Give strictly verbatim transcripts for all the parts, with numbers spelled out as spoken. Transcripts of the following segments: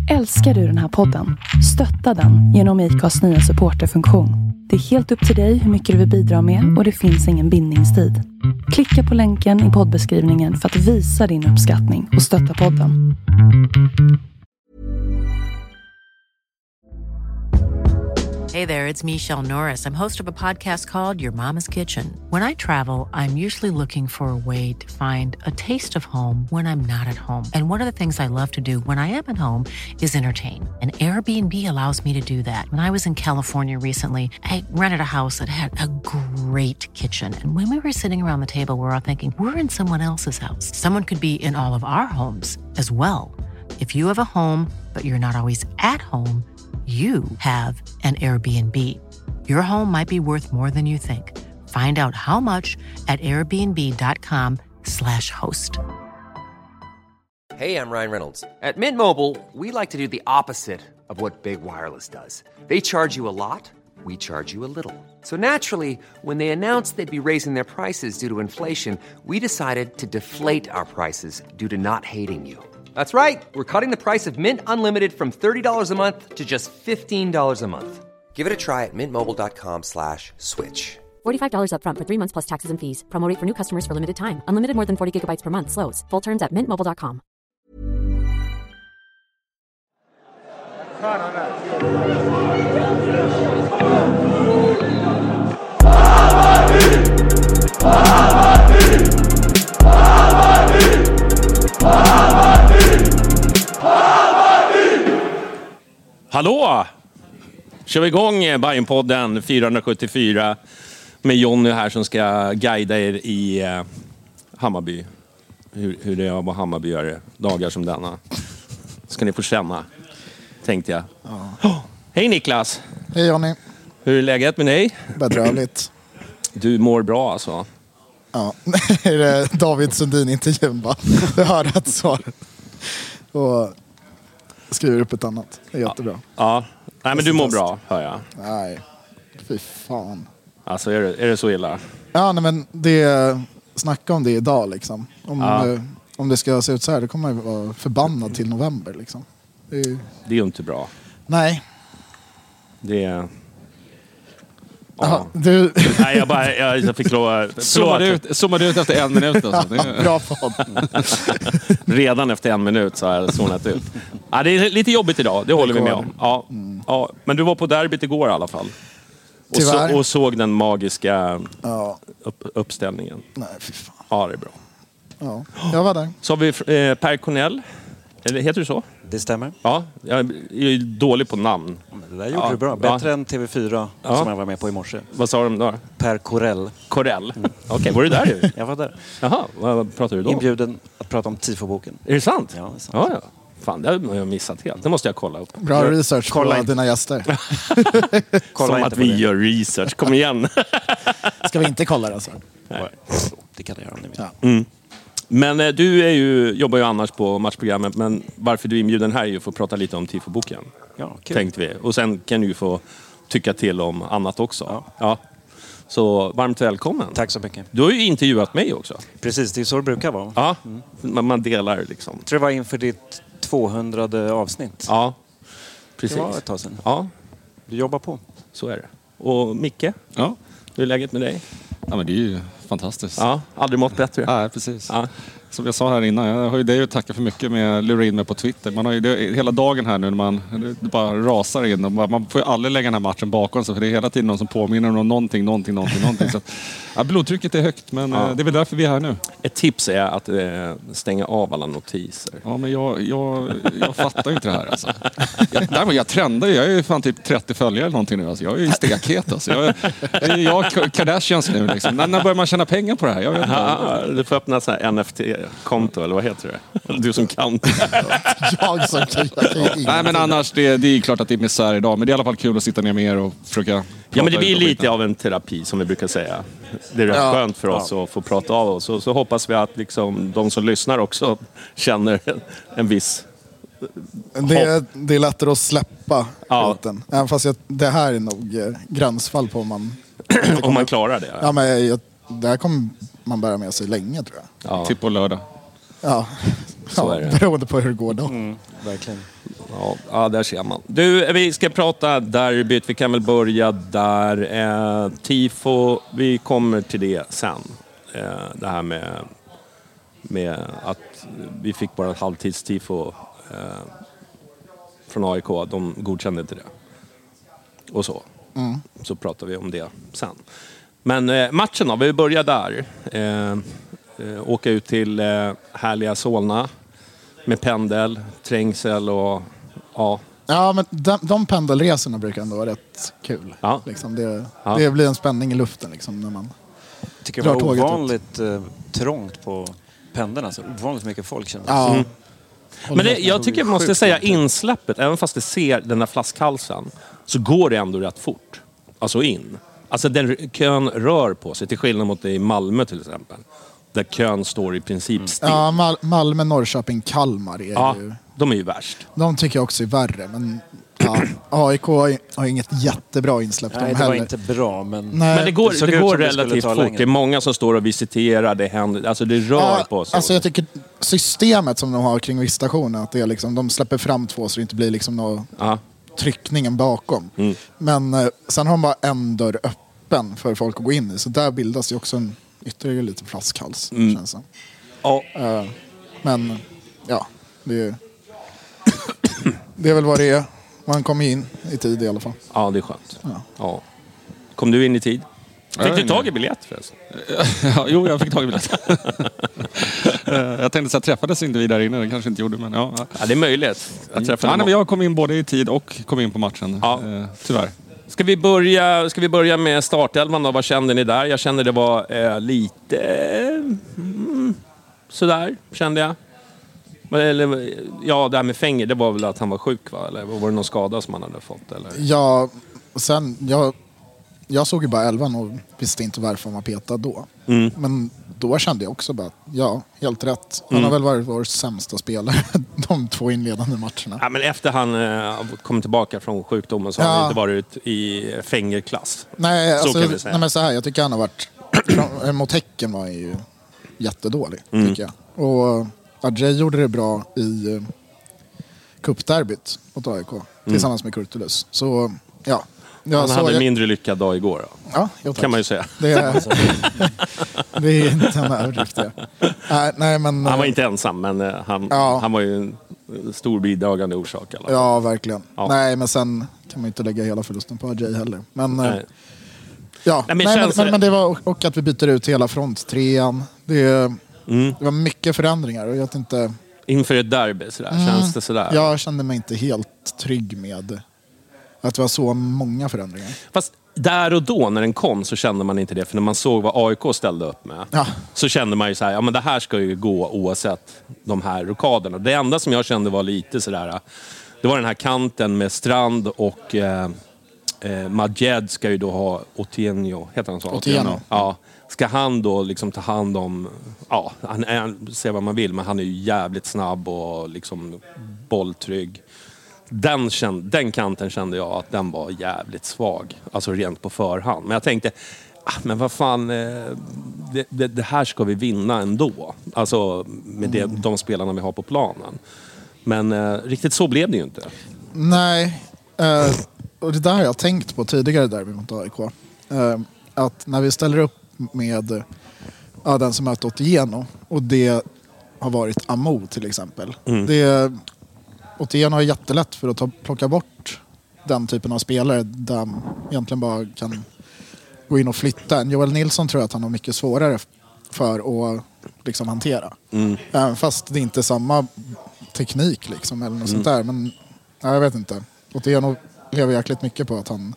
Älskar du den här podden? Stötta den genom I C A:s nya supporterfunktion. Det är helt upp till dig hur mycket du vill bidra med och det finns ingen bindningstid. Klicka på länken i poddbeskrivningen för att visa din uppskattning och stötta podden. Hey there, it's Michelle Norris. I'm host of a podcast called Your Mama's Kitchen. When I travel, I'm usually looking for a way to find a taste of home when I'm not at home. And one of the things I love to do when I am at home is entertain. And Airbnb allows me to do that. When I was in California recently, I rented a house that had a great kitchen. And when we were sitting around the table, we were all thinking, we're in someone else's house. Someone could be in all of our homes as well. If you have a home, but you're not always at home, you have an Airbnb. Your home might be worth more than you think. Find out how much at airbnb.com slash host. Hey, I'm Ryan Reynolds. At Mint Mobile, we like to do the opposite of what Big Wireless does. They charge you a lot, we charge you a little. So naturally, when they announced they'd be raising their prices due to inflation, we decided to deflate our prices due to not hating you. That's right. We're cutting the price of Mint Unlimited from thirty dollars a month to just fifteen dollars a month. Give it a try at mintmobile.com slash switch. forty-five dollars up front for three months plus taxes and fees. Promo rate for new customers for limited time. Unlimited more than forty gigabytes per month. Slows full terms at mint mobile dot com. Hallå! Kör vi igång Bajenpodden fyrahundrasjuttiofyra med Jonny här som ska guida er i eh, Hammarby. Hur, hur det är att vara Hammarbyare dagar som denna. Ska ni få känna, tänkte jag. Ja. Oh, hej Niklas! Hej Jonny! Hur är läget med dig? Bedrövligt. Du mår bra alltså? Ja, är det David Sundin-intervjun va? Jag hör rätt svar. Och skriver upp ett annat. Det är jättebra. Ja, nej men du mår bra, hör jag. Nej, fy fan. Alltså är det, är det så illa? Ja, nej, men det... Snacka om det idag liksom. Om, ja. det, om det ska se ut så här, det kommer jag vara förbannad till november liksom. Det är, det är ju inte bra. Nej. Det är... Ja. Aha, du... Nej, jag bara jag, jag fick lov zoomade ut, zoomade ut efter en minut alltså. Ja, bra podd. Redan efter en minut så har jag zonat ut. Ja, det är lite jobbigt idag, det håller vi med om. Ja, mm. ja, men du var på derbyt igår i alla fall. Och, så, och såg den magiska ja. upp, uppställningen. Nej, fy fan. Ja, det är bra. Ja, jag var där. Så har vi eh, Per Cornell. Eller heter du så? Det stämmer. Ja, jag är dålig på namn. Det där gjorde ja. du bra. Bättre ja. än T V fyra ja. som jag var med på i morse. Vad sa de då? Per Corell. Corell? Mm. Okej, okay, var du där ju? Jag var där. Jaha, vad pratade du då? Inbjuden att prata om Tifo-boken. Är det sant? Ja, det är sant. Ja, ja. Fan, det har jag missat helt. Det måste jag kolla upp. Bra research kolla på dina gäster. Kolla som att vi det. Gör research. Kom igen. Ska vi inte kolla det alltså? Nej. Det kan jag göra om ni vill. Ja. Mm. Men eh, du är ju, jobbar ju annars på matchprogrammet. Men varför du är inbjuden här är ju för att prata lite om Tifo-boken. Ja, kul. Tänkte vi. Och sen kan du ju få tycka till om annat också. Ja. Ja. Så varmt välkommen. Tack så mycket. Du har ju intervjuat mig också. Precis, det är så det brukar vara. Ja, mm. man, man delar liksom. Jag tror det var inför ditt tvåhundrade avsnitt. Ja, precis. Det var ett tag sedan. Ja. Du jobbar på. Så är det. Och Micke? Ja. Hur är läget med dig? Ja, men det är ju fantastiskt. Ja, aldrig mått bättre. Ja, precis. Ja. Som jag sa här innan, jag har ju dig att tacka för mycket med att lura in mig på Twitter. Man har ju det, hela dagen här nu när man det bara rasar in. Och man får ju aldrig lägga den här matchen bakom sig för det är hela tiden någon som påminner om någonting, någonting, någonting, någonting. Så, ja, blodtrycket är högt, men ja. Det är väl därför vi är här nu. Ett tips är att eh, stänga av alla notiser. Ja, men jag, jag, jag fattar ju inte det här alltså. Jag, nej, jag trendar ju, jag är ju fan typ trettio följare eller någonting nu alltså. Jag är ju stekhet alltså. Jag, jag är Kardashians nu liksom. När, när börjar man tjäna pengar på det här? Jag vet inte. Ja, du får öppna så här N F T-konto eller vad heter det? Du som kan. jag som kan. Nej, men annars, det, det är klart att det är misär idag. Men det är i alla fall kul att sitta ner med er och försöka... Ja, men det blir lite av en terapi som vi brukar säga. Det är rätt ja. skönt för oss ja. att få prata av oss. Och så hoppas vi att liksom, de som lyssnar också känner en viss... Det är, det är lättare att släppa ja. skiten. Även fast jag, det här är nog eh, gränsfall på om man... om man klarar det. Ja, ja men jag, det här kommer man bära med sig länge tror jag. Ja. Typ på lördag. Ja, så ja, är det. Beroende på hur det går då. Mm, verkligen. Ja, ja, där ser man. Du, vi ska prata derbyt. Vi kan väl börja där. Eh, tifo, vi kommer till det sen. Eh, det här med, med att vi fick bara ett halvtidstifo eh, från A I K. De godkände inte det. Och så. Mm. Så pratar vi om det sen. Men eh, matchen då, vi börjar där. Eh, eh, åka ut till eh, härliga Solna med pendel, trängsel och ja. Ja, men de, de pendelresorna brukar ändå vara rätt kul. Ja. Liksom det, ja. det blir en spänning i luften liksom, när man Jag tycker det var ovanligt eh, trångt på pendeln. Alltså. Ovanligt mycket folk känner ja. Mm. Men det, jag tycker jag måste säga insläppet, även fast det ser den där flaskhalsen, så går det ändå rätt fort. Alltså in. Alltså den kön rör på sig, till skillnad mot det i Malmö till exempel. Där kön står i princip still. Ja, Mal- Malmö, Norrköping, Kalmar är ja, ju... de är ju värst. De tycker jag också är värre, men ja, A I K har inget jättebra insläpp. Nej, det heller. var inte bra, men... Nej, men det går, det det går relativt det fort. Längre. Det är många som står och visiterar, det händer, alltså det rör ja, på sig. Alltså jag tycker systemet som de har kring visitationen, att det är liksom, de släpper fram två så det inte blir liksom någon ja. tryckningen bakom. Mm. Men eh, sen har de bara en dörr öppen för folk att gå in i, så där bildas ju också en ytterligare lite flaskhals. Mm. Känns det. Ja. Uh, men ja, det är, det är väl vad det är. Man kommer in i tid i alla fall. Ja, det är skönt. Ja. Ja. Kom du in i tid? Fick du tag i biljett förresten? Ja, jo, jag fick tag i biljett. Jag tänkte så att träffades inte vi där inne, det kanske inte gjorde, men ja. Ja, det är möjligt att träffa ja, men jag kom in både i tid och kom in på matchen, ja. eh, tyvärr. Ska vi börja, ska vi börja med startelvan då? Vad kände ni där? Jag kände det var eh, lite mm, sådär, kände jag. Eller, ja, det här med Fänger, det var väl att han var sjuk, va? Eller var det någon skada som han hade fått? Eller? Ja, sen, jag, jag såg ju bara elvan och visste inte varför han var petad då. Mm. Men då kände jag också bara, ja, helt rätt. Han mm. har väl varit vår sämsta spelare de två inledande matcherna. Ja, men efter han eh, kom tillbaka från sjukdomen så ja. har han inte varit i Fängerklass. Nej, alltså, nej, men så här, jag tycker han har varit, mot Häcken var ju jättedålig, mm. tycker jag. Och Adjei gjorde det bra i uh, cupderbyt mot A I K, mm. tillsammans med Kurtulus. Så, ja. Ja, han hade en jag... mindre lyckad dag igår då. Ja, jo, kan man ju säga. Det är, det är inte en överdrift. Nej, nej, men, han var inte ensam, men han, ja. han var ju en stor bidragande orsak. Eller? Ja, verkligen. Ja. Nej, men sen kan man inte lägga hela förlusten på Adjei heller. Men, nej. Ja, nej, men, nej, men, men, men det var och att vi byter ut hela fronttrean. Det, mm. det var mycket förändringar och jag vet inte... Inför ett derby sådär, mm. känns det sådär? Jag kände mig inte helt trygg med att det var så många förändringar. Fast där och då när den kom så kände man inte det. För när man såg vad A I K ställde upp med ja. så kände man ju så här, ja men det här ska ju gå oavsett de här rokaderna. Det enda som jag kände var lite sådär, det var den här kanten med Strand och eh, eh, Majed ska ju då ha Otieno, heter han så? Otieno. Ja. Ska han då liksom ta hand om, ja, han är, ser vad man vill, men han är ju jävligt snabb och liksom bolltrygg. Den, kände, den kanten kände jag att den var jävligt svag. Alltså rent på förhand. Men jag tänkte, ah, men vad fan, eh, det, det, det här ska vi vinna ändå. Alltså med det, mm. de spelarna vi har på planen. Men eh, riktigt så blev det ju inte. Nej, eh, och det där har jag tänkt på tidigare där mot A I K. Eh, att när vi ställer upp med ja, den som möter Otieno och det har varit Amo till exempel. Mm. Det Otieno har jättelätt för att ta, plocka bort den typen av spelare där man egentligen bara kan gå in och flytta. En Joel Nilsson tror jag att han har mycket svårare för att liksom hantera. Mm. Även fast det inte är samma teknik liksom, eller något mm. sånt där. Men ja, jag vet inte. Otieno lever jäkligt mycket på att han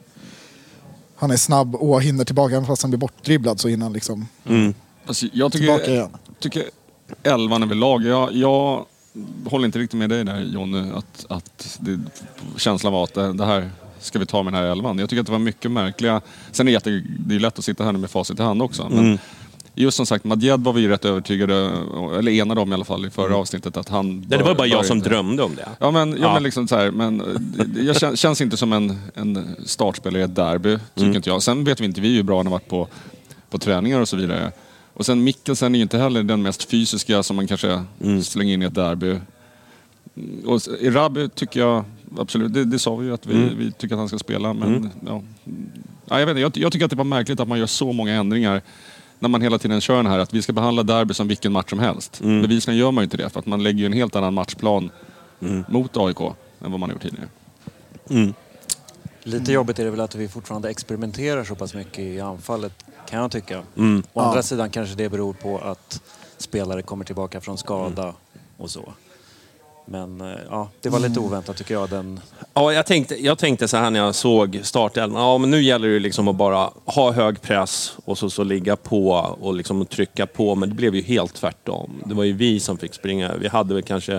han är snabb och hinner tillbaka. Även fast han blir bortdribblad så hinner han liksom mm. alltså, jag tycker, tillbaka igen. Jag tycker elvan överlag. Jag... jag... håller inte riktigt med dig där, Jonny, att, att det, känslan var att det, det här ska vi ta med den här elvan. Jag tycker att det var mycket märkliga. Sen är det, jätte, det är lätt att sitta här med facit i hand också. Men mm. just som sagt, Majed var vi rätt övertygade, eller enade om i alla fall i förra mm. avsnittet, att han... Det, var, det var bara jag som inte. drömde om det. Ja, men, ja, ja. men liksom så här, men jag känns, känns inte som en, en startspelare i ett derby, tycker mm. inte jag. Sen vet vi inte, vi är ju bra när vi varit på, på träningar och så vidare. Och sen Mikkelsen är ju inte heller den mest fysiska som man kanske mm. slänger in i ett derby. Och Erabi tycker jag absolut, det, det sa vi ju att vi, Mm. vi tycker att han ska spela. Men Mm. ja, ja, jag, vet inte, jag, jag tycker att det var märkligt att man gör så många ändringar när man hela tiden kör den här att vi ska behandla derby som vilken match som helst. Mm. Bevisligen gör man ju inte det för att man lägger ju en helt annan matchplan Mm. mot A I K än vad man har gjort tidigare. Mm. Lite jobbigt är det väl att vi fortfarande experimenterar så pass mycket i anfallet, kan jag tycka. Mm. Å Ja. andra sidan kanske det beror på att spelare kommer tillbaka från skada Mm. och så. Men eh, ja, det var lite oväntat tycker jag. Den... Ja, jag tänkte, jag tänkte så här när jag såg startelvan. Ja, men nu gäller det liksom att bara ha hög press och så, så ligga på och liksom trycka på. Men det blev ju helt tvärtom. Det var ju vi som fick springa. Vi hade väl kanske...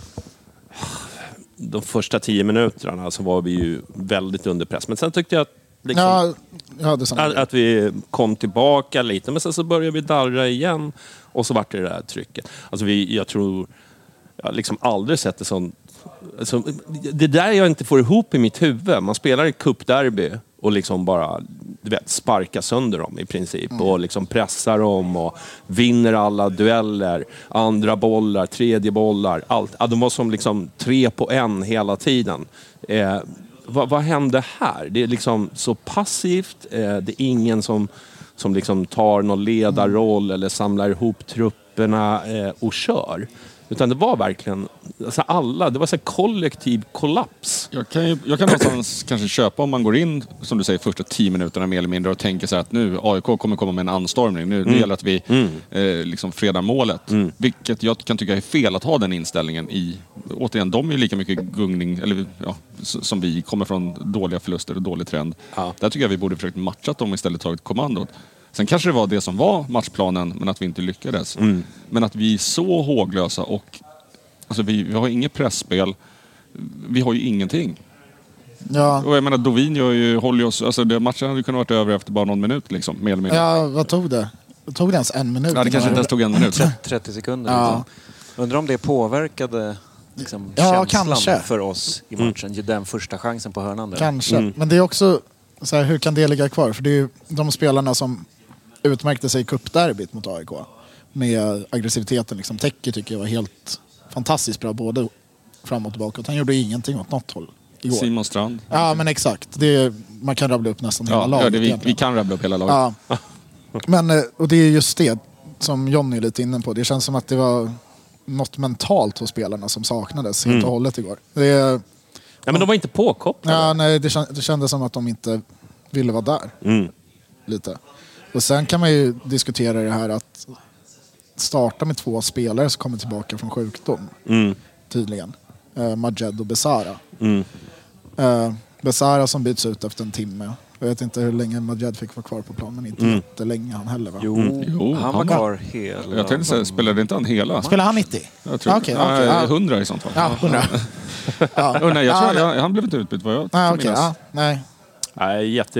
De första tio minuterna så var vi ju väldigt under press. Men sen tyckte jag att, liksom, Ja, jag hade samma att, att vi kom tillbaka lite. Men sen så började vi darra igen. Och så vart det det där trycket. Alltså vi, jag tror... Jag har liksom aldrig sett det sånt. Alltså, det där jag inte får ihop i mitt huvud. Man spelar i cupderby och liksom bara, du vet, sparkar sönder dem i princip. Mm. Och liksom pressar dem och vinner alla dueller. Andra bollar, tredje bollar. Allt. Ja, de var som liksom tre på en hela tiden. Eh, vad, vad hände här? Det är liksom så passivt. Eh, det är ingen som, som liksom tar någon ledarroll mm. eller samlar ihop trupperna eh, och kör. Utan det var verkligen, alltså alla, det var så här kollektiv kollaps. Jag kan, ju, jag kan någonstans kanske köpa om man går in, som du säger, första tio minuterna mer eller mindre och tänker så här att nu A I K kommer komma med en anstormning. Nu, Mm. nu gäller det att vi Mm. eh, liksom fredar målet. Mm. Vilket jag kan tycka är fel att ha den inställningen i. Återigen, de är ju lika mycket gungning, eller ja, som vi, kommer från dåliga förluster och dålig trend. Ja. Där tycker jag vi borde försökt matcha dem och istället tagit kommandot. Sen kanske det var det som var matchplanen, men att vi inte lyckades. Mm. Men att vi är så håglösa och alltså vi, vi har inget pressspel. Vi har ju ingenting. Ja, Och jag menar, Dovin gör ju, håller oss, alltså det, matchen hade kunnat varit över efter bara någon minut liksom, mer eller mindre. ja, vad tog det? Tog det ens en minut? Ja, det kanske inte ens tog en minut. trettio sekunder. Ja. Liksom. Undrar om det påverkade liksom, Ja, känslan kanske. för oss i matchen. Mm. Den första chansen på hörnan där. Kanske. Mm. Men det är också, så här, hur kan det ligga kvar? För det är ju de spelarna som utmärkte sig i cupderbyt mot A I K. Med aggressiviteten. Liksom. Teki tycker jag var helt fantastiskt bra. Både framåt och bakåt. Han gjorde ingenting åt något håll igår. Simon Strand. Ja, men exakt. Det är, man kan rabbla upp nästan hela Ja, laget. ja det, vi, egentligen. vi kan rabbla upp hela laget. Ja. Men, eh, och det är just det som Johnny är lite inne på. Det känns som att det var något mentalt hos spelarna som saknades helt och hållet igår. Det, Ja, men de var inte påkopplade. ja, nej, det, känd, det kändes som att de inte ville vara där. Mm. Lite. Och sen kan man ju diskutera det här att starta med två spelare som kommer tillbaka från sjukdom. Mm. Tydligen. Uh, Majed och Besara. Mm. Uh, Besara som byts ut efter en timme. Jag vet inte hur länge Majed fick vara kvar på plan, men inte Mm. jättelänge han heller, va? Jo, Mm. Jo, han han var var- kvar hela... Jag tänkte säga, spelade inte han hela? Spelar han nittio? Jag tror, Ah, okej, nej, okej, ja. hundra i sånt fall. Ja, hundra. ja. Oh, nej, jag tror, ja, jag, han blev inte utbytt vad jag nej, okej, minns. ja, nej. Nej, jätte...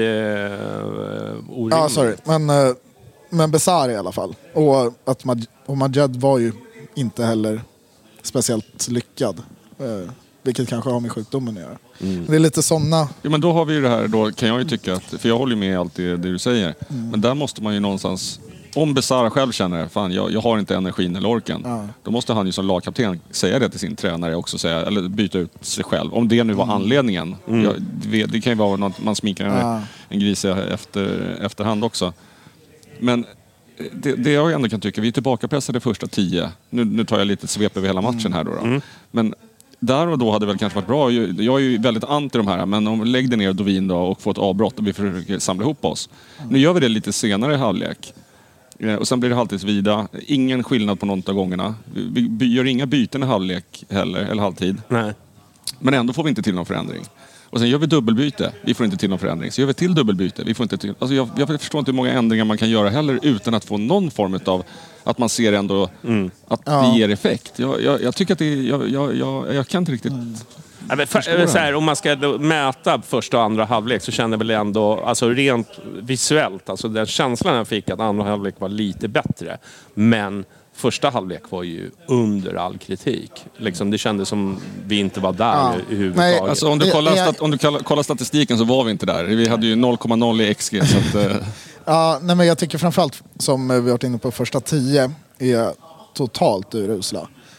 Uh, orimligt. Ja, sorry. Men, eh, men Besara i alla fall. Och, att Maj- och Majed var ju inte heller speciellt lyckad. Eh, vilket kanske har med sjukdomen att göra. Mm. Det är lite sådana... Ja, men då har vi ju det här, då kan jag ju tycka att, för jag håller ju med i allt det, det du säger. Mm. Men där måste man ju någonstans, om Besara själv känner det, fan jag, jag har inte energin eller orken. Ja. Då måste han ju som lagkapten säga det till sin tränare också, säga, eller byta ut sig själv. Om det nu var Mm. anledningen. Mm. Jag, det, det kan ju vara något, man sminkar Ja. en gris efter, efterhand också. Men det, det jag ändå kan tycka, vi är tillbakapressade första tio. Nu, nu tar jag lite svep över hela matchen här då. då. Mm. Men där och då hade det väl kanske varit bra. Jag jag är ju väldigt anti de här, men om lägg det ner Dovin då och få ett avbrott och vi försöker samla ihop oss. Nu gör vi det lite senare i halvlek. Eh, Och sen blir det halvtidsvida. Ingen skillnad på någon av gångerna. Vi, vi gör inga byten i halvlek heller, eller halvtid. Nej. Men ändå får vi inte till någon förändring. Och sen gör vi dubbelbyte. Vi får inte till någon förändring. Så gör vi till dubbelbyte. Vi får inte till... Alltså jag, jag förstår inte hur många ändringar man kan göra heller utan att få någon form av att man ser ändå Mm. att Ja. det ger effekt. Jag, jag, jag tycker att det är... Jag, jag, jag, jag kan inte riktigt... Ja, men för, Förstår så här, om man ska då mäta första och andra halvlek så känner jag väl ändå, alltså rent visuellt, alltså den känslan jag fick att andra halvlek var lite bättre. Men första halvlek var ju under all kritik. Liksom, det kändes som vi inte var där Ja. överhuvudtaget. Nej, Alltså om du Jag- kollar, jag- stat, om du kollar, kollar statistiken så var vi inte där. Vi hade ju noll komma noll i X G. Så att, eh, Ja, nej, men jag tycker framförallt, som vi har varit inne på, första tio är totalt urusla.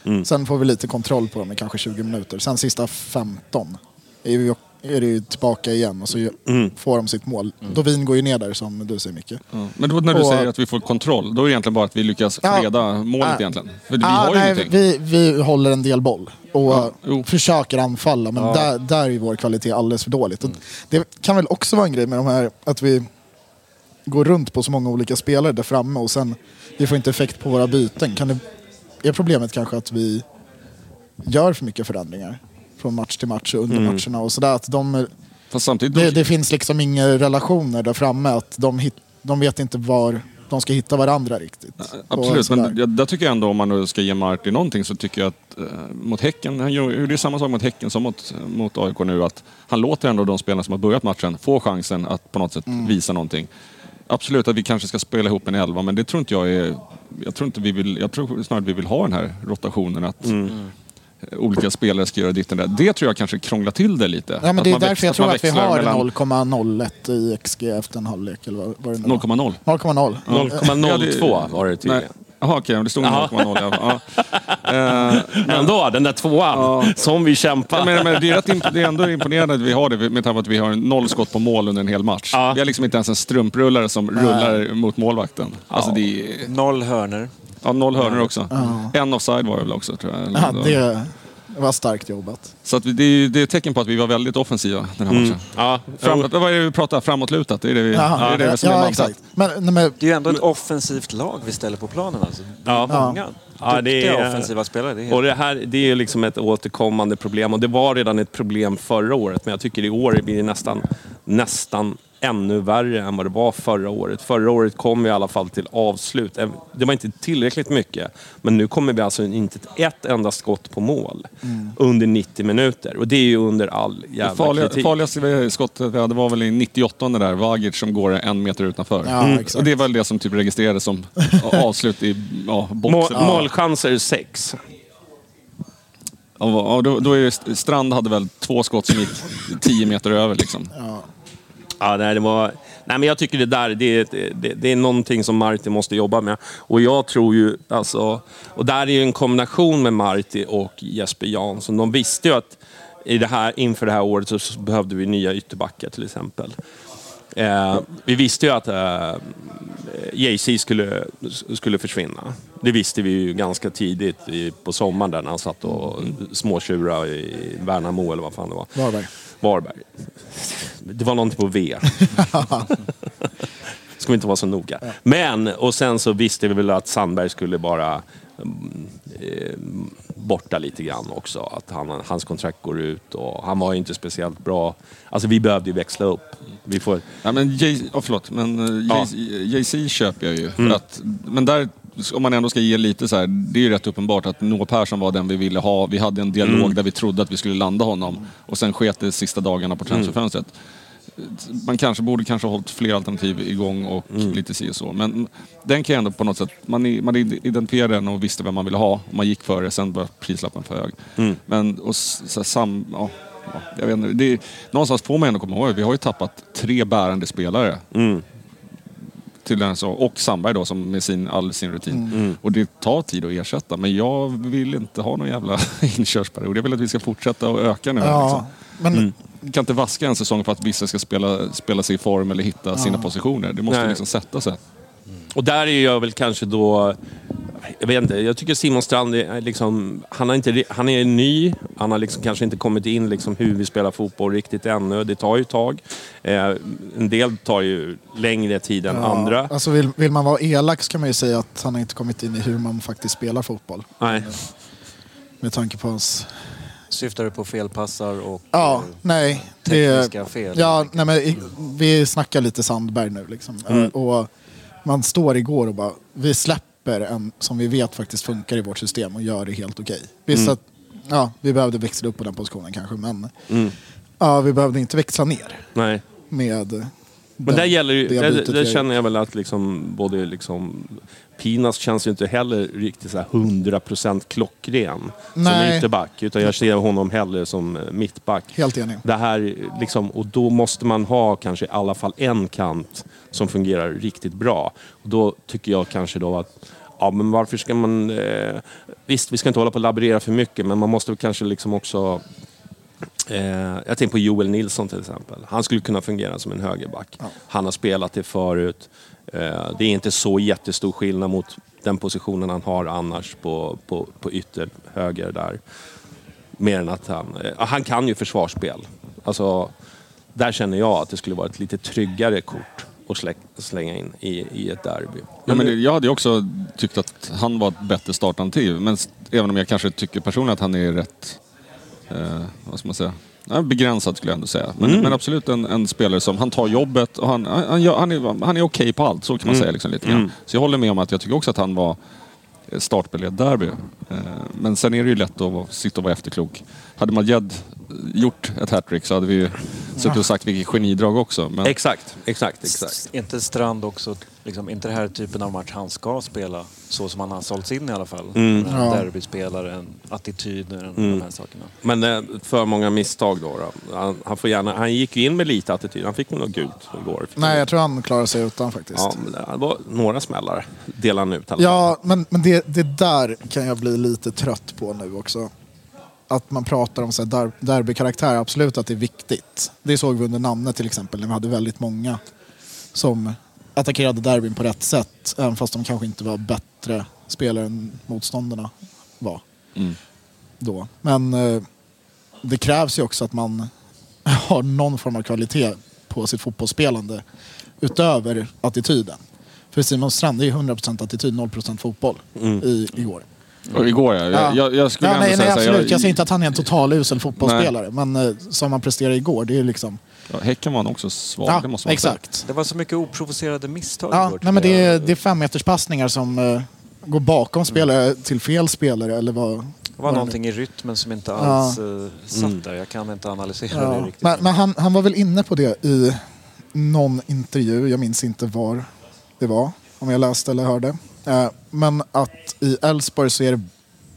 Mm. Sen får vi lite kontroll på dem i kanske tjugo minuter. Sen sista femton är, vi, är det ju tillbaka igen och så mm. får de sitt mål. Mm. Dovin går ju ner där som du säger mycket. Mm. Men då när du och, säger att vi får kontroll, då är det egentligen bara att vi lyckas freda ja, målet äh, egentligen. För vi äh, har ju nej, vi, vi håller en del boll och ja, försöker anfalla, men ja. där, där är vår kvalitet alldeles för dåligt. Mm. Det kan väl också vara en grej med de här att vi går runt på så många olika spelare där framme och sen vi får inte effekt på våra byten. Kan det, är problemet kanske att vi gör för mycket förändringar från match till match och under mm. matcherna och sådär, att de, fast samtidigt det, det finns liksom inga relationer där framme, att de, hit, de vet inte var de ska hitta varandra riktigt. Ja, absolut, men jag, där tycker jag ändå, om man nu ska ge Martin någonting, så tycker jag att eh, mot Häcken, han gör, det är samma sak mot Häcken som mot, mot A I K nu, att han låter ändå de spelarna som har börjat matchen få chansen att på något sätt mm. visa någonting. Absolut att vi kanske ska spela ihop en elva, men det tror inte jag är, jag tror inte vi vill, jag tror snarare att vi vill ha den här rotationen, att mm. olika spelare ska göra ditt och det. Det tror jag kanske krånglar till det lite. Ja, men det är därför jag tror att vi har mellan noll komma noll ett i X G efter en halvlek. Eller vad, vad är det noll komma noll? noll komma noll. noll komma noll två var det tydligen. Jaha, okej, okay, det stod noll komma noll. Ja. Ja. Men ändå, den där tvåan ja. som vi kämpar. Ja, men, men det, är rätt, det är ändå imponerande att vi har det, med tanke på att vi har noll skott på mål under en hel match. Ja. Vi har liksom inte ens en strumprullare som Nej. rullar mot målvakten. Ja. Alltså det är... Noll hörner. Ja, noll hörner också. Ja. En offside var det väl också, tror jag. Ja, det... Det var starkt jobbat. Så att vi, det, är, det är ett tecken på att vi var väldigt offensiva den här matchen. Mm. Ja. Framåt, vad är det vi pratar? Framåtlutat? Det är det vi... Jaha, det är det som ja, är exakt. Men, men, det är ju ändå ett offensivt lag vi ställer på planen. Alltså. Det är ja. många ja, det är, offensiva spelare. Det är och det här det är liksom ett återkommande problem. Och det var redan ett problem förra året. Men jag tycker i år blir det nästan, nästan ännu värre än vad det var förra året. Förra året kom vi i alla fall till avslut. Det var inte tillräckligt mycket. Men nu kommer vi alltså inte ett enda skott på mål mm. under nittio minuter. Och det är ju under all jävla farliga, kritik. Farligaste skottet vi hade var väl i nittioåttonde där. Vagic som går en meter utanför. Ja, mm. Och det är väl det som typ registrerades som avslut i ja, boxen. Mål, målchanser sex. Ja, då, då är Strand hade väl två skott som gick tio meter över liksom. Ja. Ja, nej, det var... nej, men jag tycker det där det är, det, det är någonting som Marti måste jobba med. Och jag tror ju, alltså... Och där är ju en kombination med Marti och Jesper Jansson. De visste ju att i det här, inför det här året så behövde vi nya ytterbackar till exempel. Eh, vi visste ju att eh, J C skulle, skulle försvinna. Det visste vi ju ganska tidigt i, på sommaren där när han satt och småtjura i Värnamo eller vad fan det var. Varberg. Varberg. Det var någonting på V. Ska vi inte vara så noga. Ja. Men, och sen så visste vi väl att Sandberg skulle bara eh, borta lite grann också. Att han, hans kontrakt går ut och han var ju inte speciellt bra. Alltså vi behövde ju växla upp. Vi får... Ja, men J- oh, förlåt, men ja. J C köper jag ju. För mm. att, men där, om man ändå ska ge lite så här, det är ju rätt uppenbart att Noah Persson var den vi ville ha. Vi hade en dialog mm. där vi trodde att vi skulle landa honom. Och sen sket det sista dagarna på transferfönstret. Mm. Man kanske borde kanske ha hållit fler alternativ igång och mm. lite si och så. Men den kan ändå på något sätt, man, man identifierade den och visste vem man ville ha. Och man gick för det, sen var prislappen för hög. Mm. Men och så, sam, ja, ja, jag vet inte, det är, någonstans får man ändå komma ihåg, vi har ju tappat tre bärande spelare. Mm. Till den så, och Sandberg då som med sin, all sin rutin. Mm. Och det tar tid att ersätta. Men jag vill inte ha någon jävla inkörsperiod. Jag vill att vi ska fortsätta och öka nu. Ja, liksom. Men... Mm. Kan inte vaska en säsong för att vissa ska spela, spela sig i form eller hitta ja. sina positioner. Det måste Nej. liksom sätta sig. Mm. Och där är jag väl kanske då... Jag vet inte, jag tycker Simon Strand är liksom... Han, har inte, han är ny. Han har liksom kanske inte kommit in liksom hur vi spelar fotboll riktigt ännu. Det tar ju ett tag. Eh, en del tar ju längre tid än ja, andra. Alltså vill, vill man vara elak så kan man ju säga att han har inte kommit in i hur man faktiskt spelar fotboll. Nej. Med tanke på hans... Syftar du på felpassar och ja, nej, tekniska det, fel? Ja, nej, men vi snackar lite Sandberg nu. Liksom. Mm. Och man står igår och bara, vi släpper en som vi vet faktiskt funkar i vårt system och gör det helt okej. Visst mm. att, ja, vi behövde växla upp på den positionen kanske, men mm. ja, vi behövde inte växla ner. Nej. Med men där gäller ju, det, det, det känner jag väl att liksom, både liksom, Pinas känns ju inte heller riktigt så här hundra procent klockren Nej. som ytterback, utan jag ser honom hellre som mittback. Helt enig. Det här, liksom, och då måste man ha kanske i alla fall en kant som fungerar riktigt bra. Och då tycker jag kanske då att Ja, men varför ska man... Eh, visst, vi ska inte hålla på och laborera för mycket, men man måste kanske liksom också... Eh, jag tänker på Joel Nilsson till exempel. Han skulle kunna fungera som en högerback. Ja. Han har spelat det förut. Eh, det är inte så jättestor skillnad mot den positionen han har annars på, på, på ytter höger där. Mer än att han... Eh, han kan ju försvarsspel. Alltså, där känner jag att det skulle vara ett lite tryggare kort och slänga in i, i ett derby. Ja, men jag hade också tyckt att han var ett bättre startalternativ. Men även om jag kanske tycker personligen att han är rätt... Eh, vad ska man säga? Ja, begränsad skulle jag ändå säga. Men, mm. men absolut en, en spelare som... Han tar jobbet och han, han, gör, han är, han är okej på allt. Så kan man mm. säga liksom lite grann. Mm. Så jag håller med om att jag tycker också att han var startspel i ett derby. Eh, men sen är det ju lätt att sitta och vara efterklok. Hade Majed gjort ett hattrick så hade vi ju suttit och sagt vilket genidrag också. Men... Exakt, exakt, exakt. Inte Strand också, liksom, inte det här typen av match han ska spela så som han har sålts in i alla fall. Mm. En ja. derbyspelare, en attityd, en, mm. de här sakerna. Men eh, för många misstag då. då. Han, han, får gärna, han gick ju in med lite attityd. Han fick nog gult igår. Nej, jag tror han klarar sig utan faktiskt. Ja, men det var några smällar. Delar han ut. Ja, men, men det, det där kan jag bli lite trött på nu också. Att man pratar om så här der, derbykaraktär, absolut att det är viktigt. Det såg vi under namnet till exempel, när vi hade väldigt många som attackerade derbyn på rätt sätt, även fast de kanske inte var bättre spelare än motståndarna var. Mm. Då. Men eh, det krävs ju också att man har någon form av kvalitet på sitt fotbollsspelande utöver attityden. För Simon Strand är ju hundra procent attityd, noll procent fotboll mm. i, igår. Och igår ja. Jag, jag, jag skulle ja, nej, säga nej, absolut. Jag, jag säger inte att han är en total usel fotbollsspelare. Nej. Men eh, som han presterade igår, det är liksom... Ja, Häcken var också svag, ja, det måste man exakt. säga. Det var så mycket oprovocerade misstag ja, igår. Nej, men det är, det är femmeterspassningar som eh, går bakom spelare mm. till fel spelare. Eller vad, det var någonting i rytmen som inte alls ja. eh, satt mm. där. Jag kan inte analysera ja. det riktigt. Men, men han, han var väl inne på det i någon intervju. Jag minns inte var det var. Om jag läste eller hörde. Eh, men att i Elfsborg så är det...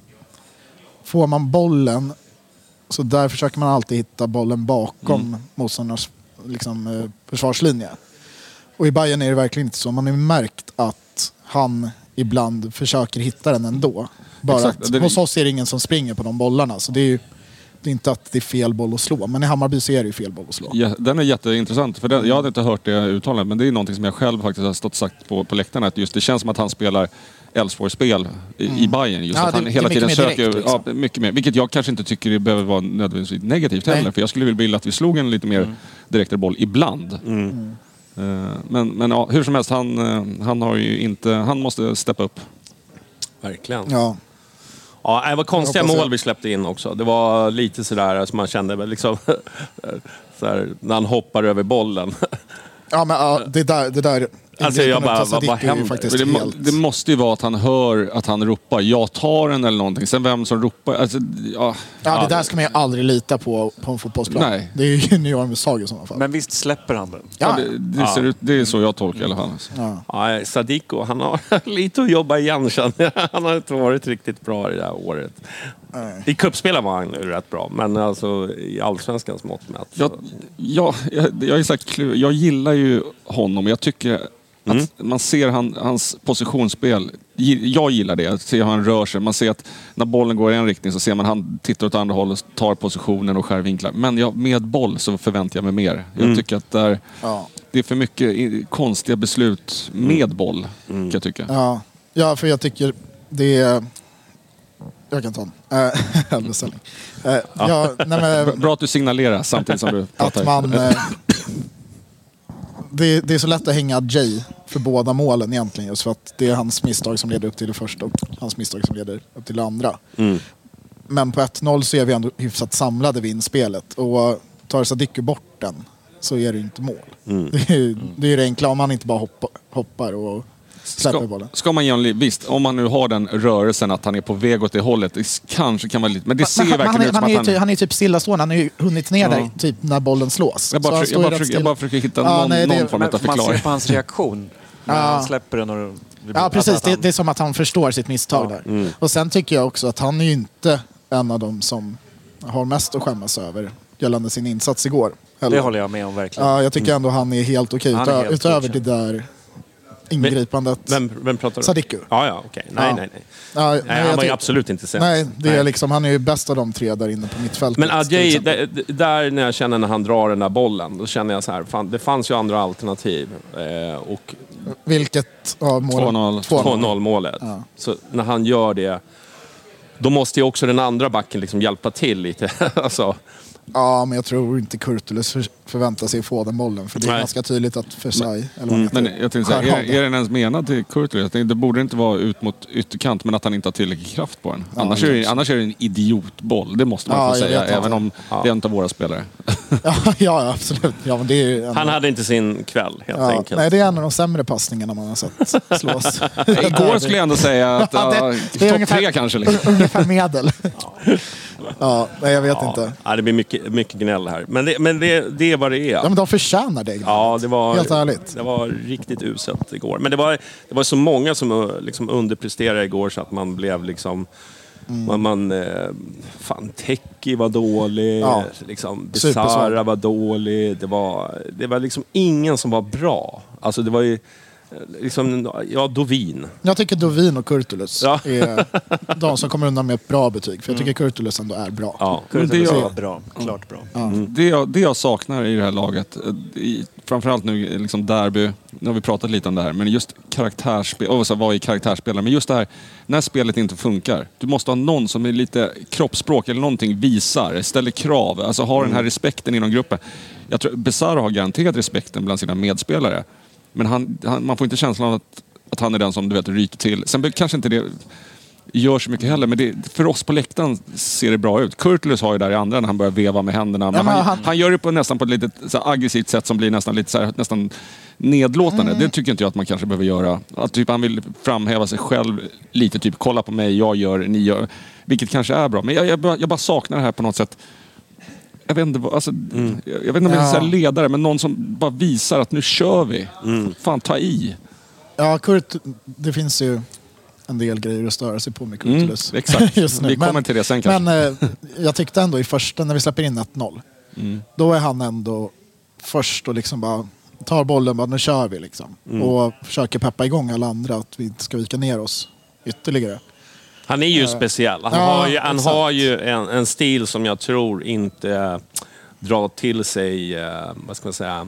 Får man bollen så där försöker man alltid hitta bollen bakom mm. motståndarnas liksom, eh, försvarslinje. Och i Bayern är det verkligen inte så. Man har ju märkt att han ibland försöker hitta den ändå. Bara Exakt. att det... hos oss är det ingen som springer på de bollarna. Så det är ju det är inte att det är fel boll att slå. Men i Hammarby så är det ju fel boll att slå. Ja, den är jätteintressant. För den, jag hade inte hört det uttalat, men det är någonting som jag själv faktiskt har stått sagt på, på läktarna. Att just det känns som att han spelar Elfsborg-spel i, mm. i Bayern. Just ja, att han det, hela det tiden mer söker... direkt, liksom. ja, mycket mer. Vilket jag kanske inte tycker det behöver vara nödvändigtvis negativt heller. Nej. För jag skulle vilja att vi slog en lite mer mm. direktare boll ibland. Mm. Uh, men men ja, hur som helst, han, uh, han har ju inte... Han måste steppa upp. Verkligen. Ja. Ja, det var konstiga mål vi släppte in också. Det var lite sådär som man kände liksom, sådär, när han hoppar över bollen. Ja, men ja, det där... Det där alltså jag bara, vad, vad händer? Det, helt... det måste ju vara att han hör att han ropar, jag tar den eller någonting. Sen vem som ropar... Alltså, ja, ja, det där ska man ju aldrig lita på på en fotbollsplan. Nej. Det är ju en enorm misstag i sådana fall. Men visst släpper han den? Ja, ja det, det, ser ja. ut, det är så jag tolkar i alla fall. Ja. Ja, Sadiko, han har lite att jobba igen. Han har inte varit riktigt bra i det här året. Nej. I cupspelen var han rätt bra, men alltså i allsvenskans mått mätt. Jag, jag, jag, jag, är sagt, jag gillar ju honom. Jag tycker att mm. man ser han, hans positionsspel. Jag gillar det. Jag ser hur han rör sig. Man ser att när bollen går i en riktning så ser man han tittar åt andra hållet, tar positionen och skär vinklar. Men jag, med boll så förväntar jag mig mer. Jag mm. tycker att där, ja. det är för mycket konstiga beslut med mm. boll, mm. kan jag tycka. Ja. ja, för jag tycker det är... Jag kan ta en äh, beställning. Äh, ja. Ja, nej, men, bra att du signalerar samtidigt som du pratar. Att man, äh, det, det är så lätt att hänga Jay för båda målen egentligen. Just för att det är hans misstag som leder upp till det första och hans misstag som leder upp till det andra. Mm. Men på ett noll så är vi ändå hyfsat samlade vid inspelet. Och tar Sadiko bort den så är det inte mål. Mm. Det är det, är det enkla om man inte bara hoppa, hoppar och... Ska, ska man ge en, visst, om man nu har den rörelsen att han är på väg åt det hållet, det kanske kan vara lite, men det ser men, verkligen han, ut som han att han... Ty, han är typ stillastående, han har ju hunnit ner ja. där typ när bollen slås. Jag bara, försöker, jag bara, försöker, jag bara försöker hitta ja, någon, nej, det, någon form av förklaring. Man ser på hans reaktion när ja. han släpper den och... Ja, precis. Det, det är som att han förstår sitt misstag ja. där. Mm. Och sen tycker jag också att han är ju inte en av dem som har mest att skämmas över gällande sin insats igår. Eller? Det håller jag med om verkligen. Ja, jag tycker ändå han är helt okej. Utö- utöver det där ingripandet. Vem, vem pratar du? Sadiku. Ja, ja, okej. Okay. Nej, ja. nej, nej. Ja, nej, nej han var ju tyck- absolut inte sämst. Nej, det är nej. liksom, han är ju bäst av de tre där inne på mittfältet. Men Adjei, där, där när jag känner när han drar den där bollen, då känner jag så här, fan, det fanns ju andra alternativ. Eh, och Vilket av målet? två noll. två noll målet. Ja. Så när han gör det, då måste ju också den andra backen liksom hjälpa till lite. alltså. Ja, men jag tror inte Kurtulus för, förväntar sig att få den bollen. För det är Nej. ganska tydligt att Versailles... Eller mm. Men jag tänkte säga, är, är den ens menad till Kurtulus? Det borde inte vara ut mot ytterkant, men att han inte har tillräcklig kraft på den. Ja, annars, är det, annars är det en idiotboll, det måste man ja, få säga. Även om ja. det är en av våra spelare. ja, ja, absolut. Ja, men det är ju en... Han hade inte sin kväll, helt ja, enkelt. Nej, det är en av de sämre passningarna man har sett slås. Igår skulle jag ändå säga att ja, det, det är topp tre kanske. Liksom. Ungefär medel. ja. Ja, nej, jag vet ja. inte. Ja, det blir mycket, mycket gnäll här. Men, det, men det, det är vad det är. Ja, men de förtjänar det. Ja, det var, helt ärligt. Det var riktigt uselt igår. Men det var, det var så många som liksom underpresterade igår så att man blev liksom... Mm. Man, man, fan, Teki var dålig, ja. liksom, Besara var dålig. Det var, det var liksom ingen som var bra. Alltså det var ju... Liksom, ja, Dovin. Jag tycker Dovin och Kurtulus ja. är de som kommer undan med ett bra betyg. För jag tycker Kurtulus ändå är bra. Ja, Kurtulus är bra. Klart bra. Mm. Det, jag, det jag saknar i det här laget, i, framförallt nu liksom derby, nu har vi pratat lite om det här, men just karaktärsspel, och så vad är karaktärsspelare, men just det här, när spelet inte funkar, du måste ha någon som är lite kroppsspråk eller någonting visar, ställer krav, alltså har mm. den här respekten inom gruppen. Jag tror Besara har garanterat respekten bland sina medspelare. Men han, han, man får inte känslan av att, att han är den som du vet ryter till. Sen kanske inte det gör så mycket heller, men det, för oss på läktaren ser det bra ut. Kurtulus har ju där i andra när han börjar veva med händerna. Men ja, men han, han... han gör det på nästan på ett lite så här aggressivt sätt som blir nästan lite så här, nästan nedlåtande. Mm. Det tycker inte jag att man kanske behöver göra. Att typ han vill framhäva sig själv lite, typ kolla på mig, jag gör, ni gör. Vilket kanske är bra. Men jag, jag, bara, jag bara saknar det här på något sätt. Jag vet inte, alltså, mm. jag vet inte om jag är ja. ledare, men någon som bara visar att nu kör vi. Mm. Fan, ta i. Ja, Kurt, det finns ju en del grejer att störa sig på med Kurtulus. Mm, exakt, just nu. Vi kommer men, till det sen kanske. Men eh, jag tyckte ändå i första, när vi släpper in ett noll, mm. då är han ändå först och liksom bara tar bollen, bara nu kör vi liksom. Mm. Och försöker peppa igång alla andra att vi inte ska vika ner oss ytterligare. Han är ju uh, speciell. Han ja, har ju, han har ju en, en stil som jag tror inte äh, drar till sig, äh, vad ska man säga,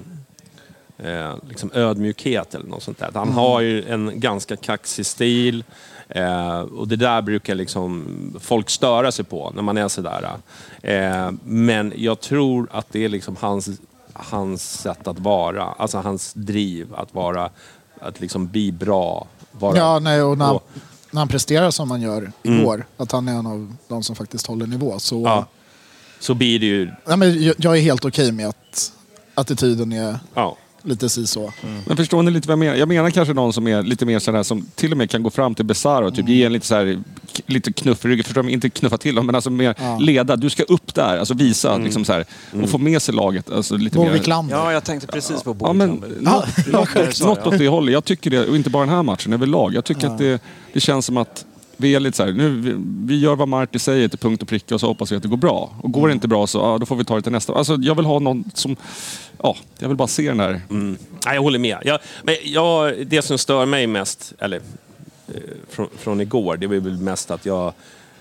äh, liksom ödmjukhet eller något sånt där. Han mm. har ju en ganska kaxig stil. Äh, och det där brukar liksom folk störa sig på när man är sådär. Äh, men jag tror att det är liksom hans, hans sätt att vara. Alltså hans driv att vara, att liksom bli bra. Vara, ja, nej, och när, och, när han presterar som han gör igår, mm. att han är en av de som faktiskt håller nivå, så, ja. så blir det ju... Nej, men jag, jag är helt okej med att attityden är ja. lite si så. Mm. Men förstår ni lite vad jag menar? Jag menar kanske någon som är lite mer sådär, som till och med kan gå fram till Besara och typ mm. ge en lite såhär, lite knuff i ryggen, förstår mig, inte knuffa till dem, men alltså mer ja. leda, du ska upp där, alltså visa mm. liksom så här, och få med sig laget, alltså lite mer. Ja, jag tänkte precis på Bo ja, men något, något, något åt det hållet. Jag tycker det, och inte bara den här matchen överlag. Jag tycker ja. att det, det känns som att vi är lite så här, nu, vi, vi gör vad Marti säger till punkt och pricka och så hoppas vi att det går bra. Och går det inte bra så ja, då får vi ta det till nästa. Alltså jag vill ha någon som, ja, jag vill bara se den där. Mm. Ja, jag håller med. Jag, men jag, det som stör mig mest, eller eh, från, från igår, det är väl mest att jag,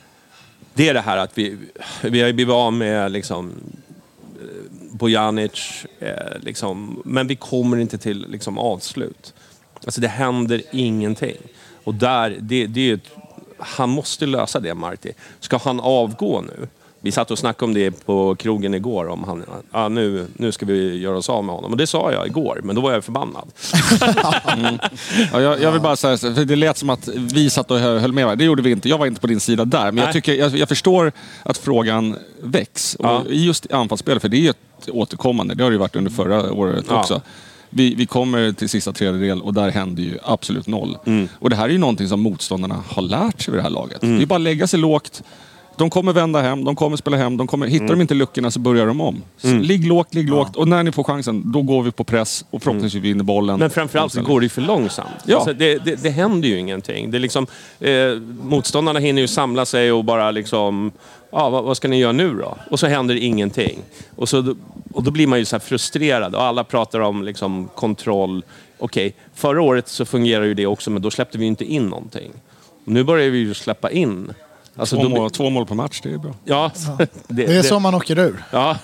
det är det här att vi, vi har blivit av med liksom Bojanic, eh, liksom, men vi kommer inte till liksom avslut. Alltså det händer ingenting. Och där, det, det är ett, han måste lösa det, Marti. Ska han avgå nu? Vi satt och snackade om det på krogen igår. Om han, ah, nu, nu ska vi göra oss av med honom. Och det sa jag igår, men då var jag förbannad. mm. ja, jag, jag vill bara säga, för det lät som att vi satt och höll med. Det gjorde vi inte. Jag var inte på din sida där. Men jag, tycker, jag, jag förstår att frågan väcks. Och ja. just anfallsspel, för det är ett återkommande. Det har det ju varit under förra året ja. också. Vi, vi kommer till sista tredjedel och där händer ju absolut noll. Mm. Och det här är ju någonting som motståndarna har lärt sig vid det här laget. Mm. Det är bara att lägga sig lågt. De kommer vända hem, de kommer spela hem, de kommer, hittar mm. de inte luckorna så börjar de om. Mm. Ligg lågt, ligg ja. lågt. Och när ni får chansen, då går vi på press och förhoppningsvis mm. vinner bollen. Men framförallt så går det ju för långsamt. Ja. Alltså det, det, det händer ju ingenting. Det är liksom, eh, motståndarna hinner ju samla sig och bara liksom, ja, vad, vad ska ni göra nu då? Och så händer ingenting. Och så och då blir man ju så här frustrerad och alla pratar om liksom kontroll. Okej, okay, förra året så fungerar ju det också, men då släppte vi inte in någonting. Och nu börjar vi ju släppa in. Alltså två, då... mål, två mål på match, det är bra. Ja, ja. Det, det är så man åker ur. Ja.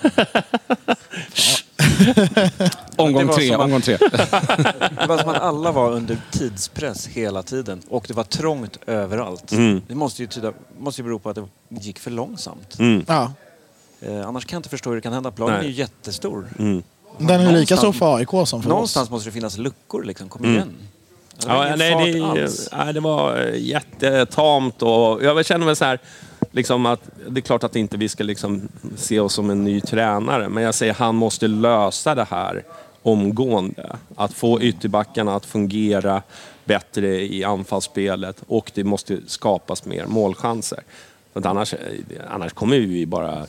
omgång tre, man, omgång tre. Det var som att alla var under tidspress hela tiden. Och det var trångt överallt. Mm. Det måste ju, tyda, måste ju bero på att det gick för långsamt. Mm. Ja. Eh, annars kan jag inte förstå hur det kan hända. Planen är ju jättestor. Mm. Den är lika stor för A I K som för någonstans oss. måste det finnas luckor, liksom. Kom igen. Mm. Det ja, nej, det, nej, det var jättetamt och jag känner väl så här liksom att det är klart att inte vi ska liksom se oss som en ny tränare, men jag säger han måste lösa det här omgående. Att få ytterbackarna att fungera bättre i anfallsspelet och det måste skapas mer målchanser. För att annars, annars kommer vi bara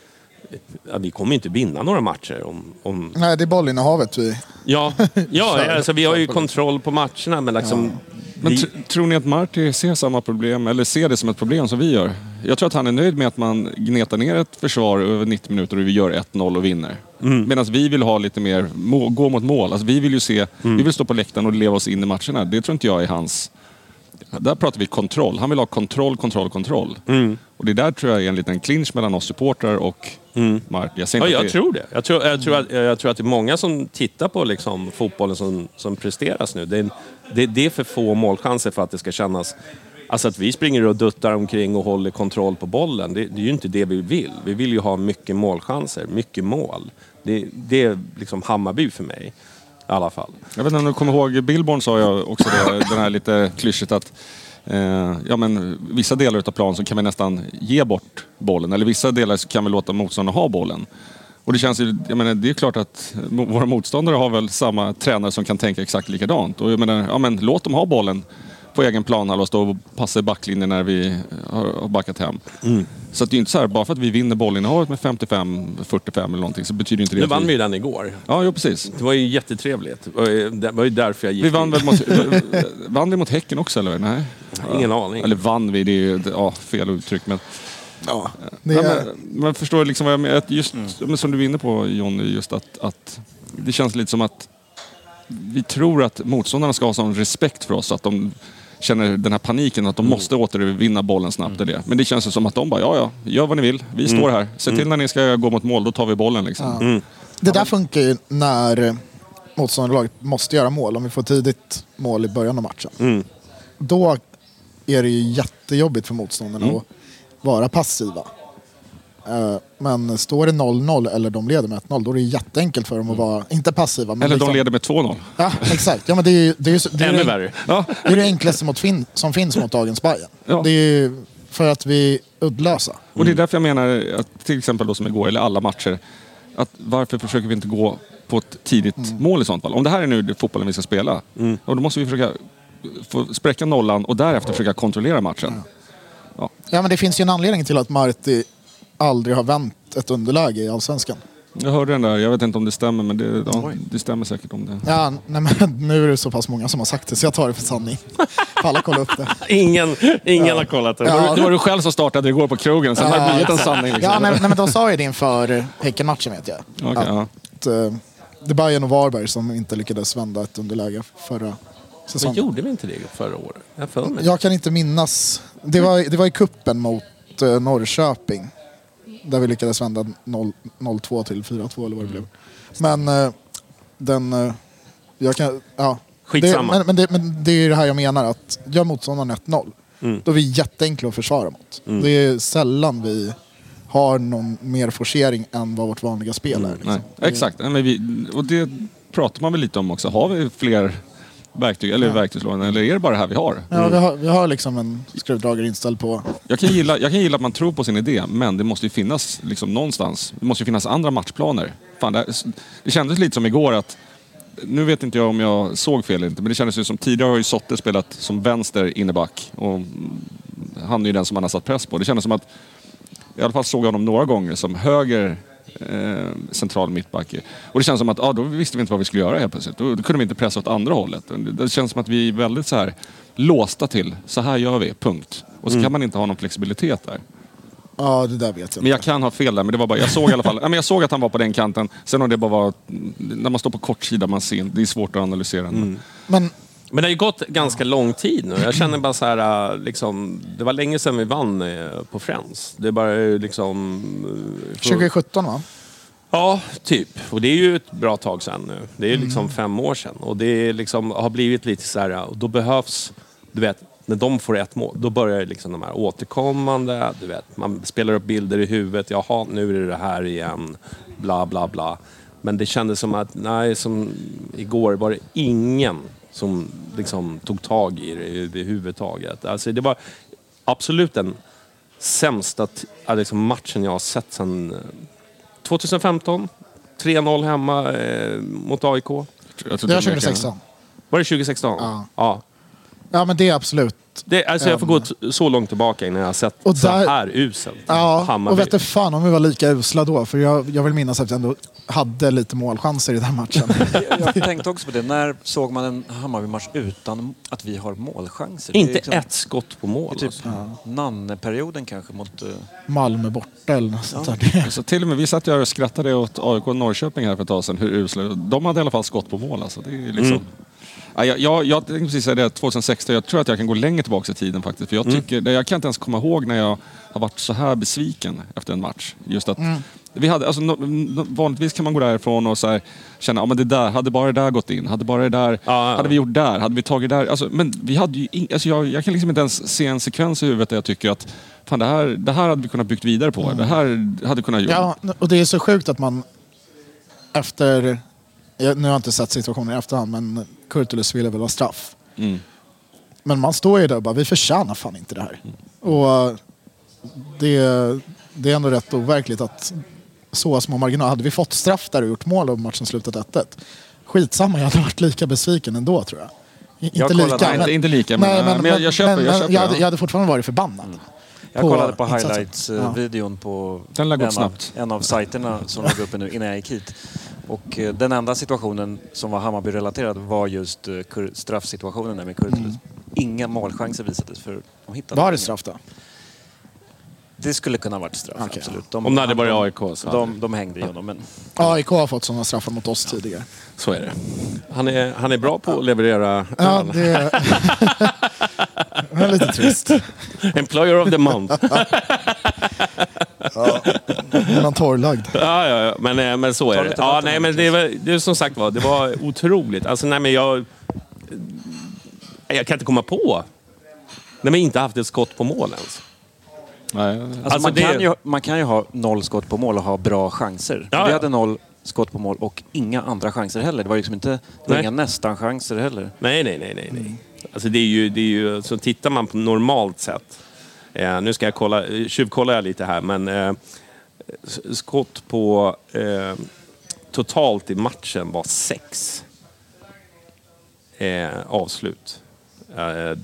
vi kommer inte vinna några matcher om, om... Nej, det är bollinnehavet vi... Ja, ja alltså, vi har ju kontroll på matcherna, men liksom... Ja. Men tr- tror ni att Marti ser samma problem, eller ser det som ett problem som vi gör? Jag tror att han är nöjd med att man gnetar ner ett försvar över nittio minuter och vi gör ett noll och vinner. Mm. Medan vi vill ha lite mer, må- gå mot mål. Alltså vi vill ju se, mm. vi vill stå på läktaren och leva oss in i matcherna. Det tror inte jag är hans... Där pratar vi kontroll. Han vill ha kontroll, kontroll, kontroll. Mm. Och det där tror jag är en liten clinch mellan oss supportrar och mm. Marti. Jag, ja, jag det... tror det. Jag tror, jag, tror att, jag tror att det är många som tittar på liksom, fotbollen som, som presteras nu. Det är, det, det är för få målchanser för att det ska kännas... Alltså att vi springer och duttar omkring och håller kontroll på bollen. Det, det är ju inte det vi vill. Vi vill ju ha mycket målchanser, mycket mål. Det, det är liksom Hammarby för mig. I alla fall. Jag vet inte om du kommer ihåg, Billborn sa jag också det, den här lite klyschigt att eh, ja, men, vissa delar av plan så kan vi nästan ge bort bollen. Eller vissa delar så kan vi låta motståndarna ha bollen. Och det känns ju, jag menar, det är klart att våra motståndare har väl samma tränare som kan tänka exakt likadant. Och jag menar, ja, men, låt dem ha bollen på egen plan och stå och passa i backlinjen när vi har backat hem. Mm. Så att det är inte så här, bara för att vi vinner bollinnehavet med femtiofem fyrtiofem eller någonting så betyder inte det nu att vann vi... vi den igår. Ja, jo, precis. Det var ju jättetrevligt. Det var ju därför jag gick. Vi vann väl mot, vann vi mot Häcken också, eller? Nej. Ingen ja. aning. Eller vann vi, det är ju ja, fel uttryck, men... Ja, det är... ja, men, man förstår liksom vad jag menar. Just, mm. som du var inne på, John, just att, att det känns lite som att vi tror att motståndarna ska ha sån respekt för oss att de känner den här paniken att de mm. måste återvinna bollen snabbt. Mm. Det. Men det känns som att de bara, ja ja, gör vad ni vill. Vi mm. står här. Se till när ni ska gå mot mål, då tar vi bollen liksom. Ja. Mm. Det där funkar ju när motståndarlaget måste göra mål. Om vi får tidigt mål i början av matchen. Mm. Då är det ju jättejobbigt för motståndarna mm. att vara passiva. Men står det noll noll eller de leder med ett noll, då är det jätteenkelt för dem att vara, inte passiva. Men eller liksom, de leder med två noll. Ja, exakt. Ja, men det är, det är, det är, Ännu det, värre. Ja. Det är det enklaste mot fin, som finns mot dagens Bayern. Ja. Det är för att vi är uddlösa. Mm. Och det är därför jag menar att till exempel då som igår, eller alla matcher, att varför försöker vi inte gå på ett tidigt mm. mål i sånt fall? Om det här är nu det fotbollen vi ska spela, mm. och då måste vi försöka få spräcka nollan och därefter försöka kontrollera matchen. Ja. Ja. Ja, men det finns ju en anledning till att Marti aldrig har vänt ett underläge i Allsvenskan. Jag hörde den där, jag vet inte om det stämmer, men det, ja, det stämmer säkert om det. Ja, nej, men nu är det så pass många som har sagt det, så jag tar det för sanning. Alla kolla upp det. Ingen, ingen ja. har kollat det. Ja. Det var du själv som startade igår på krogen, så ja, det har blivit en sanning. Liksom. Ja, nej, nej, men de sa ju det inför Häckenmatchen, vet jag. Okay, ja. Att, uh, det är Bayern och Varberg som inte lyckades vända ett underläge förra säsongen. Men gjorde vi inte det förra året? Jag, för mig. jag kan inte minnas. Det var, det var i kuppen mot uh, Norrköping. Där vi lyckades vända noll två till fyra två eller vad det blev. Men uh, den... Uh, jag kan... Ja. Skitsamma. Det, men, men, det, men det är det här jag menar, att gör motståndaren ett noll. Mm. Då är vi jätteenkla att försvara mot. Mm. Det är sällan vi har någon mer forcering än vad vårt vanliga spel är. Mm. Liksom. Nej. Exakt. Men vi, och det pratar man väl lite om också. Har vi fler verktyg eller ja. verktygslådan, eller är det bara det här vi har? Ja, mm. vi har, vi har liksom en skruvdragare inställd på... Jag kan, gilla, jag kan gilla att man tror på sin idé, men det måste ju finnas liksom någonstans. Det måste ju finnas andra matchplaner. Fan, det, det kändes lite som igår att, nu vet inte jag om jag såg fel eller inte, men det kändes ju som tidigare har ju Sotte spelat som vänster inneback och han är ju den som man har satt press på. Det kändes som att, i alla fall såg jag honom några gånger som höger Eh, central mittback. Och det känns som att ah, då visste vi inte vad vi skulle göra helt plötsligt. Då, då kunde vi inte pressa åt andra hållet. Det, det känns som att vi är väldigt så här låsta till, så här gör vi, punkt. Och så mm. kan man inte ha någon flexibilitet där. Ja, det där vet jag Men jag kan ha fel där, men det var bara, jag såg i alla fall, ja, men jag såg att han var på den kanten. Sen om det bara var, när man står på kortsida man ser, det är svårt att analysera. Mm. Men Men det har ju gått ganska lång tid nu. Jag känner bara så här, liksom, det var länge sedan vi vann på Friends. Det är bara liksom... För... tjugo sjutton va? Ja, typ. Och det är ju ett bra tag sedan nu. Det är liksom mm. fem år sedan. Och det är liksom, har blivit lite så här, och då behövs, du vet, när de får ett mål, då börjar liksom de här återkommande, du vet, man spelar upp bilder i huvudet, jaha, nu är det det här igen, bla bla bla. Men det kändes som att, nej, som igår var det ingen som liksom tog tag i det överhuvudtaget. Alltså det var absolut den sämsta t- liksom matchen jag har sett sedan tjugo femton. tre noll hemma eh, mot A I K. Jag det var tjugo sexton. Var det tjugo sexton? Ja. Ja. Ja, men det är absolut. Det, alltså jag får gå t- så långt tillbaka innan jag har sett och så där, här uselt. Ja, Hammarby. och vet du fan om vi var lika usla då. För jag, jag vill minnas att jag ändå hade lite målchanser i den matchen. Jag tänkte också på det. När såg man en Hammarby-match utan att vi har målchanser? Inte liksom, ett skott på mål. Typ alltså. ja. Nanne-perioden kanske mot... Uh... Malmö borta eller något sånt där. Ja. Så till och med vi satt och skrattade åt A I K Norrköping här för ett tag sedan. Hur usla. De hade i alla fall skott på mål. Alltså. Det är liksom... Mm. Ja, jag, jag, jag tänkte precis säga det, tjugo sexton, jag tror att jag kan gå längre tillbaka i tiden faktiskt. För jag, tycker, mm. jag kan inte ens komma ihåg när jag har varit så här besviken efter en match. Just att mm. vi hade, alltså, no, no, vanligtvis kan man gå därifrån och så här, känna, ja men det där, hade bara det där gått in, hade bara det där, ja, ja. hade vi gjort där, hade vi tagit där. Alltså, men vi hade ju, in, alltså, jag, jag kan liksom inte ens se en sekvens i huvudet där jag tycker att fan, det, här, det här hade vi kunnat byggt vidare på. Mm. Det här hade kunnat gjort. Ja, och det är så sjukt att man efter... Jag, nu har jag inte sett situationen i efterhand, men Kurtulus ville väl ha straff. Mm. Men man står ju där och bara, vi förtjänar fan inte det här. Mm. Och det, det är ändå rätt overkligt att så små marginaler. Hade vi fått straff där och gjort mål och matchen slutat ett ett. Skitsamma, jag hade varit lika besviken ändå tror jag. I, jag inte, lika, nej, men, inte lika, men, nej, men, men jag, jag köper, men, jag, köper, jag, hade, ja. jag hade fortfarande varit förbannad. Mm. Jag på kollade på highlights-videon ja. på den en, gått av, en av sajterna som låg uppe nu innan jag gick hit. Och eh, den enda situationen som var Hammarby-relaterad var just eh, straffsituationen där med Kurtulus. Mm. Inga målchanser visades för de hittade. Var det straff då? Det skulle kunna varit straff, okay. Absolut. De, Om det hade varit A I K så. De, de hängde i honom, men... A I K har fått sådana straffar mot oss tidigare. Så är det. Han är, han är bra på att leverera. Ja, det är... det är lite trist. Employer of the month. Ja, man torrlagd. Ja, ja, ja. Men, men så är det. Ja, nej, men det var, det som sagt var, det var otroligt. Alltså, nej, men jag... Jag kan inte komma på. När vi inte haft ett skott på mål ens. Nej. Alltså, alltså man, det... kan ju, man kan ju ha noll skott på mål och ha bra chanser. Ja, vi ja. hade noll skott på mål och inga andra chanser heller. Det var liksom inte det var inga nästan chanser heller. Nej, nej, nej, nej. nej. Alltså det är ju, det är ju, så tittar man på normalt sätt. Eh, nu ska jag kolla, tjuvkolla jag lite här, men eh, skott på eh, totalt i matchen var sex eh, avslut. Eh,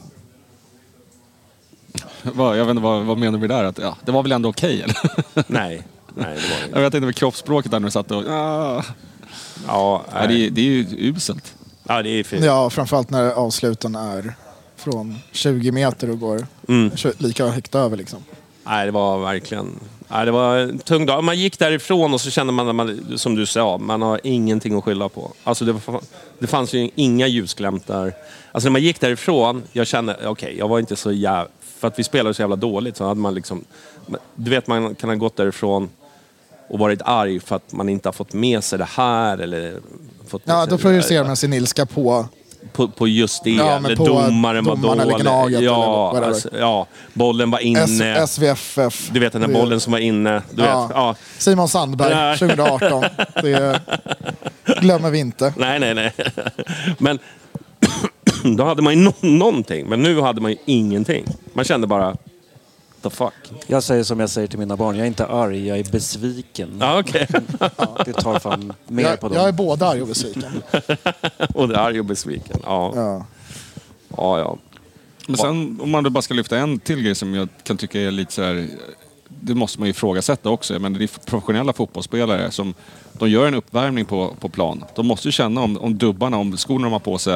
vad, jag vet inte, vad, vad menar vi där? Att, ja, det var väl ändå okej, eller? Nej, nej, det var inte. Jag vet inte med kroppsspråket där när du satt och... Ja, ja, ja det, är, det är ju uselt. Ja, det är fint. Ja, framförallt när avsluten är från tjugo meter och går mm. lika högt över liksom. Nej, det var verkligen... Nej, det var en tung dag. Man gick därifrån och så kände man, man, som du sa, man har ingenting att skylla på. Alltså det, var, det fanns ju inga ljusglämtar. Alltså när man gick därifrån, jag kände, okej, okay, jag var inte så jävla... För att vi spelade så jävla dåligt så hade man liksom... Du vet, man kan ha gått därifrån och varit arg för att man inte har fått med sig det här eller... Fått ja, då projicerar man sin ilska på... På, på just det, ja, eller på domaren var dålig. Eller gnaget, ja, eller alltså, ja, bollen var inne. S V F F. Du vet den där bollen som var inne. Du ja. vet, ja. Simon Sandberg, tjugo arton. Det glömmer vi inte. Nej, nej, nej. Men då hade man ju no- någonting. Men nu hade man ju ingenting. Man kände bara... The fuck. Jag säger som jag säger till mina barn. Jag är inte arg, jag är besviken. Ja, okej. Okay. Ja, det tar fan mer jag, på dem. Jag är både arg och besviken. Både arg och besviken. Ja. Ja, ja. ja. Men sen om man då bara ska lyfta en till grej som jag kan tycka är lite så här... Det måste man ju ifrågasätta också. Men det är professionella fotbollsspelare som... De gör en uppvärmning på, på plan. De måste ju känna om, om dubbarna, om skorna de har på sig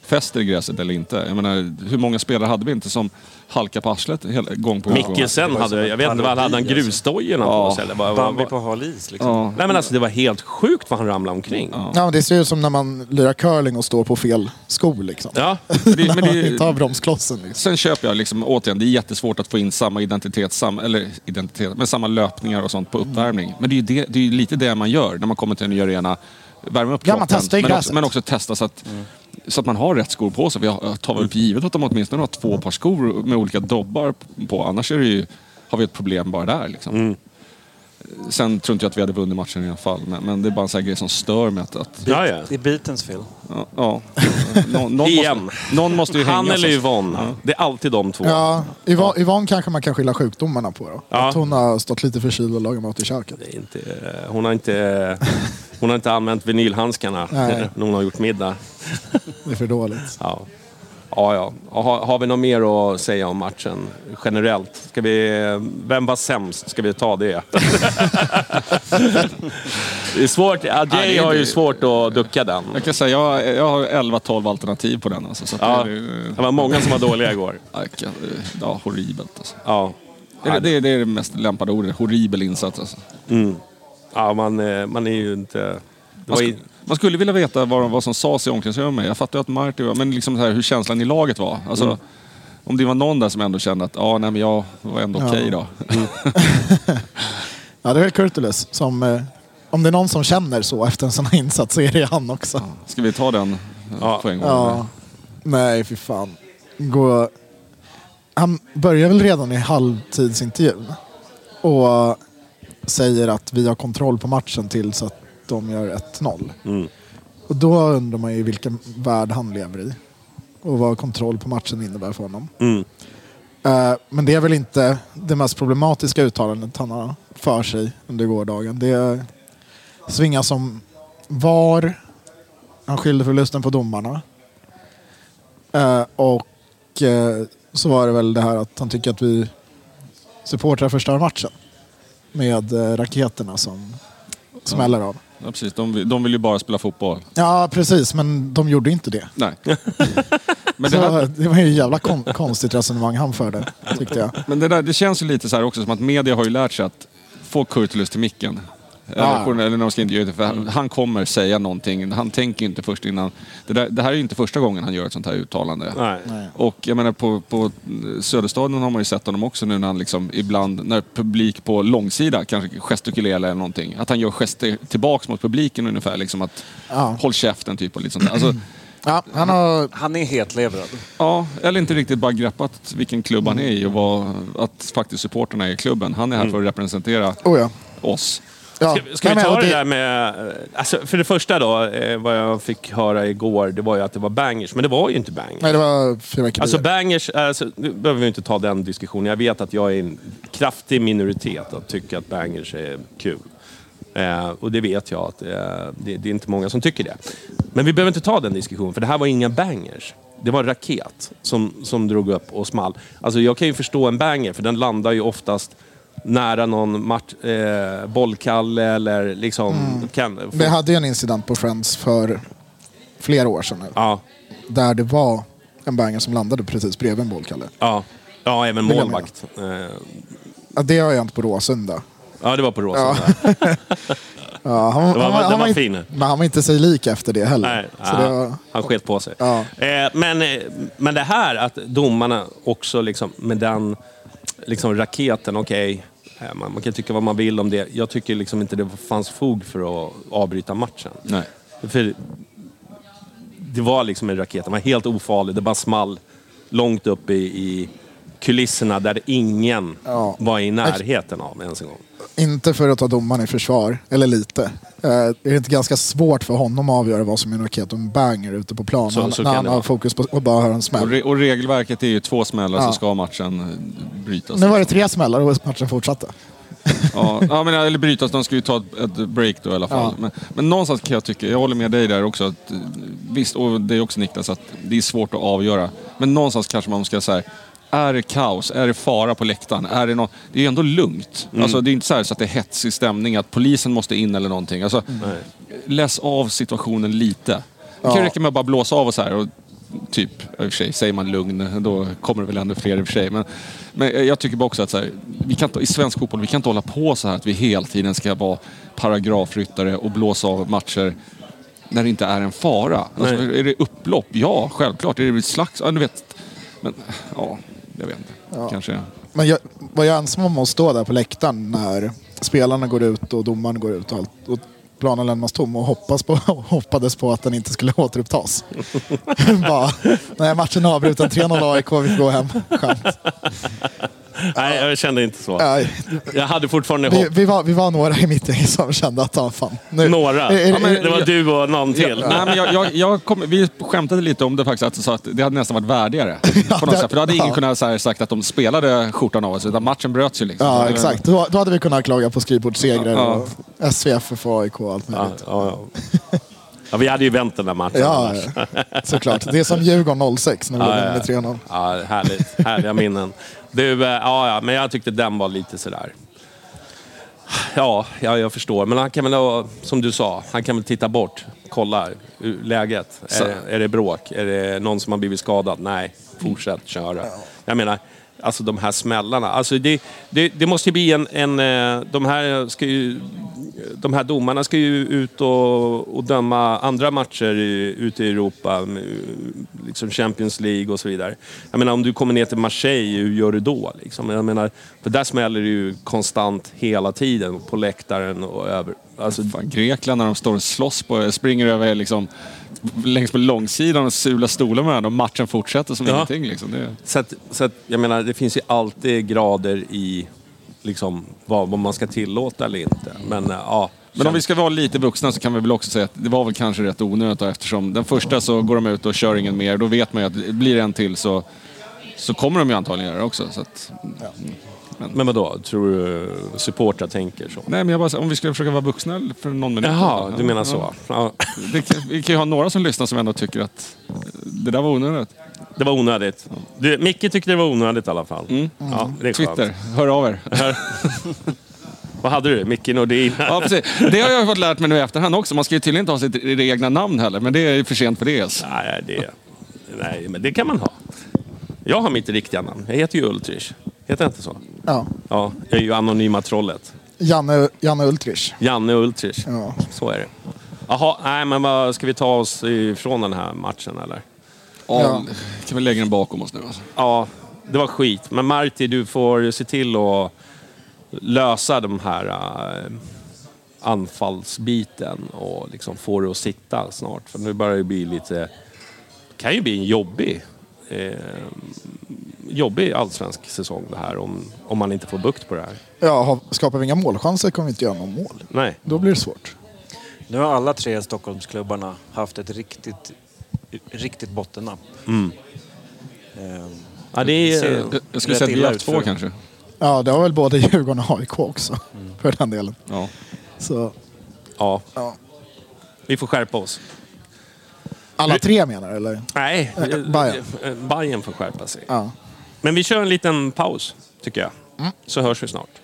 fäster i gräset eller inte. Jag menar, hur många spelare hade vi inte som halkar på arslet hela gång på gång? Mikkelsen hade, jag vet inte vad, hade han grusdojorna ja. på sig? Eller vad, Bambi vad, på hal is liksom. Ja. Nej men alltså det var helt sjukt vad han ramlade omkring. Ja. Ja, det ser ut som när man lirar curling och står på fel skor liksom. Ja. Det, men När man det, inte har bromsklossen liksom. sen köper jag liksom, återigen, det är jättesvårt att få in samma identitet, sam, eller identitet, men samma löpningar och sånt på uppvärmning. Men det är ju det, det är ju lite det man gör när man kommer till en ny arena. Värma upp Ja, man kroppen, testar i men, gräset. också, men också testa så att, mm. så att man har rätt skor på sig. För jag tar väl för givet att de åtminstone har två par skor med olika dobbar på. Annars är det ju, har vi ett problem bara där. Liksom. Mm. Sen tror inte jag att vi hade vunnit matchen i alla fall. Men, men det är bara en sån här grej som stör mig. Att, att, Ja, ja. Det är bitens fel. ja, ja. Nå, någon, Igen. måste, någon måste ju hänga. Han eller så- Yvonne. Ja. Det är alltid de två. Ja, Yvonne, Yvonne kanske man kan skylla sjukdomarna på då. Ja. Att hon har stått lite förkyld och lagat mat i köket. Det är inte, hon, har inte, hon har inte använt vinylhandskarna Nej. när hon har gjort middag. Det är för dåligt. Ja. Ja, ja. Har, har vi något mer att säga om matchen generellt? Ska vi, vem var sämst? Ska vi ta det? Det är svårt. Ja, Jay det är- har ju svårt att ducka den. Jag kan säga, jag, jag har elva tolv alternativ på den. Alltså, så att Ja, det, är- det var många som var dåliga igår. jag kan- ja, horribelt alltså. Ja, Det, är- det, är- det är det mest lämpade ordet. Horribel insats alltså. ja man, eh, man är ju inte... Det Man, var sk- ju, man skulle vilja veta vad, vad som sades i omklädningsrummet. Jag fattar ju att Marty var, men liksom så här, hur känslan i laget var. Alltså, Mm. om det var någon där som ändå kände att ja, nej, men jag var ändå Ja. okej då. Ja, det är väl Kurtulus som... Eh, om det är någon som känner så efter en sån här insats så är det han också. Ska vi ta den Ja. på en gång? Ja. Nej, fy fan. Gå... Han börjar väl redan i halvtidsintervjun och säger att vi har kontroll på matchen tills att de gör ett noll. mm. Och då undrar man ju vilken värld han lever i. Och vad kontroll på matchen innebär för honom. Mm. Eh, men det är väl inte det mest problematiska uttalandet han har för sig under gårdagen. Det svingar som var. Han skyllde förlusten på domarna. Eh, och eh, så var det väl det här att han tycker att vi supportrar förstör matchen. Med eh, raketerna som smäller av. Ja, precis. De, vill- de vill ju bara spela fotboll. Ja, precis. Men de gjorde inte det. Nej. men, Så det här, det var ju ett jävla kon- konstigt resonemang han förde, tyckte jag. men det, där, det känns ju lite så här också som att media har ju lärt sig att få Kurtulus till micken. Eller, Ja. journal- eller när de ska intervjua, för han, han kommer säga någonting. Han tänker inte först innan. Det, där, det här är ju inte första gången han gör ett sånt här uttalande. Nej. Nej. Och jag menar på, på Söderstaden har man ju sett honom också nu när han liksom ibland, när publik på långsida kanske gestikulerar eller någonting. Att han gör gester tillbaks mot publiken ungefär. Liksom att Ja. håll käften typ och lite sånt där. Alltså, Ja, han har... Han är hetlevrad. ja, eller inte riktigt bara greppat vilken klubb han är i och vad, att faktiskt supporterna är i klubben. Han är här för att representera Oh ja. oss. Ja. Ska, ska Nej, vi men, ta och det där med... Alltså, för det första då, eh, vad jag fick höra igår, det var ju att det var bangers. Men det var ju inte bangers. Nej, det var fyrverkerier. Alltså bangers, alltså, nu behöver vi inte ta den diskussionen. Jag vet att jag är en kraftig minoritet att tycka att bangers är kul. Eh, och det vet jag att eh, det, det är inte många som tycker det. Men vi behöver inte ta den diskussionen, för det här var inga bangers. Det var en raket som, som drog upp och small. Alltså jag kan ju förstå en banger, för den landar ju oftast nära någon match, eh, bollkalle eller liksom... Kan, Vi hade ju en incident på Friends för flera år sedan nu, ja, där det var en banger som landade precis bredvid en bollkalle. ja, ja, även Vill jag målvakt. Eh, Ja, det har jag inte på Råsunda. ja, det var på Råsunda. Ja. Ja, han, Det var- han, den han var inte- fin. Men han var inte sig lik efter det heller. Nej, Så ja, det var, han sket på sig. Ja. Eh, men, eh, men det här att domarna också liksom, med den liksom, raketen, okej, eh, man, man kan tycka vad man vill om det. Jag tycker liksom inte det fanns fog för att avbryta matchen. Nej. För det var liksom en raket, den var helt ofarlig, det bara small långt upp i, i kulisserna där ingen Ja. var i närheten av ens en gång. inte för att ta domaren i försvar, eller lite. Eh, är det inte ganska svårt för honom att avgöra vad som är en raket och en banger ute på plan? Så- när så när kan han det har vara. fokus på att bara höra en Och, smäll. re, och regelverket är ju två smällar Ja. så ska matchen eh, brytas. Nu var det tre smällar och matchen fortsatte. Ja, ja men, eller brytas, de ska ju ta ett, ett break då i alla fall. Ja. Men, men någonstans kan jag tycka, jag håller med dig där också, att, eh, visst, och det är också Niklas, att det är svårt att avgöra. Men någonstans kanske man ska säga, är det kaos? Är det fara på läktaren? Är det, något, det är ju ändå lugnt. Mm. Alltså, det är inte så, här så att det är hetsig stämning, att polisen måste in eller någonting. Alltså, Nej. läs av situationen lite. Det kan Ja. ju räcka med att bara blåsa av och så här. Och typ, i och för sig, säger man lugn, då kommer det väl ändå fler i och för sig. Men, men jag tycker bara också att så här, vi kan inte, i svensk fotboll, vi kan inte hålla på så här att vi hela tiden ska vara paragrafryttare och blåsa av matcher när det inte är en fara. Alltså, är det upplopp? Ja, självklart. Är det ett slags... Ja, du vet. Men, ja, jag vet inte. Ja. Kanske... Men jag, var jag ensam om att stå där på läktaren när spelarna går ut och domaren går ut och allt? Och planen lämnas tom och hoppas på, hoppades på att den inte skulle återupptas. Bara, nej, matchen är avbruten. tre noll A I K, vi får gå hem. Skönt. Nej, jag kände inte så. Nej. Jag hade fortfarande vi, hopp. Vi var, vi var några i mitt gäng som kände att ah, fan. Nu, några? Är, är, ja, men det var jag, du och någon till. Ja, nej, men jag, jag, jag kom, vi skämtade lite om det faktiskt, att, så att det hade nästan varit värdigare. Ja, på något det, sätt. För då hade ingen ja. kunnat så här, sagt att de spelade skjortan av oss, utan matchen bröts ju liksom. Ja, exakt. Då, då hade vi kunnat klaga på skrivbordssegrar ja. och S V F F och A I K och allt möjligt. Ja, ja, ja. Ja, vi hade ju vänt den där matchen. Ja, såklart. Det är som Djurgården noll sex när vi ja, ja, med tre noll. Ja, härligt. Härliga minnen. Du, ja, ja, men jag tyckte den var lite sådär. Ja, ja, jag förstår. Men han kan väl, som du sa, han kan väl titta bort. Kolla läget. Är, är det bråk? Är det någon som har blivit skadad? Nej, fortsätt köra. Jag menar, alltså de här smällarna. Alltså det, det, det måste ju bli en... en de, här ska ju, de här domarna ska ju ut och, och döma andra matcher i, ute i Europa. Liksom Champions League och så vidare. Jag menar, om du kommer ner till Marseille, hur gör du då? Liksom? Jag menar, för där smäller det ju konstant hela tiden. På läktaren och över. Alltså, fan, Grekland när de står och slåss på, springer över liksom... längs med långsidan och sula stolar med den och matchen fortsätter som ja. ingenting liksom. Det... Så, att, så att, jag menar, det finns ju alltid grader i liksom, vad, vad man ska tillåta eller inte. Men, ja, Men om vi ska vara lite vuxna så kan vi väl också säga att det var väl kanske rätt onödigt då, eftersom den första så går de ut och kör ingen mer. Då vet man ju att blir det en till så, så kommer de ju antagligen göra det också. Så att, ja. Men, men vadå? Tror du supportrar tänker så? Nej, men jag bara, om vi skulle försöka vara vuxna för någon minut. Jaha, du menar så. Ja. Det, vi kan ju ha några som lyssnar som ändå tycker att det där var onödigt. Det var onödigt. Du, Micke tyckte det var onödigt i alla fall. Mm. Ja, det är Twitter, hör av er. Vad hade du? Micke Nordin? Ja, precis. Det har jag fått lärt mig nu i efterhand också. Man ska ju tydligen inte ha sitt egna namn heller, men det är ju för sent för det. Alltså. Nej, det, nej, men det kan man ha. Jag har mitt riktiga namn. Jag heter ju Ultrich. Heter jag inte så? Ja. Ja, jag är ju anonyma trollet. Janne, Janne Ultrich. Janne Ultrich. Ja. Så är det. Jaha, nej men vad ska vi ta oss ifrån den här matchen eller? Ja, ja. Kan vi lägga den bakom oss nu alltså? Ja, det var skit. Men Marti, du får se till att lösa de här äh, anfallsbiten och liksom få det att sitta snart. För nu börjar det bli lite... kan ju bli en jobbig... Eh, jobbig allsvensk säsong det här om, om man inte får bukt på det här. Ja, skapar vi inga målchanser kommer vi inte göra någon mål. Nej. Då blir det svårt. Nu har alla tre Stockholmsklubbarna haft ett riktigt, riktigt bottennapp. Mm. Eh, ja, det är, jag, jag skulle säga att vi har haft två kanske. Ja, det har väl både Djurgården och A I K också. Mm. För den delen. Ja. Så. Ja. ja. Vi får skärpa oss. Alla tre menar du, eller? Nej, äh, Bayern. Bayern får skärpa sig. Ja. Men vi kör en liten paus, tycker jag. Mm. Så hörs vi snart.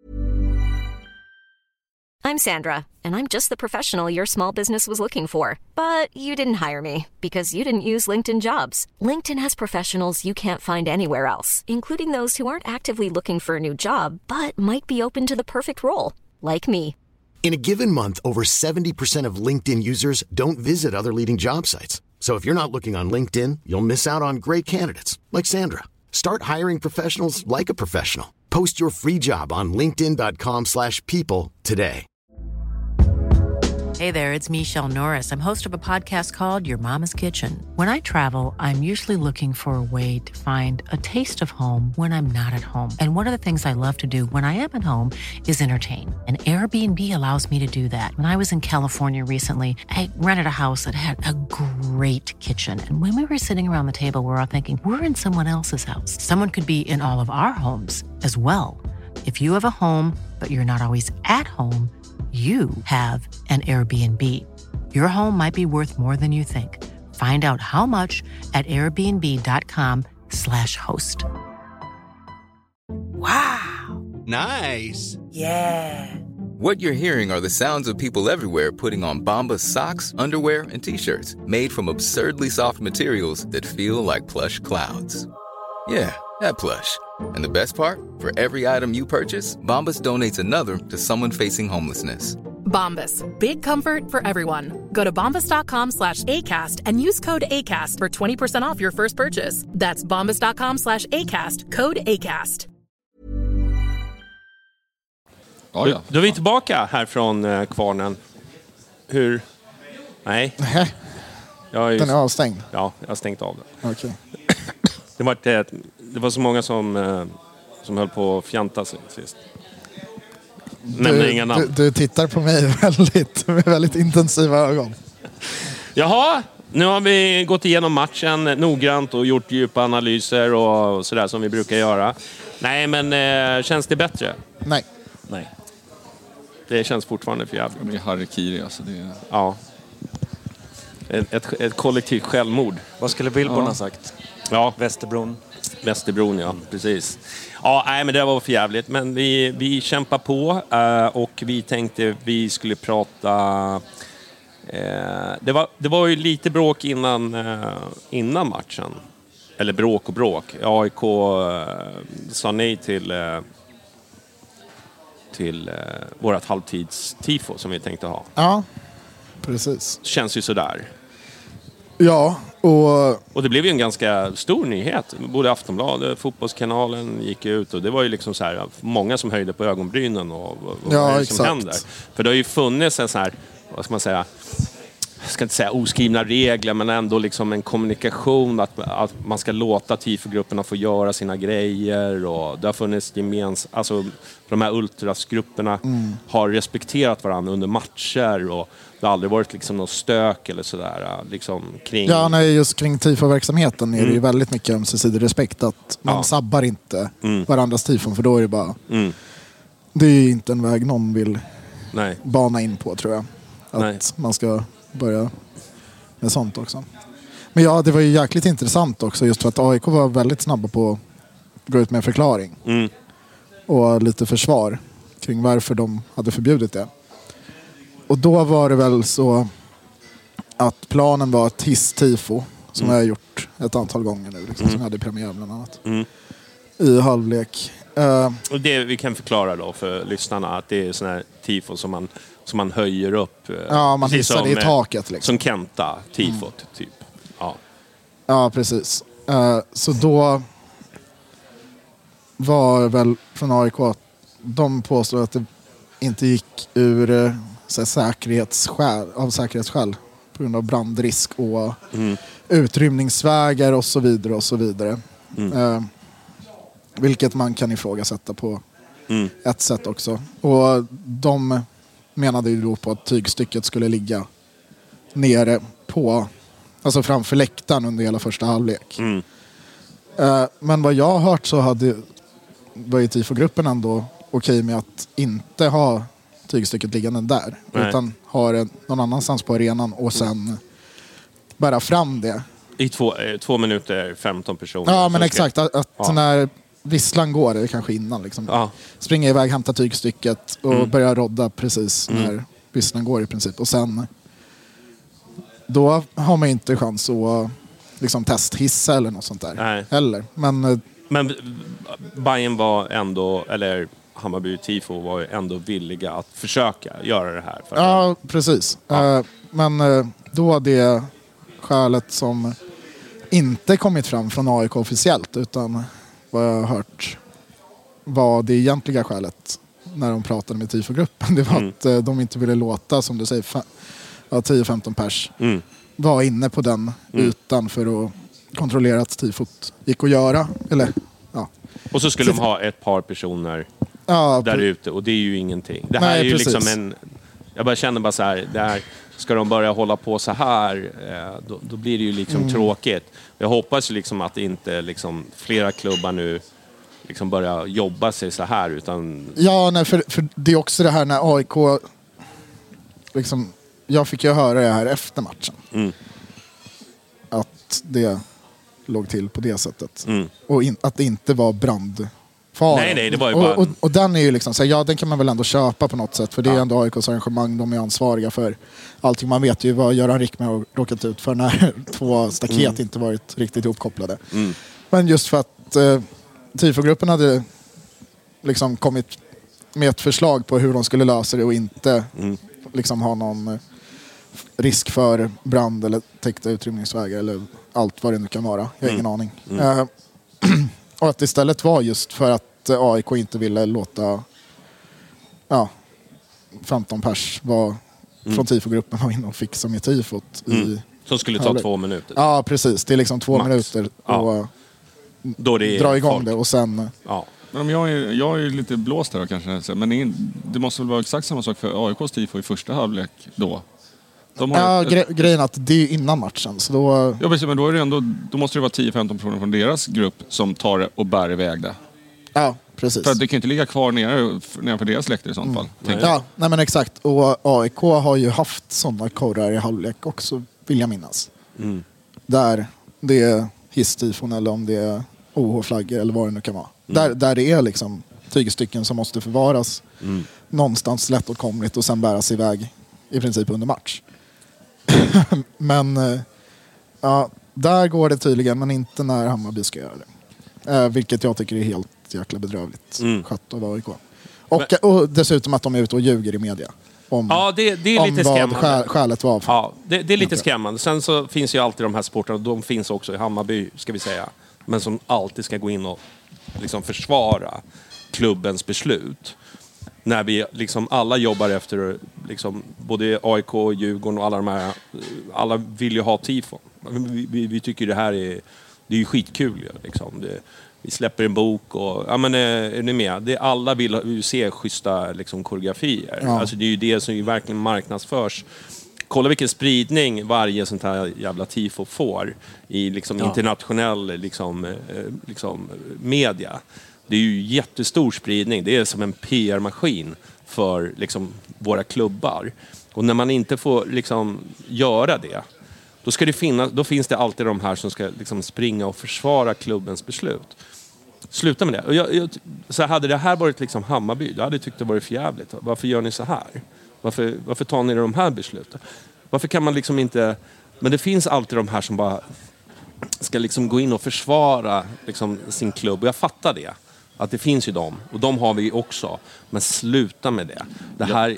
I'm Sandra, and I'm just the professional your small business was looking for. But you didn't hire me, because you didn't use LinkedIn Jobs. LinkedIn has professionals you can't find anywhere else, including those who aren't actively looking for a new job, but might be open to the perfect role, like me. In a given month, over seventy percent of LinkedIn users don't visit other leading job sites. So if you're not looking on LinkedIn, you'll miss out on great candidates like Sandra. Start hiring professionals like a professional. Post your free job on linkedin dot com slash people today. Hey there, it's Michelle Norris. I'm host of a podcast called Your Mama's Kitchen. When I travel, I'm usually looking for a way to find a taste of home when I'm not at home. And one of the things I love to do when I am at home is entertain. And Airbnb allows me to do that. When I was in California recently, I rented a house that had a great kitchen. And when we were sitting around the table, we were all thinking, we're in someone else's house. Someone could be in all of our homes as well. If you have a home, but you're not always at home, you have an Airbnb. Your home might be worth more than you think. Find out how much at airbnb dot com slash host. Wow. Nice. Yeah. What you're hearing are the sounds of people everywhere putting on Bombas socks, underwear, and T-shirts made from absurdly soft materials that feel like plush clouds. Yeah, that plush. And the best part? For every item you purchase, Bombas donates another to someone facing homelessness. Bombas. Big comfort for everyone. Go to bombas.com slash ACAST and use code ACAST for twenty percent off your first purchase. That's bombas.com slash ACAST. Code ACAST. Oh, ja. Då är vi tillbaka här från eh, Kvarnen. Hur? Nej. Nej. Jag just... Den är avstängd? Ja, jag har stängt av den. Okej. Det var, det, det var så många som, eh, som höll på att fjanta sig sist. Nämner inga namn. Du, du tittar på mig väldigt, med väldigt intensiva ögon. Jaha, nu har vi gått igenom matchen noggrant och gjort djupa analyser och sådär som vi brukar göra. Nej, men eh, känns det bättre? Nej. Nej. Det känns fortfarande för jävligt. Det är harikiri alltså. Det är... Ja. Ett, ett, ett kollektivt självmord. Vad skulle Billborn ja. ha sagt? Ja. Västerbron. Västerbron, ja. Precis. Ja, nej, men det var för jävligt. Men vi, vi kämpar på och vi tänkte vi skulle prata... Eh, det, var, det var ju lite bråk innan, eh, innan matchen. Eller bråk och bråk. A I K eh, sa nej till... Eh, till eh, vårat halvtids-tifo som vi tänkte ha. Ja, precis. Känns ju sådär. Ja, och... Och det blev ju en ganska stor nyhet. Både Aftonbladet, Fotbollskanalen gick ut och det var ju liksom så här många som höjde på ögonbrynen och vad ja, är det som exakt. händer. För det har ju funnits en så här, vad ska man säga, jag ska inte säga oskrivna regler, men ändå liksom en kommunikation att, att man ska låta tifogrupperna få göra sina grejer och det har funnits gemens, alltså de här ultrasgrupperna mm. har respekterat varandra under matcher och det har aldrig varit liksom något stök eller sådär liksom kring... Ja, nej, just kring tifo-verksamheten är mm. det ju väldigt mycket ömsesidig respekt att man ja. sabbar inte mm. varandras tifon för då är det bara... Mm. Det är ju inte en väg någon vill nej. bana in på, tror jag. Att nej. man ska börja med sånt också. Men ja, det var ju jäkligt intressant också just för att A I K var väldigt snabba på att gå ut med en förklaring. Mm. Och lite försvar kring varför de hade förbjudit det. Och då var det väl så att planen var ett hiss-tifo som mm. jag har gjort ett antal gånger nu. Liksom, mm. Som jag hade i premiär bland annat. Mm. I halvlek. Uh, och det vi kan förklara då för lyssnarna att det är sån här tifo som man, som man höjer upp. Ja, man hissar det i taket. Liksom. Som Kenta, tifot mm. typ. Ja, ja precis. Uh, så då var väl från A I K att de påstod att det inte gick ur uh, så här, säkerhetsskäl, av säkerhetsskäl på grund av brandrisk och mm. utrymningsvägar och så vidare och så vidare. Mm. Uh, vilket man kan ifrågasätta på mm. ett sätt också. Och de menade ju då på att tygstycket skulle ligga nere på, alltså framför läktaren under hela första halvlek. Mm. Uh, men vad jag har hört så hade var ju tifogruppen ändå okej med att inte ha tygstycket liggande där. Nej. Utan ha det någon annanstans på arenan och sen bära fram det. I två, eh, två minuter, femton personer. Ja, men exakt. Att, att ja. när visslan går, eller kanske innan, liksom, ja. springa iväg, hämta tygstycket och mm. börja rodda precis mm. när visslan går i princip. Och sen då har man inte chans att liksom, testhissa eller något sånt där. Nej. Heller. Men, men Bayern var ändå, eller Hammarby tifo var ändå villiga att försöka göra det här. För ja, precis. Ja. Uh, men uh, då det skälet som inte kommit fram från A I K officiellt, utan vad jag har hört var det egentliga skälet när de pratade med tifogruppen. Det var mm. att uh, de inte ville låta, som du säger, fa- tio femton pers mm. var inne på den mm. ytan för att kontrollera att tifot gick att göra. Eller, ja. Och så skulle de ha ett par personer ja, där ute och det är ju ingenting. Det här nej, är ju precis. liksom en... Jag bara känner bara så här, det här, ska de börja hålla på så här, eh, då, då blir det ju liksom mm. tråkigt. Jag hoppas ju liksom att inte liksom flera klubbar nu liksom börjar jobba sig så här, utan... Ja, nej, för, för det är också det här när A I K... Liksom, jag fick ju höra det här efter matchen. Mm. Att det låg till på det sättet. Mm. Och in, att det inte var brand... fara. Nej, nej, det var ju bara... och, och, och den är ju liksom så här, ja, den kan man väl ändå köpa på något sätt. För det är ja. ändå A I K:s arrangemang, de är ansvariga för allting. Man vet ju vad Göran Rickman har råkat ut för när två staket mm. inte varit riktigt ihopkopplade. Mm. Men just för att eh, tifogruppen hade liksom kommit med ett förslag på hur de skulle lösa det och inte mm. liksom ha någon eh, risk för brand eller täckta utrymningsvägar eller allt vad det nu kan vara. Jag har mm. ingen aning. Mm. Eh, och att det istället var just för att A I K inte ville låta ja, femton pers var mm. från tifogruppen var inne och fixa med tifot. Mm. I, som skulle ta två minuter. Ja, precis. Det är liksom två Max. minuter och ja. Då det dra igång folk. det och sen... Ja. Men om jag, är, jag är lite blåst här kanske, men det, är, det måste väl vara exakt samma sak för A I K:s tifo i första halvlek då? De har ja, ett, gre- grejen att det är innan matchen. Så då... Ja, precis, men då, är det ändå, då måste det vara tio femton personer från deras grupp som tar det och bär iväg det. Ja, precis. För det kan ju inte ligga kvar nere, nedanför deras läktare i sånt mm. fall. Nej. Ja, nej men exakt. Och A I K har ju haft sådana korrar i halvlek också, vill jag minnas. Mm. Där det är hisstifon eller om det är O H-flaggor eller vad det nu kan vara. Mm. Där, där det är liksom tygstycken som måste förvaras mm. någonstans lättåtkomligt och sen bäras iväg i princip under match. Men ja, där går det tydligen, men inte när Hammarby ska göra det. Eh, vilket jag tycker är helt jäkla bedrövligt mm. skött av A I K. Och, men, och dessutom att de är ute och ljuger i media. Om, ja, det, det är lite skrämmande. Skäl, skälet var för. Ja, det, det är lite skrämmande. Sen så finns ju alltid de här sporterna, och de finns också i Hammarby, ska vi säga. Men som alltid ska gå in och liksom försvara klubbens beslut. När vi liksom alla jobbar efter liksom, både A I K, Djurgården och alla de här, alla vill ju ha tifo. Vi, vi, vi tycker det här är, det är ju skitkul liksom. Det, vi släpper en bok och, ja men är ni med? Det, alla vill, vill se schyssta liksom, koreografier. Ja. Alltså det är ju det som ju verkligen marknadsförs. Kolla vilken spridning varje sånt här jävla tifo får i liksom, ja. internationell liksom, eh, liksom, media. Det är ju jättestor spridning. Det är som en P R-maskin för liksom, våra klubbar. Och när man inte får liksom, göra det, då, ska det finnas, då finns det alltid de här som ska liksom, springa och försvara klubbens beslut. Sluta med det. Och jag, jag, så hade det här varit liksom, Hammarby, då hade jag tyckt det varit förjävligt. Varför gör ni så här? Varför, varför tar ni de här besluten? Varför kan man liksom inte... Men det finns alltid de här som bara ska liksom gå in och försvara liksom, sin klubb. Och jag fattar det. Att det finns ju dem. Och de har vi också. Men sluta med det. Det här...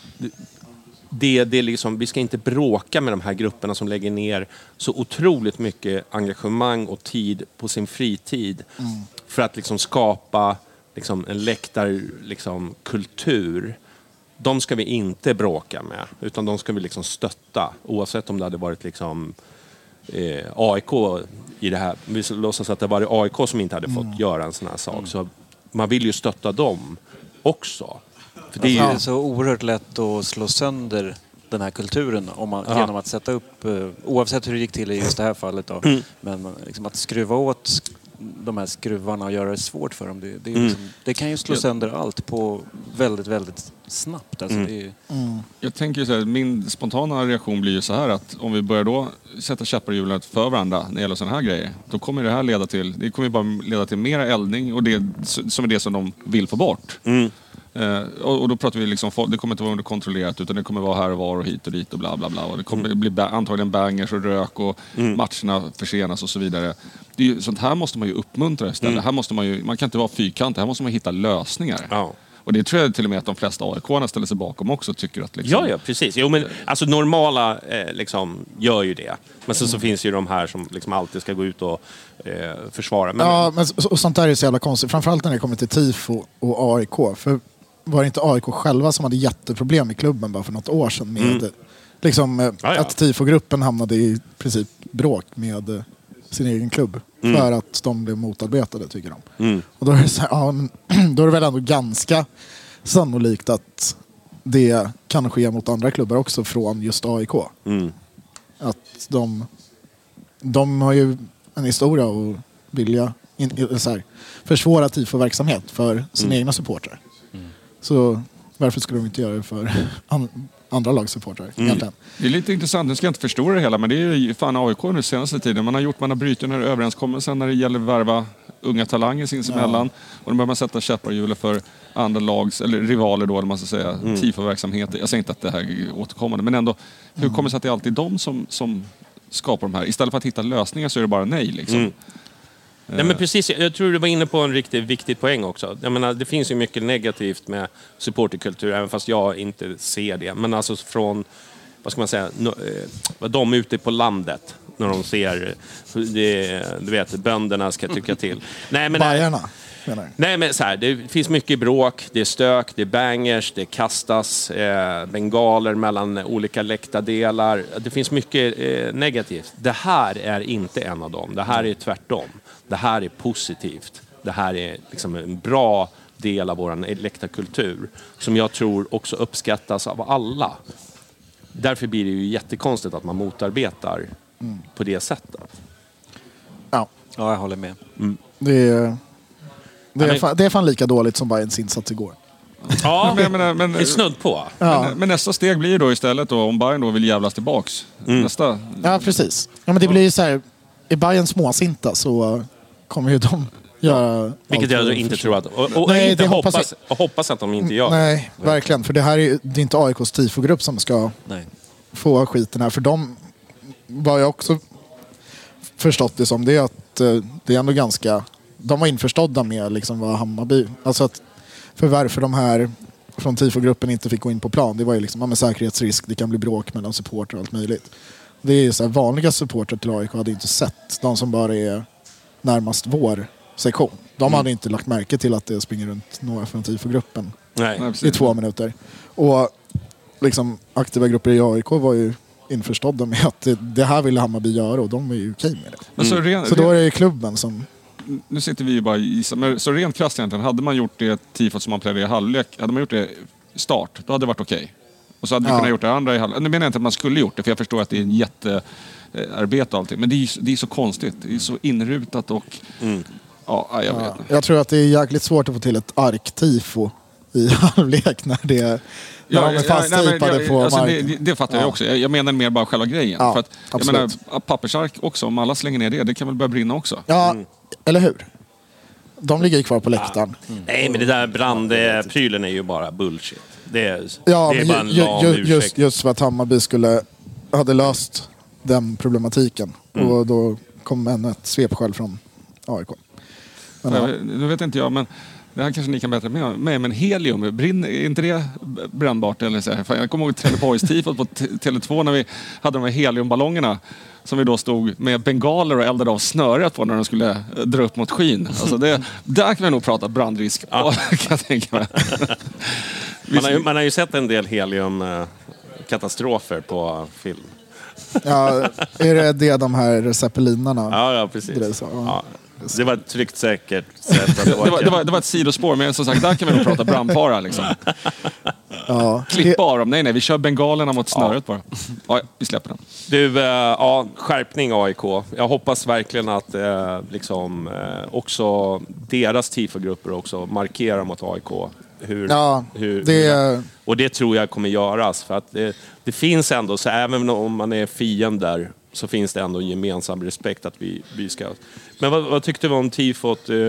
Det, det är liksom, vi ska inte bråka med de här grupperna som lägger ner så otroligt mycket engagemang och tid på sin fritid. Mm. För att liksom skapa liksom, en läktar liksom, kultur. De ska vi inte bråka med. Utan de ska vi liksom stötta. Oavsett om det hade varit liksom, eh, A I K i det här. Vi låtsas att det var A I K som inte hade fått mm. göra en sån här sak. Mm. Så man vill ju stötta dem också. För det är ju ja. så oerhört lätt att slå sönder den här kulturen om man, genom att sätta upp, oavsett hur det gick till i just det här fallet då, mm. men liksom att skruva åt de här skruvarna och göra det svårt för dem. Det, det, är mm. liksom, det kan ju slå sönder allt på väldigt, väldigt snabbt. Alltså mm. det är... mm. Jag tänker ju så här, min spontana reaktion blir ju så här att om vi börjar då sätta käppar i hjulet för varandra när det gäller sådana här grejer, då kommer det här leda till, det kommer ju bara leda till mera eldning och det som är det som de vill få bort. Mm. Uh, och, och då pratar vi liksom, det kommer inte vara under kontrollerat utan det kommer vara här och var och hit och dit och bla bla bla och det kommer mm. bli ba- antagligen bangers och rök och mm. matcherna försenas och så vidare. Det är ju, sånt här måste man ju uppmuntra istället. Mm. Här måste man ju, man kan inte vara fyrkantig, här måste man hitta lösningar. Ja. Och det tror jag till och med att de flesta A I K-arna ställer sig bakom också tycker att liksom... Ja, ja, precis. Jo, men alltså normala eh, liksom gör ju det. Men sen så mm. finns ju de här som liksom alltid ska gå ut och eh, försvara. Men... Ja, men och sånt där är så jävla konstigt. Framförallt när det kommer till tifo och A I K. För var det inte A I K själva som hade jätteproblem i klubben bara för något år sedan med mm. liksom, eh, ja, ja. att tifogruppen hamnade i princip bråk med eh, sin egen klubb. Mm. För att de blev motarbetade, tycker de. Mm. Och då är, det så här, ja, då är det väl ändå ganska sannolikt att det kan ske mot andra klubbar också från just A I K. Mm. Att de, de har ju en historia och vilja in, så här, försvåra tifo-verksamhet för sina mm. egna supportrar. Mm. Så varför skulle de inte göra det för an, andra lagsupportrar mm. egentligen? Det är lite intressant, nu ska jag inte förstå det hela, men det är ju fan A I K nu senaste tiden. Man har gjort, man har brytit den här överenskommelsen när det gäller värva unga talanger sinsemellan. Ja. Och då börjar man sätta käppar i hjulet för andra lags, eller rivaler då, eller man ska säga, mm. tifo-verksamheter. Jag säger inte att det här är återkommande, men ändå, hur kommer det sig att det är alltid de som, som skapar de här? Istället för att hitta lösningar så är det bara nej liksom. Mm. Nej, men precis, jag tror du var inne på en riktigt viktig poäng också. Jag menar, det finns ju mycket negativt med supporterkultur, även fast jag inte ser det. Men alltså från, vad ska man säga, de ute på landet, när de ser, det, du vet, bönderna ska tycka till. Nej, men Bajarna. Nej, men så här, det finns mycket bråk, det är stök, det är bangers, det kastas eh, bengaler mellan olika läktardelar. Det finns mycket eh, negativt. Det här är inte en av dem. Det här är tvärtom. Det här är positivt. Det här är liksom en bra del av vår läktarkultur som jag tror också uppskattas av alla. Därför blir det ju jättekonstigt att man motarbetar mm. på det sättet. Ja, ja jag håller med. Mm. Det är... Det är, fan, det är fan lika dåligt som Bayerns insats igår. Ja, men, men, men, det är snudd på. Ja. Men, men nästa steg blir då istället då, om Bayern då vill jävlas tillbaks. Mm. Nästa... Ja, precis. Ja, men det blir ju så här, i Bayern småsinta så kommer ju de göra... Vilket jag inte tror att... Och, och nej, inte hoppas, hoppas, och hoppas att de inte gör. Nej, verkligen. För det här är, det är inte A I K:s tifogrupp som ska nej. få skiten här. För de var jag också förstått det som det är att det är ändå ganska... De var införstådda med liksom vad Hammarby... Alltså att för varför de här från tifogruppen inte fick gå in på plan, det var ju liksom, ja, med säkerhetsrisk, det kan bli bråk mellan supporter och allt möjligt. Det är ju så här, vanliga supporter till A I K hade inte sett, de som bara är närmast vår sektion. De mm. hade inte lagt märke till att det springer runt några från tifogruppen Nej. i två minuter. Och liksom aktiva grupper i A I K var ju införstådda med att det, det här ville Hammarby göra och de var ju okej med det. Mm. Så, ren, så då är det ju klubben som... Nu sitter vi ju bara i... Men så rent krasst egentligen, hade man gjort det tifot som man pläderade i halvlek, hade man gjort det start, då hade det varit okej. Okay. Och så hade ja. vi kunnat gjort det andra i halvlek. Nu menar jag inte att man skulle gjort det, för jag förstår att det är en jättearbete och allting. Men det är, det är så konstigt. Det är så inrutat och... Mm. Ja, jag vet ja. Jag tror att det är jäkligt svårt att få till ett ark-tifo i halvlek när det när ja, de är fasttejpade på alltså marken. Det, det fattar ja. jag också. Jag, jag menar mer bara själva grejen. Ja, för att, jag menar, pappersark också, om alla slänger ner det, det kan väl börja brinna också. Ja, mm. eller hur? De ligger ju kvar på läktaren. Ja. Mm. Nej, men det där brandprylen är ju bara bullshit. Det är, ja, det är bara en ju, lam ju, ursäkt. Just, just för att Hammarby skulle hade löst den problematiken. Mm. Och då kom än ett svepskäl från A I K. Men, ja. Nu vet inte jag, men det här kanske ni kan bättre med mig, men helium, brinner, är inte det brännbart? Eller så här? Jag kommer ihåg Trelleborgs-tifot på Tele två när vi hade de här heliumballongerna som vi då stod med bengaler och eldade av snöret på när de skulle dra upp mot skyn. Alltså det, där kan vi nog prata brandrisk ja. kan jag tänka mig. man, har ju, man har ju sett en del heliumkatastrofer på film. Ja, är det det de här zeppelinarna? Ja, ja precis. Det, så, ja. Ja. Det var ett tryggt säkert sätt att det, var, det, var, det var ett sidospår, men som sagt, där kan vi nog prata brandfara liksom. Ja. Klippa av dem. Nej, nej, vi kör bengalerna mot snöret ja. bara. Ja, vi släpper den. Du, äh, ja, skärpning A I K. Jag hoppas verkligen att äh, liksom, äh, också deras tifogrupper också markerar mot A I K. Hur, ja, hur, det... hur, och det tror jag kommer göras. För att det, det finns ändå, så även om man är fiender så finns det ändå gemensam respekt att vi, vi ska... Men vad, vad tyckte du om tifot eh,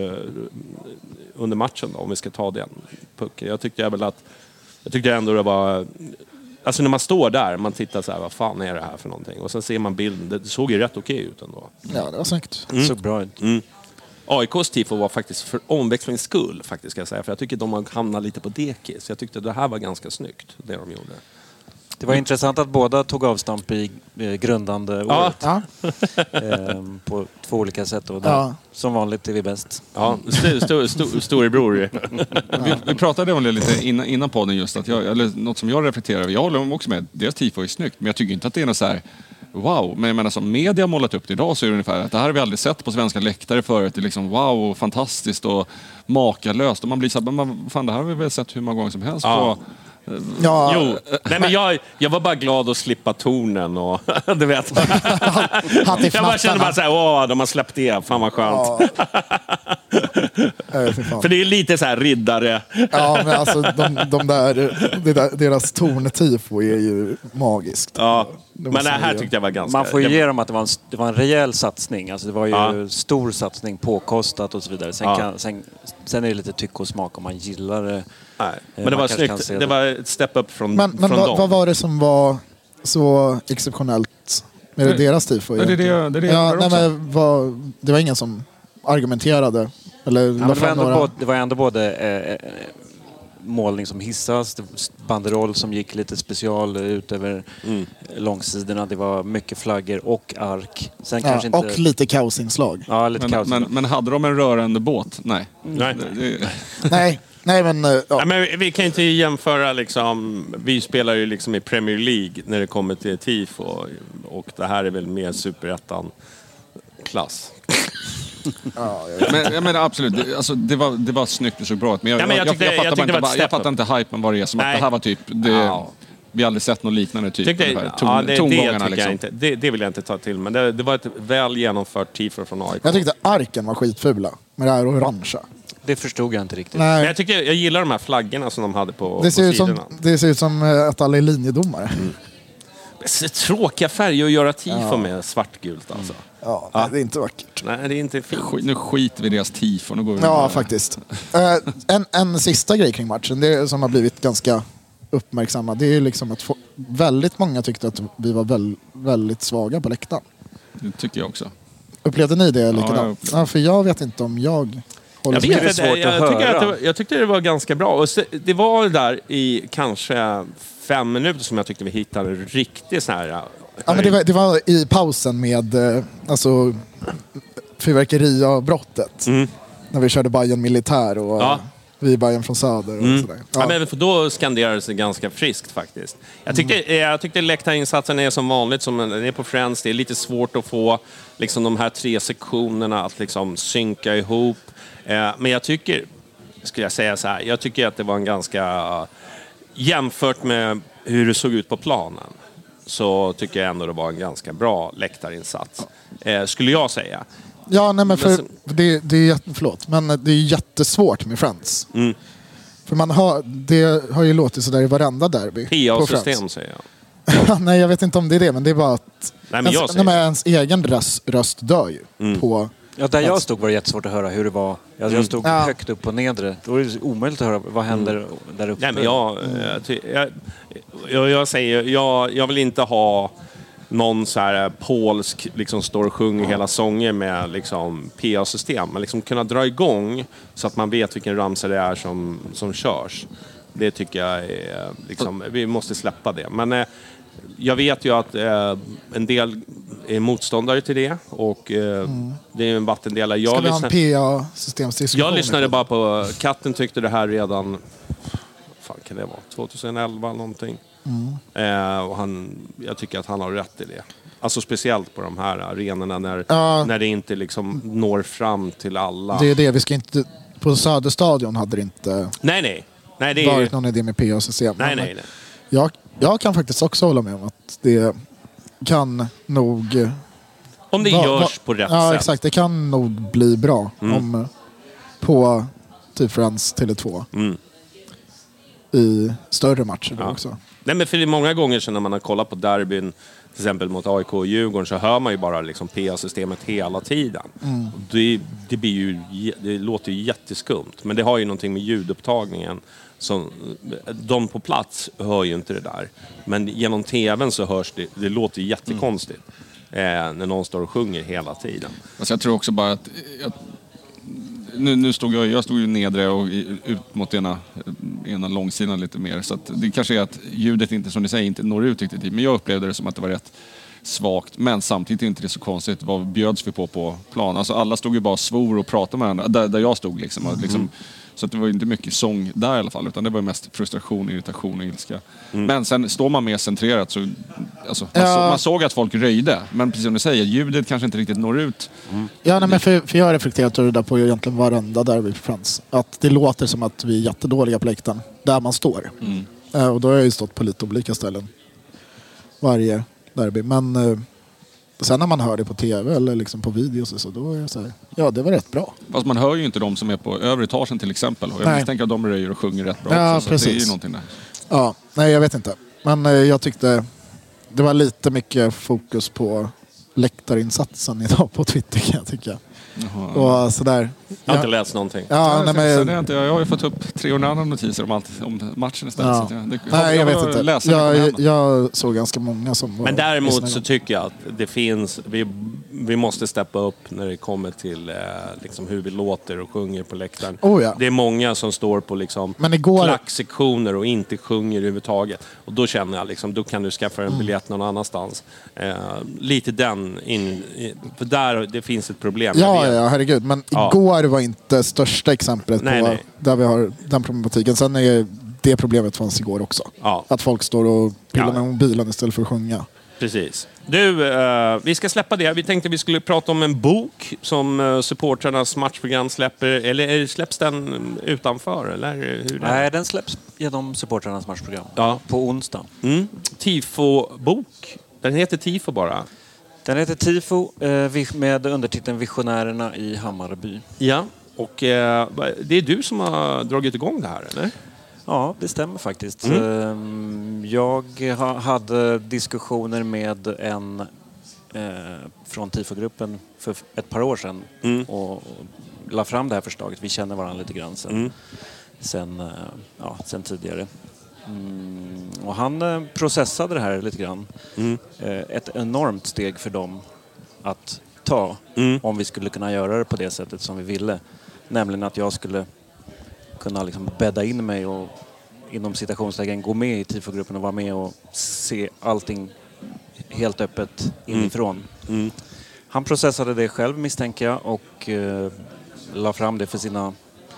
under matchen då, om vi ska ta den pucken? Jag tyckte jag väl att... Jag tyckte ändå det var... Alltså när man står där, man tittar så här, vad fan är det här för någonting? Och sen ser man bilden, det såg ju rätt okej ut ändå. Ja, det var snyggt. Mm. Så bra ut. Mm. A I K:s tifo var faktiskt för omväxlings skull, faktiskt ska jag säga. För jag tycker de har hamnat lite på dekis. Jag tyckte det här var ganska snyggt, det de gjorde. Det var intressant att båda tog avstamp i eh, grundande året. Ja. eh, på två olika sätt. Och där, ja. Som vanligt är vi bäst. Ja, st- st- st- storebror. vi, vi pratade om det lite innan, innan podden just. Att jag, eller något som jag reflekterar över. Jag håller också med. Deras tifo är snyggt. Men jag tycker inte att det är något så här... Wow, men jag menar som media har målat upp det idag så är det ungefär att det här har vi aldrig sett på svenska läktare förut. Det är liksom wow, fantastiskt och makalöst. Och man blir så här, men fan det här har vi väl sett hur många gånger som helst ja. på... Ja. Jo, nej men jag, jag var bara glad att slippa tonen och du vet. Jag bara kände bara så här, åh, de har släppt det, fan vad skönt. Ja. Nej, för fan. För det är lite så här riddare. Ja, men alltså de, de där, det där deras tornetifo är ju magiskt. Ja, det men det här tyckte jag var ganska... Man får ju ge dem att det var en, det var en rejäl satsning. Alltså det var ju Ja. stor satsning, påkostat och så vidare. Sen, Ja. kan, sen, sen är det lite tycke och smak om man gillar det. Nej, men Man det var kanske kan snyggt. se Det det. var ett step up från, Men, men från vad, dem. vad var det som var så exceptionellt med Det- deras tifo? det är det- egentligen? det är det jag ja, undrar nej, också. men vad, det var ingen som argumenterade? Eller Ja, la men det, var fram ändå några... både, det var ändå både eh, eh, målning som hissas, det var banderoll som gick lite special ut över Mm. långsidorna. Det var mycket flaggor och ark. Sen ja, kanske inte... Och lite kaosinslag. Ja, lite Men, kaos. men, men hade de en rörande båt? Nej. Nej. Det, det, nej, nej, men... eh, Ja. Ja, men vi kan inte jämföra liksom, vi spelar ju liksom i Premier League när det kommer till tifo och det här är väl mer superettan klass. men, jag menar absolut, det, alltså, det, var, det var snyggt och så bra ut. Men jag, Ja, men jag jag, tyckte- jag, jag fattar tyckte det bara var inte, ett jag step fattar inte hypen vad det är. Som Nej. att det här var typ... Det, Ja. Vi har aldrig sett något liknande typ. Tyckte, ungefär. Ton, ja, det, det, tongångarna tycker liksom. jag inte. Det, det vill jag inte ta till, men det, det var ett väl genomfört tifo från A I K. Jag tyckte arken var skitfula med det här orangea. Det förstod jag inte riktigt. Men Nej, jag, tycker, jag gillar de här flaggorna som de hade på, det på ser, ut som, sidorna. det ser ut som eh, att alla är linjedomare. Så tråkiga färger att göra tifo Ja. med svartgult alltså. Ja, Ja. det är inte vackert. Nej, det är inte fint. Skit, nu skiter vi i deras tifo. Nu går vi Ja, vidare. faktiskt. Eh, en, en sista grej kring matchen, det som har blivit ganska uppmärksammad, det är ju liksom att få, väldigt många tyckte att vi var väl, väldigt svaga på läktaren. Det tycker jag också. Upplevde ni det jag likadant? upplevde Ja, för jag vet inte om jag håller Jag, tycker vet det är inte, svårt jag, att jag, tycker höra. att det var, jag tyckte det var ganska bra. Och så, det var där i kanske fem minuter som jag tyckte vi hittade en riktig sån här... Ja, men det, var, det var i pausen med eh, alltså, fyrverkeriavbrottet. Mm. När vi körde Bayern militär och Ja. vi är Bayern från söder och Mm. sådär. Ja. Ja, men för då skanderades det ganska friskt faktiskt. Jag tyckte, Mm. jag tyckte läktarinsatsen är som vanligt, som den är på Friends. Det är lite svårt att få liksom, de här tre sektionerna att liksom, synka ihop. Eh, men jag tycker, skulle jag säga så här, jag tycker att det var en ganska... Jämfört med hur det såg ut på planen så tycker jag ändå det var en ganska bra läktarinsats. Eh, skulle jag säga. Ja, nej, men för, Men så- det, det är jätte, förlåt, men det är jättesvårt med Friends. Mm. För man har, det har ju låtit sådär i varenda derby. P på A-system Friends. säger jag. Nej, jag vet inte om det är det, men det är bara att Nej, men jag ens, säger nej, men ens egen röst, röst dör ju. Mm. På, Ja, där jag stod var det jättesvårt att höra hur det var. Jag, jag stod Ja. högt upp på nedre. Då är det omöjligt att höra vad händer där uppe. Nej, men jag, jag, ty- jag, jag, jag säger, jag, jag vill inte ha någon så här polsk liksom står och sjunger hela sånger med liksom P A-system. Men liksom kunna dra igång så att man vet vilken ramsa det är som, som körs. Det tycker jag är, liksom, vi måste släppa det. Men eh, jag vet ju att eh, en del är motståndare till det och eh, det är en vattendelare. Jag ska vi ha en lyssnar- P A-systemsdiskussion? jag lyssnade bara på... Katten tyckte det här redan... Vad fan kan det vara? tjugoelva någonting. Eh, och han, jag tycker att han har rätt i det. Alltså speciellt på de här arenorna när, Ja. när det inte liksom når fram till alla. Det är det, vi ska inte... På Söderstadion hade det inte Nej, nej. Nej, det är varit någon idé med P A-system. Nej, Men nej, nej. Jag, jag kan faktiskt också hålla med om att det kan nog... Om det va- görs va- på rätt ja, sätt. exakt. Det kan nog bli bra Mm. om på typ Friends Tele två Mm. i större matcher då Ja. också. Nej, men för det är många gånger sedan när man har kollat på derbyn, till exempel mot A I K och Djurgården, så hör man ju bara liksom P A-systemet hela tiden. Mm. Och Det, det, blir ju, jä- det låter ju jätteskumt, men det har ju någonting med ljudupptagningen. Som, de på plats hör ju inte det där. Men genom tvn så hörs det, det låter ju jättekonstigt. Eh, när någon står och sjunger hela tiden. Alltså jag tror också bara att... Jag, nu, nu stod jag, jag stod ju nedre och i- ut mot ena, ena långsidan lite mer. Så att det kanske är att ljudet inte, som ni säger, inte når ut riktigt. Men jag upplevde det som att det var rätt svagt. Men samtidigt är inte det så konstigt. Vad bjöds vi på på plan? Alltså alla stod ju bara och svor och pratade med varandra. Där, där jag stod liksom. Och liksom så att det var ju inte mycket sång där i alla fall. Utan det var mest frustration, irritation och ilska. Men sen står man mer centrerat så... Alltså, man, Ja. så, man såg att folk röjde. Men precis som du säger, ljudet kanske inte riktigt når ut. Ja, nej, men för, för jag har reflekterat över det där på egentligen varenda derby på Friends. Att det låter som att vi är jättedåliga på läktaren där man står. Mm. Eh, och då har jag ju stått på lite olika ställen varje derby. Men eh, sen när man hör det på tv eller liksom på videos och så, då är det så här, ja det var rätt bra. Fast man hör ju inte de som är på övre etagen till exempel. Och jag misstänker att de röjer och sjunger rätt bra ja, också. Precis. Så det är ju någonting där. Ja, nej jag vet inte. Men eh, jag tyckte det var lite mycket fokus på läktarinsatsen idag på Twitter kan jag tycka. Jaha. Och sådär. Jag har inte läst någonting. Ja, nej, men... jag, inte, jag har ju fått upp trehundra andra notiser om, allt, om matchen istället. Ja. Så jag, det, nej, jag, jag vet inte. Läsa jag, jag såg ganska många som var... Men däremot så tycker jag att det finns... Vi, vi måste steppa upp när det kommer till eh, liksom hur vi låter och sjunger på läktaren. Oh, ja. Det är många som står på liksom men igår... klacksektioner och inte sjunger överhuvudtaget. Och då känner jag liksom, då kan du skaffa en biljett någon annanstans. Eh, lite den in... För där det finns ett problem. Ja, ja, herregud. Men ja. igår var inte största exemplet nej, på nej. där vi har den problematiken. Sen är det problemet fanns igår också. Ja. Att folk står och pillar ja. med mobilen istället för att sjunga. Precis. Du, eh, vi ska släppa det. Vi tänkte vi skulle prata om en bok som eh, supportrarnas matchprogram släpper. Eller släpps den utanför? Eller hur det Nej, den släpps genom supportrarnas matchprogram. Ja. På onsdag. Mm. Tifo-bok. Den heter Tifo bara. Den heter Tifo eh, med undertiteln Visionärerna i Hammarby. Ja, och eh, det är du som har dragit igång det här, eller? Ja, det stämmer faktiskt. Mm. Jag hade diskussioner med en eh, från Tifo-gruppen för ett par år sedan mm. och la fram det här förslaget. Vi känner varandra lite grann sen, mm. sen, ja, sen tidigare. Mm, och han processade det här lite grann. Mm. Ett enormt steg för dem att ta mm. om vi skulle kunna göra det på det sättet som vi ville. Nämligen att jag skulle kunna liksom bädda in mig och inom citationslägen gå med i Tifo-gruppen och vara med och se allting helt öppet inifrån. Mm. Mm. Han processade det själv misstänker jag och eh, la fram det för sina,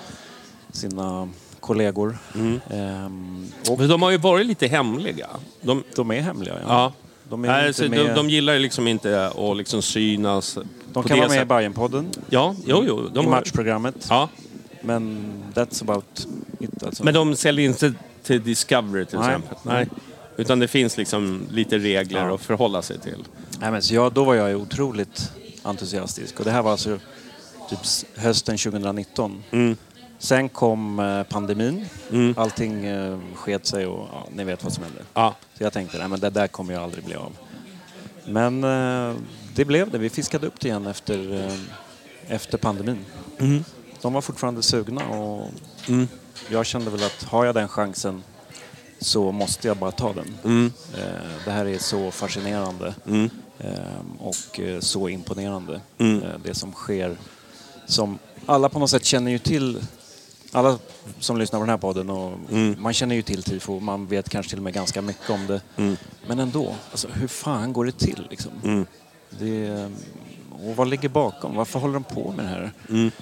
sina kollegor. Mm. Ehm, och de har ju varit lite hemliga. De, de är hemliga, ja. ja. De, är Nej, inte så med... de, de gillar liksom inte att liksom synas. De kan vara med sätt. i Bajenpodden. Ja, jo, jo. De I matchprogrammet. Ja. Men that's about it. Alltså. Men de säljer inte till Discovery till Nej. exempel. Nej. Utan det finns liksom lite regler ja. att förhålla sig till. Nej, men så jag, då var jag otroligt entusiastisk. Och det här var alltså typ hösten tjugonitton. Mm. Sen kom eh, pandemin. Mm. Allting eh, sket sig och ja, ni vet vad som hände. Ja. Så jag tänkte, nej men det där kommer ju aldrig bli av. Men eh, det blev det. Vi fiskade upp det igen efter, eh, efter pandemin. Mm. De var fortfarande sugna och mm. jag kände väl att har jag den chansen så måste jag bara ta den. Mm. Eh, det här är så fascinerande mm. eh, och eh, så imponerande. Mm. Eh, det som sker, som alla på något sätt känner ju till, alla som lyssnar på den här podden och mm. man känner ju till Tifo, man vet kanske till och med ganska mycket om det. Mm. Men ändå, alltså, hur fan går det till liksom? Mm. Det, och vad ligger bakom? Varför håller de på med det här? Mm. Um,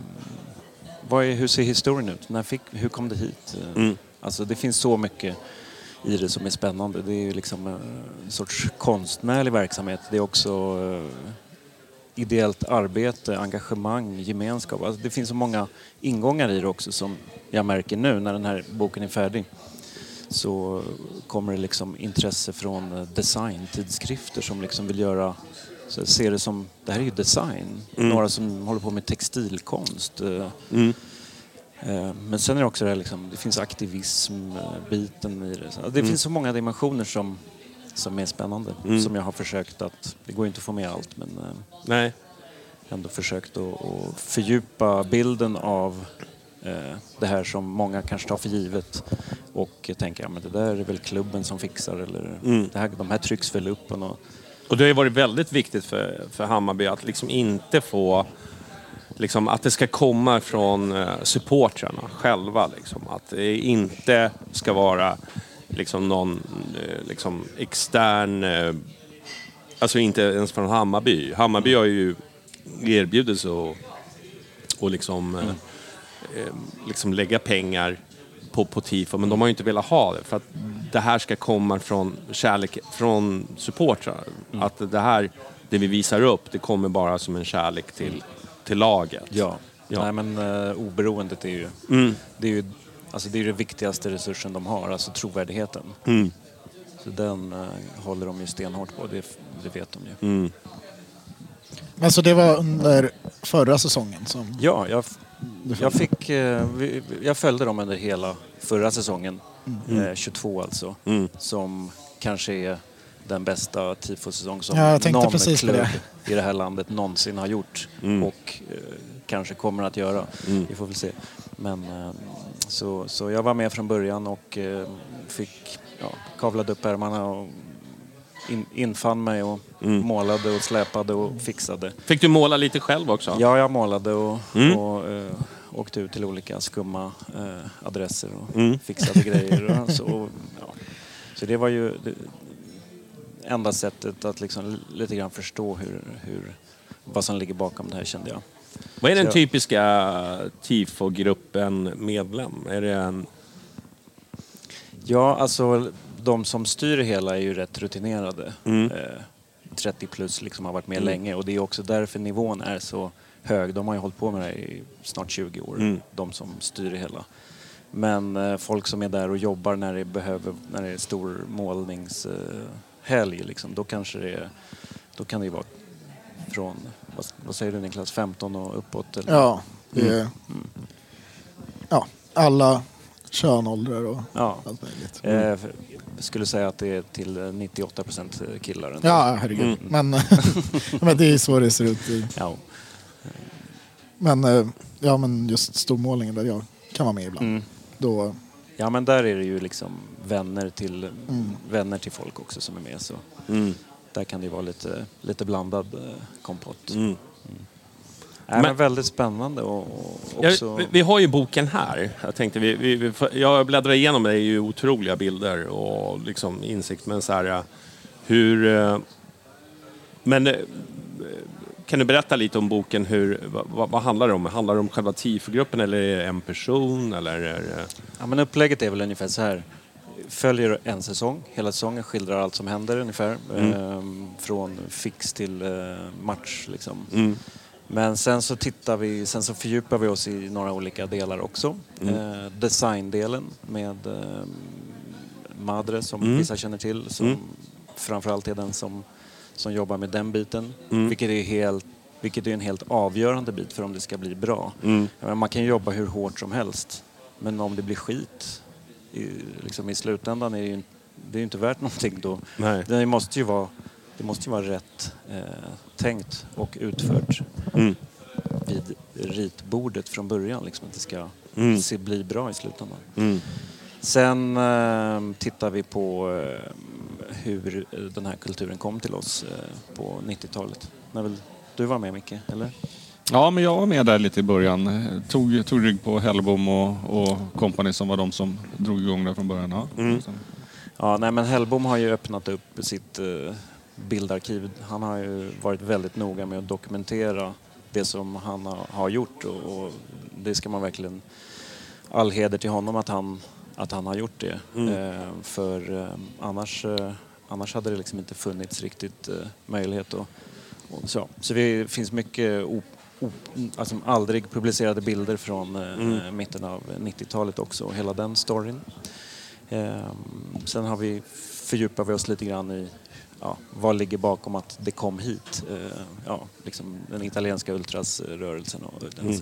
vad är, hur ser historien ut? När fick, hur kom det hit? Mm. Alltså det finns så mycket i det som är spännande. Det är ju liksom en sorts konstnärlig verksamhet. Det är också uh, ideellt arbete, engagemang, gemenskap. Alltså det finns så många ingångar i det också som jag märker nu när den här boken är färdig. Så kommer det liksom intresse från designtidskrifter som liksom vill göra, så jag ser det som, det här är ju design. Mm. Några som håller på med textilkonst. Mm. Men sen är det också det här liksom, det finns aktivism, biten i det. Det mm. finns så många dimensioner som, som är spännande. Mm. Som jag har försökt att, det går inte att få med allt men Nej. ändå försökt att, att fördjupa bilden av det här som många kanske tar för givet och tänker ja, men det där är väl klubben som fixar eller mm. det här, de här trycks väl upp och, och det har ju varit väldigt viktigt för, för Hammarby att liksom inte få liksom, att det ska komma från uh, supportrarna själva liksom. Att det inte ska vara liksom någon uh, liksom extern uh, alltså inte ens från Hammarby. Hammarby har ju erbjudit sig och, och liksom uh, liksom lägga pengar på, på Tifo, men de har ju inte velat ha det för att det här ska komma från kärlek från supportrar. Mm. Att det här, det vi visar upp, det kommer bara som en kärlek till, till laget. Ja, ja. Nej men uh, oberoendet är ju, mm. det är ju alltså det är den viktigaste resursen de har, alltså trovärdigheten. Mm. den uh, håller de ju stenhårt på, det, det vet de ju. Mm. Men så det var under förra säsongen som... Ja, jag, jag fick... Uh, vi, jag följde dem under hela förra säsongen, mm. uh, tjugotvå alltså, mm. som kanske är den bästa tifo-säsong som ja, någon precis klubb det. i det här landet någonsin har gjort mm. och uh, kanske kommer att göra. Mm. Vi får väl se. Men uh, så, så jag var med från början och uh, fick ja, kavlade upp ärmarna och in, infann mig och mm. målade och släpade och fixade. Fick du måla lite själv också? Ja, jag målade och, mm. och uh, åkte ut till olika skumma uh, adresser och mm. fixade grejer. Och så, och, ja. Så det var ju det enda sättet att liksom lite grann förstå hur, hur, vad som ligger bakom det här, kände jag. Vad är den jag, typiska tifo-gruppen medlem? Är det en... Ja, alltså de som styr hela är ju rätt rutinerade. Mm. Eh, trettio plus liksom har varit med mm. länge och det är också därför nivån är så hög. De har ju hållit på med det i snart tjugo år, mm. de som styr hela. Men eh, folk som är där och jobbar när det behöver, när det är stor målningshelg, eh, liksom, då kanske det är, då kan det ju vara från, vad, vad säger du Niklas, femton och uppåt? Eller? Ja, det är, mm. ja, alla könåldrar och ja. allt möjligt. Mm. Eh, jag skulle säga att det är till nittioåtta procent killar. Inte? Ja, herregud. Mm. Men, men det är så det ser ut. I. Ja. Men, ja, men just stormålningen där jag kan vara med ibland. Mm. Då... Ja, men där är det ju liksom vänner till, mm. vänner till folk också som är med. Så mm. där kan det ju vara lite, lite blandad kompott. Mm. Mm. Ja, men väldigt spännande och, och också... Ja, vi, vi har ju boken här. Jag tänkte vi, vi, vi jag bläddrar igenom det, är ju otroliga bilder och liksom insikt, men så här hur men kan du berätta lite om boken, hur vad, vad handlar det om? Handlar det om själva tifogruppen eller är det en person eller är det... Ja, men upplägget är väl ungefär så här. Följer en säsong, hela säsongen skildrar allt som händer ungefär mm. ehm, från fix till eh, match liksom. Mm. Men sen så tittar vi, sen så fördjupar vi oss i några olika delar också. Mm. Eh, designdelen med eh, Madre som mm. vissa känner till, som mm. framförallt är den som, som jobbar med den biten. Mm. Vilket är helt, vilket är en helt avgörande bit för om det ska bli bra. Mm. Ja, man kan jobba hur hårt som helst, men om det blir skit i, liksom i slutändan är det ju, det är ju inte värt någonting då. Nej. Det måste ju vara Det måste ju vara rätt eh, tänkt och utfört mm. vid ritbordet från början. Liksom, att det ska mm. se, bli bra i slutändan. Mm. Sen eh, tittar vi på eh, hur den här kulturen kom till oss eh, på nittiotalet. När väl du var med, Micke, eller? Ja, men jag var med där lite i början. Tog, tog rygg på Hellbom och, och company som var de som drog igång där från början. Ja, mm. ja nej, men Hellbom har ju öppnat upp sitt... Eh, bildarkiv. Han har ju varit väldigt noga med att dokumentera det som han har gjort och, och det ska man verkligen all heder till honom att han, att han har gjort det. Mm. Eh, för eh, annars, eh, annars hade det liksom inte funnits riktigt eh, möjlighet och, och så. Så det finns mycket o, o, alltså aldrig publicerade bilder från eh, mm. mitten av nittiotalet också och hela den storyn. Eh, sen har vi fördjupar vi oss lite grann i ja, vad ligger bakom att det kom hit? Eh, ja, liksom den italienska ultrasrörelsen. Och den mm.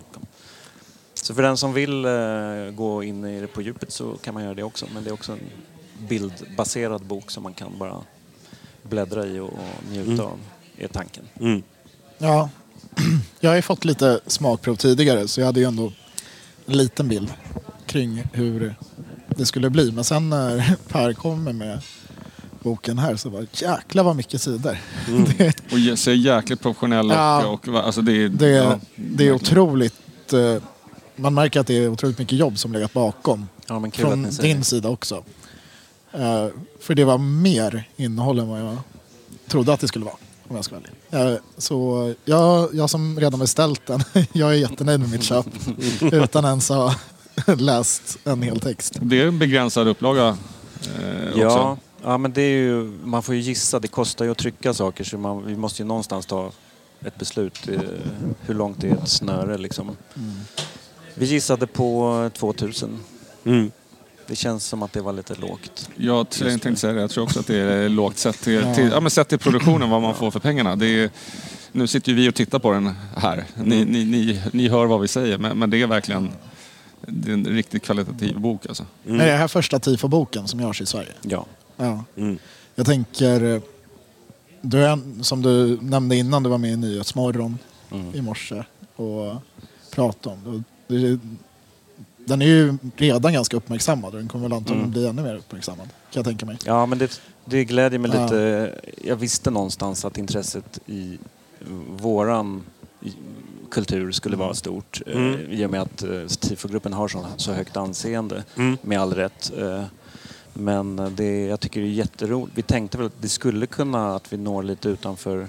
Så för den som vill eh, gå in i det på djupet så kan man göra det också. Men det är också en bildbaserad bok som man kan bara bläddra i och, och njuta mm. av, är tanken. Mm. Ja, jag har ju fått lite smakprov tidigare så jag hade ju ändå en liten bild kring hur det skulle bli. Men sen när Per kommer med boken här så var det jäkla vad mycket sidor. Mm. det, och ser jäkligt professionell ja, och, och alltså det, det, ja, det är otroligt uh, man märker att det är otroligt mycket jobb som legat bakom ja, men från din sida också. Uh, för det var mer innehåll än vad jag trodde att det skulle vara, om jag ska vara ärlig. Uh, så jag, jag som redan beställt den, jag är jättenöjd med mitt köp utan ens ha läst en hel text. Det är en begränsad upplaga eh, också. Ja. Ja, men det är ju, man får ju gissa, det kostar ju att trycka saker så man, vi måste ju någonstans ta ett beslut eh, hur långt det är ett snöre liksom. Mm. Vi gissade på tvåtusen. Mm. Det känns som att det var lite lågt. Jag tänkte säga det. Jag tror också att det är lågt sett till, Ja. till, ja, men sett till produktionen, vad man får för pengarna. Det är, nu sitter ju vi och tittar på den här. Ni, ni, ni, ni hör vad vi säger, men, men det är verkligen det är en riktigt kvalitativ bok. Alltså. Mm. Är det här första tifo-boken som görs i Sverige? Ja. Ja. Mm. Jag tänker, du är, som du nämnde innan, du var med i Nyhetsmorgon mm. i morse och pratade om det. det. Den är ju redan ganska uppmärksammad och den kommer väl antagligen mm. bli ännu mer uppmärksammad, kan jag tänka mig. Ja, men det, det glädjer mig ja. lite. Jag visste någonstans att intresset i våran kultur skulle vara stort mm. i och med att tifogruppen har så, så högt anseende mm. med all rätt. Men det, jag tycker det är jätteroligt. Vi tänkte väl att det skulle kunna att vi når lite utanför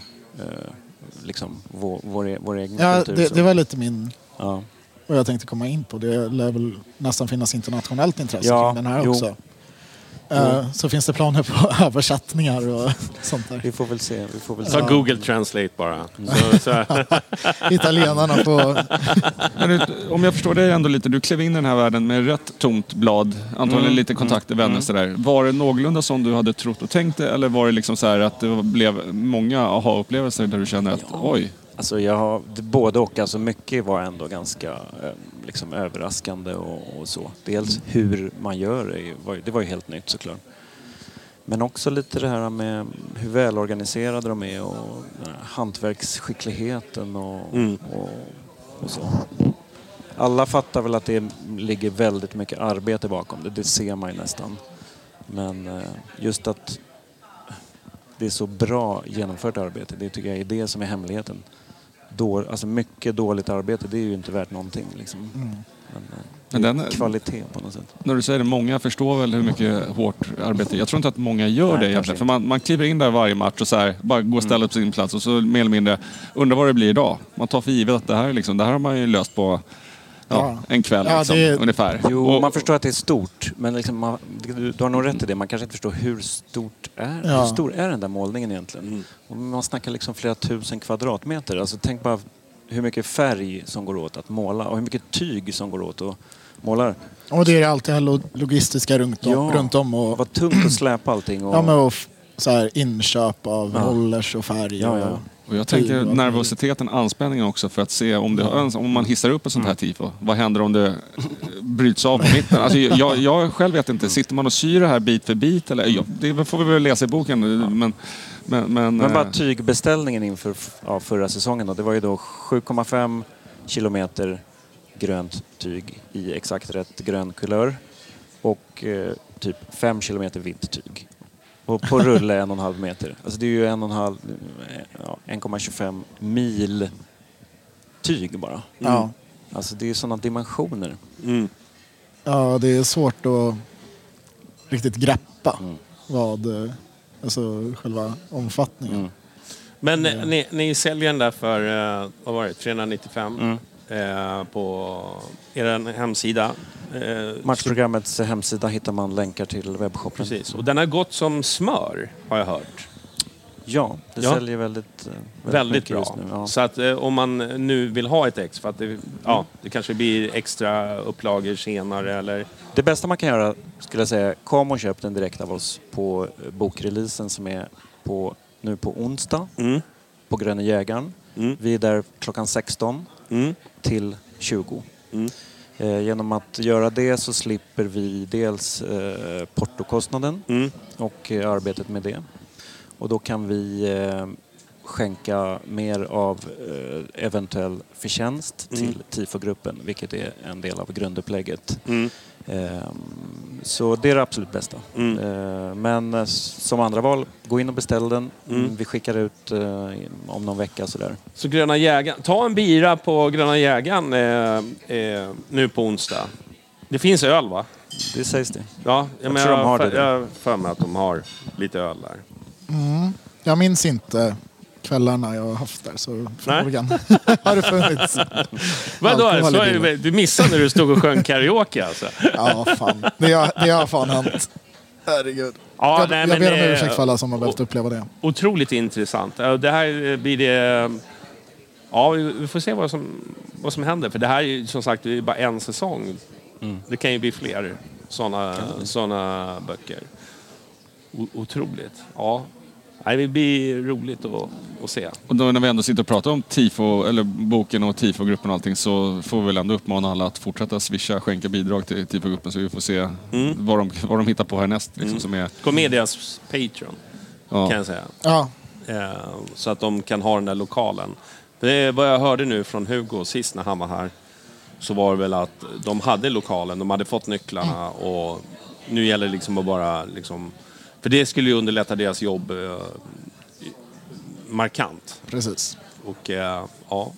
liksom vår, vår, vår egen ja, kultur. Det, det var lite min... Ja. Och jag tänkte komma in på det. lär väl nästan finnas internationellt intresse ja, kring den här jo. också. Uh, så finns det planer på översättningar och sånt där. Vi får väl se. Vi får väl Ta se. Google Translate bara. Så, så. Italienarna på... Men om jag förstår dig ändå lite, du klev in i den här världen med rätt tomt blad, antagligen mm. lite kontakter, vänner mm. sådär. Var det någorlunda som du hade trott och tänkt det, eller var det liksom så här att det blev många aha-upplevelser där du kände att ja. oj? Alltså jag har både och, alltså mycket var ändå ganska liksom överraskande och, och så. Dels hur man gör det, var, det var ju helt nytt såklart. Men också lite det här med hur välorganiserade de är och hantverksskickligheten och, mm. och, och så. Alla fattar väl att det ligger väldigt mycket arbete bakom det, det ser man ju nästan. Men just att det är så bra genomfört arbete, det tycker jag är det som är hemligheten. Då, alltså mycket dåligt arbete, det är ju inte värt någonting liksom. Mm. Men, Men den, kvalitet på något sätt. När du säger det, många förstår väl hur mycket hårt arbete. Jag tror inte att många gör Nej, det egentligen. För man, man kliver in där varje match och så här, bara går och ställer upp sin plats och så mer eller mindre undrar vad det blir idag. Man tar för givet att det här, liksom, det här har man ju löst på ja, en kväll ja, liksom, det... ungefär. Jo, och, man förstår att det är stort. Men liksom, man, du, du har nog rätt i det. Man kanske inte förstår hur stort är, ja. hur stor är den där målningen egentligen. Mm. Och man snackar liksom flera tusen kvadratmeter. Alltså tänk bara hur mycket färg som går åt att måla och hur mycket tyg som går åt att måla. Och det är allt det här logistiska runt om. Ja, runt om och... det var tungt att släpa allting. Och... Ja, men och så här, inköp av ja. rollers och färg. Ja, ja. Och jag tänker nervositeten, anspänningen också för att se om, det, om man hissar upp ett sånt här tifo. Vad händer om det bryts av på mitten? Alltså, jag, jag själv vet inte. Sitter man och syr det här bit för bit? Eller, ja, det får vi väl läsa i boken. Men, men, men, men bara tygbeställningen inför ja, förra säsongen. Då, det var ju då sju komma fem kilometer grönt tyg i exakt rätt grön kulör. Och eh, typ fem kilometer vitt tyg. Och på rulle en och en halv meter. Alltså det är ju en och en halv, ja, en komma tjugofem mil tyg bara. Mm. Ja. Alltså det är sådana dimensioner. Mm. Ja, det är svårt att riktigt greppa mm. vad, alltså själva omfattningen. Mm. Men ja. ni, ni säljer den där för, vad var det, trehundranittiofem mm. eh, på er hemsida. Matchprogrammets hemsida hittar man länkar till webbshoppen. Precis, och den har gått som smör har jag hört. Ja, det ja. säljer väldigt, väldigt, väldigt bra. Just nu. Ja. Så att eh, om man nu vill ha ett ex, för att det, ja, det kanske blir extra upplagor senare eller... Det bästa man kan göra skulle jag säga, kom och köp den direkt av oss på bokreleasen som är på, nu på onsdag mm. på Gröna Jägaren. Mm. Vi är där klockan sexton mm. till tjugo. Mm. Eh, genom att göra det så slipper vi dels eh, portokostnaden mm. och eh, arbetet med det. Och då kan vi eh, skänka mer av eh, eventuell förtjänst mm. till tifogruppen, vilket är en del av grundupplägget. Mm. Eh, så det är det absolut bästa. Mm. Eh, men eh, som andra val, gå in och beställ den. Mm. Vi skickar ut eh, om någon vecka sådär. Så Gröna Jägaren, ta en bira på Gröna Jägaren eh, eh, nu på onsdag. Det finns öl, va? Det sägs det. Ja, jag, jag men tror jag, de har för, det. Jag för mig att de har lite öl där. Mm. Jag minns inte kvällarna jag har haft där, så förmodligen har det funnits. Vadå? Så är, du missade när du stod och sjöng karaoke alltså? Ja, fan. Det har, det har fan hänt. Herregud. Ja, jag, nej, jag men ber om det, ursäkt för alla som har behövt uppleva det. Otroligt intressant. Det här blir det... Ja, vi får se vad som, vad som händer. För det här är ju som sagt det är bara en säsong. Mm. Det kan ju bli fler. sådana såna böcker. O- otroligt. Ja. Det blir roligt att, att se. Och då när vi ändå sitter och pratar om tifo, eller boken och tifogruppen och allting, så får vi väl ändå uppmana alla att fortsätta swisha, skänka bidrag till tifogruppen så vi får se mm. vad, de, vad de hittar på härnäst. Liksom, mm. som är... Comedias Patreon, ja. kan jag säga. Ja. Eh, så att de kan ha den där lokalen. Det är vad jag hörde nu från Hugo sist när han var här. Så var det väl att de hade lokalen, de hade fått nycklarna och nu gäller det liksom att bara liksom... För det skulle ju underlätta deras jobb eh, markant. Precis. Och eh, ja,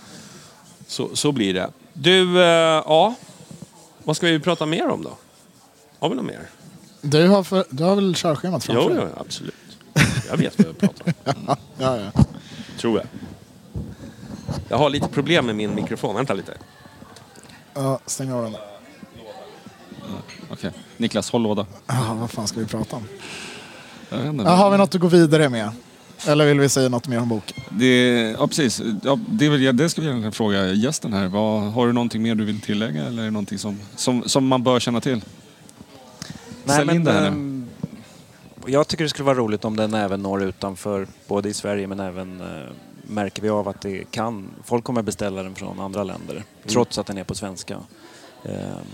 så, så blir det. Du, eh, ja, vad ska vi prata mer om då? Har vi något mer? Du har, för, du har väl körschemat framför dig? Jo, ja, absolut. Jag vet vad jag pratar om. ja, ja, ja. Tror jag. Jag har lite problem med min mikrofon. Vänta lite. Ja, stäng av den där. Okej. Okay. Niklas, håll låda. Ja, vad fan ska vi prata om? Jag vet inte. Ja, har vi något att gå vidare med? Eller vill vi säga något mer om boken? Det, ja, precis. Ja, det, är väl, det ska vi egentligen fråga gästen här. Vad, har du någonting mer du vill tillägga? Eller är det någonting som, som, som man bör känna till? Nej, Sälj in men, det här nu. Jag tycker det skulle vara roligt om den även når utanför, både i Sverige men även... Eh, märker vi av att det kan... Folk kommer beställa den från andra länder. Mm. Trots att den är på svenska. Eh,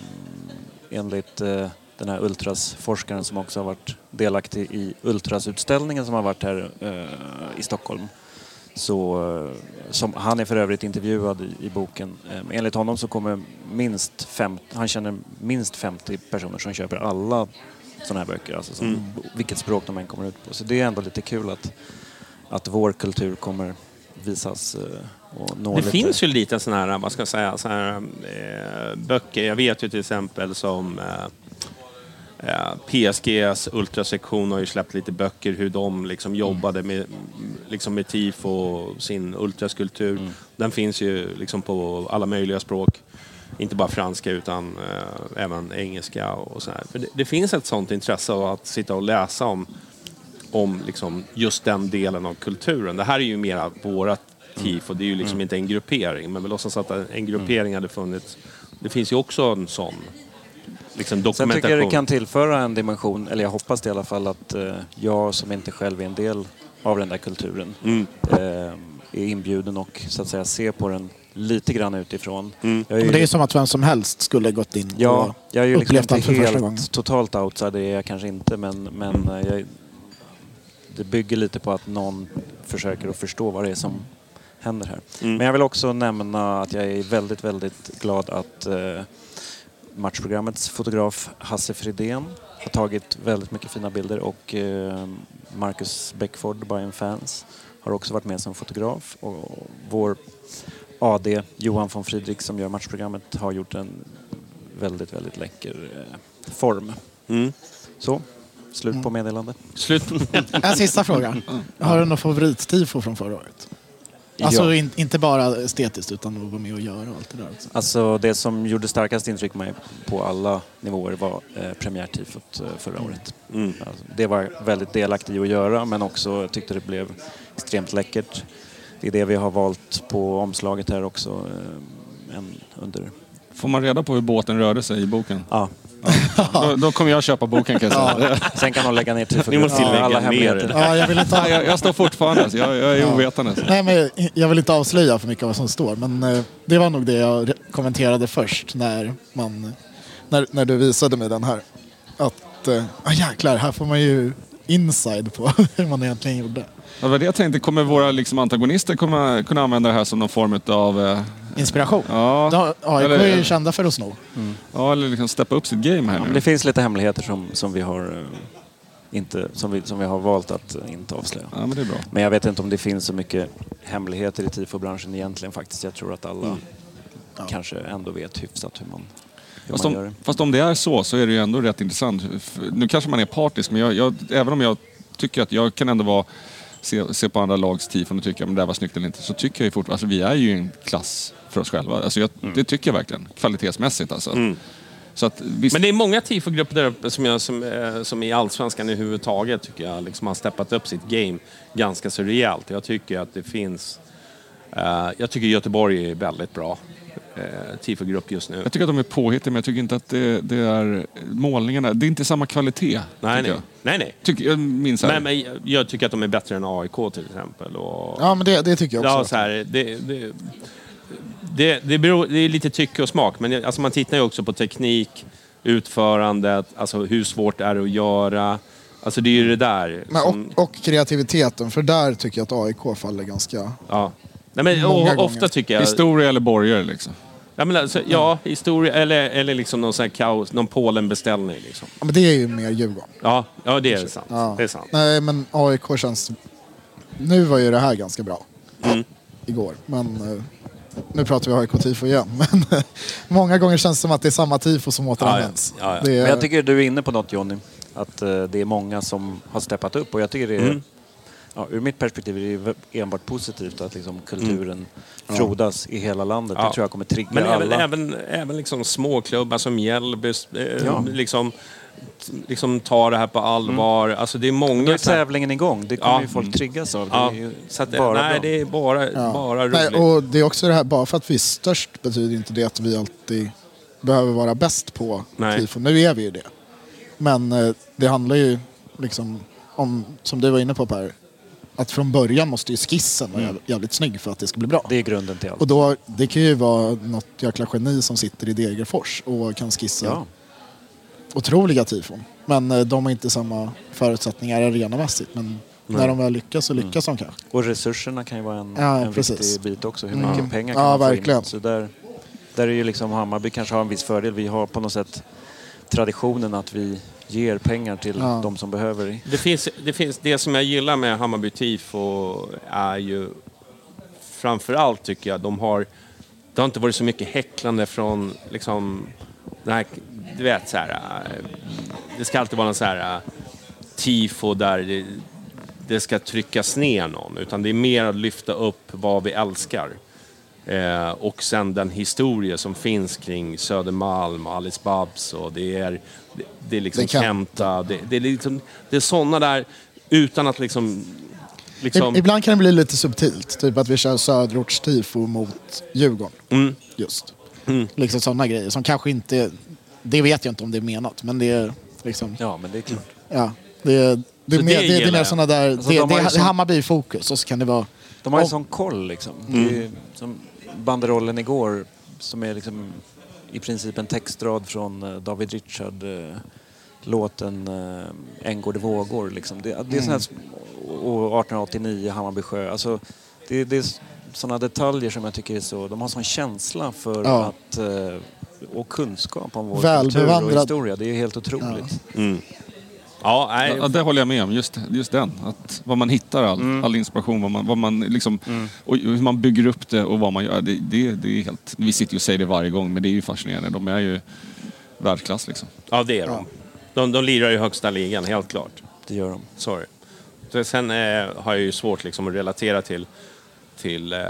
enligt eh, den här ultrasforskaren som också har varit delaktig i ultrasutställningen som har varit här eh, i Stockholm. Så, eh, som, han är för övrigt intervjuad i, i boken. Eh, enligt honom så kommer minst fem, han känner minst femtio personer som köper alla sådana här böcker. Alltså som, mm. vilket språk de än kommer ut på. Så det är ändå lite kul att, att vår kultur kommer visas och nå det lite. Finns ju lite sådana här, vad ska jag säga, såna här eh, böcker. Jag vet ju till exempel som eh, eh, P S G:s ultrasektion har ju släppt lite böcker hur de liksom jobbade med, liksom med tifo och sin ultraskulptur. Mm. Den finns ju liksom på alla möjliga språk. Inte bara franska utan eh, även engelska och så här. För det, det finns ett sånt intresse av att sitta och läsa om om liksom just den delen av kulturen. Det här är ju mera vårat tifo. Det är ju liksom mm. inte en gruppering. Men vi låtsas att en gruppering hade funnits. Det finns ju också en sån liksom dokumentation. Sen tycker jag det kan tillföra en dimension, eller jag hoppas det i alla fall, att eh, jag som inte själv är en del av den där kulturen mm. eh, är inbjuden och så att säga se på den lite grann utifrån. Mm. Jag är ju... Men det är som att vem som helst skulle gått in ja, och jag är ju liksom inte för första gången. helt totalt outsider, är jag kanske inte, men, men mm. jag, det bygger lite på att någon försöker att förstå vad det är som händer här. Mm. Men jag vill också nämna att jag är väldigt, väldigt glad att eh, matchprogrammets fotograf Hasse Fridén har tagit väldigt mycket fina bilder och eh, Marcus Beckford, Bayern Fans, har också varit med som fotograf. Och vår A D Johan von Friedrich som gör matchprogrammet har gjort en väldigt, väldigt läcker eh, form. Mm. Så, slut på meddelande. Slut. En sista fråga. Har du någon favorittifo från förra året? Alltså ja. in, inte bara estetiskt utan att vara med och göra och allt det där också. Alltså det som gjorde starkast intryck på mig på alla nivåer var eh, premiärtifot eh, förra mm. året. Mm. Alltså, det var väldigt delaktig i att göra, men också tyckte det blev extremt läckert. Det är det vi har valt på omslaget här också. Eh, en, under... Får man reda på hur båten rörde sig i boken? Ja. Ja. Då, då kommer jag köpa boken kan jag säga. Ja. Sen kan man lägga ner tifo. Ni måste tillägga alla hemligheter. Ja, jag, vill inte ha... jag, jag står fortfarande, så jag, jag är ja. ovetande. Nej, men jag vill inte avslöja för mycket av vad som står. Men eh, det var nog det jag kommenterade först när, man, när, när du visade mig den här. Att, eh, ah, jäklar, här får man ju inside på hur man egentligen gjorde. Ja, vad det jag tänkte, kommer våra liksom, antagonister kommer kunna använda det här som någon form av... Eh... inspiration. Ja. Ja, A I K är ju kända för att sno. Mm. Ja, eller liksom steppa upp sitt game här ja, nu. Det finns lite hemligheter som, som vi har inte som vi, som vi har valt att inte avslöja. Ja, men det är bra. Men jag vet inte om det finns så mycket hemligheter i tifo-branschen egentligen faktiskt. Jag tror att alla mm. ja. kanske ändå vet hyfsat hur man, hur fast, man om, gör det. Fast om det är så så är det ju ändå rätt intressant. Nu kanske man är partisk, men jag, jag, även om jag tycker att jag kan ändå vara Se, se på andra lags tifon och tycka om det där var snyggt eller inte, så tycker jag ju fortfarande, alltså vi är ju en klass för oss själva. Alltså jag, mm. det tycker jag verkligen, kvalitetsmässigt alltså. Mm. Så att, visst... Men det är många tifogrupper där uppe som, jag, som, som i Allsvenskan i huvudtaget tycker jag liksom har steppat upp sitt game ganska så rejält. Jag tycker att det finns, uh, jag tycker Göteborg är väldigt bra. eh, tifogrupp just nu. Jag tycker att de är påhittiga, men jag tycker inte att det, det är målningarna. Det är inte samma kvalitet. Nej, nej. Jag. nej, nej. Tycker, jag minns men, men jag tycker att de är bättre än A I K till exempel. Och, ja, men det, det tycker jag också. Ja, så här, det, det, det, det, beror, det är lite tycke och smak, men alltså, man tittar ju också på teknik, utförandet, alltså hur svårt det är att göra. Alltså det är ju det där. Men som... och, och kreativiteten, för där tycker jag att A I K faller ganska ja. Nej, men, många och, gånger. Ofta tycker jag... Historia eller borgare liksom? Ja, men alltså, ja, historia eller, eller liksom någon sån här kaos, någon Polen-beställning liksom. Ja, men det är ju mer Djurgården. Ja, ja det är sant. Ja. Det är sant. Nej, men A I K känns... Nu var ju det här ganska bra. Mm. Igår, men... Nu pratar vi A I K-tifo igen, men många gånger känns det som att det är samma tifo som återanvänds. Ja, ja. Ja, ja. Det är... Men jag tycker du är inne på något, Johnny. Att uh, det är många som har steppat upp. Och jag tycker det är... Mm. Ja, ur mitt perspektiv är det enbart positivt att liksom kulturen mm. frodas i hela landet. Ja. Det tror jag kommer trigga Men alla. Men även, även, även liksom småklubbar som Mjällby eh, ja. liksom, liksom tar det här på allvar. Mm. Alltså det är många... Då är tävlingen igång. Det kommer ja. ju folk triggas av. Det ja. är ju så att, bara nej, bra. det är bara, ja. bara roligt. Nej, och det är också det här, bara för att vi är störst betyder inte det att vi alltid behöver vara bäst på tifo. Nu är vi ju det. Men eh, det handlar ju liksom om, som du var inne på Per, att från början måste ju skissen vara mm. jävligt snygg för att det ska bli bra. Det är grunden till allt. Och då, det kan ju vara något jäkla geni som sitter i Degerfors och kan skissa ja. otroliga tifon. Men eh, de har inte samma förutsättningar arenamässigt. Men mm. när de väl lyckas så lyckas mm. de kanske. Och resurserna kan ju vara en, ja, en viktig bit också. Hur mycket mm. pengar kan ja, man få verkligen. in? Så där, där är ju liksom Hammarby kanske har en viss fördel. Vi har på något sätt traditionen att vi ger pengar till ja. de som behöver. Det finns, det finns det som jag gillar med Hammarby tifo är ju framförallt tycker jag de har det har inte varit så mycket häcklande från liksom den här, du vet så här, det ska alltid vara en så här tifo där det, det ska tryckas ner någon, utan det är mer att lyfta upp vad vi älskar. Eh, och sen den historia som finns kring Södermalm, Alice Babs och det är det, det är liksom Kenta, det, det är liksom det är såna där utan att liksom, liksom... Ibland kan det bli lite subtilt, typ att vi kör Söderorts tifo mot Djurgården. Mm. Just. Mm. Liksom sådana grejer som kanske inte, det vet jag inte om det är menat, men det är liksom... Ja, men det är klart. Ja, det är det är mer, det, det är mer sådana där, alltså, det, de det är som... Hammarby-fokus och så kan det vara... De har ju och... sån koll liksom. Mm. Det är som banderollen igår som är liksom i princip en textrad från David Richard eh, låten eh, En går det vågor liksom. Det, det är mm. sån här, och arton åttionio Hammarby sjö. Alltså det, det är såna detaljer som jag tycker är så, de har sån känsla för ja. att eh, och kunskap om vår kultur och historia. Det är helt otroligt. Ja. Mm. Ja, nej. Ja, det håller jag med om. Just, just den. Att vad man hittar, all, mm. all inspiration, vad man, vad man liksom, mm. och hur man bygger upp det och vad man gör. Det, det, det är helt, vi sitter ju och säger det varje gång, men det är ju fascinerande. De är ju världsklass liksom. Ja, det är de. Ja. De, de lirar ju högsta ligan, helt klart. Det gör de. Sorry. Så sen eh, har jag ju svårt liksom, att relatera till, till eh,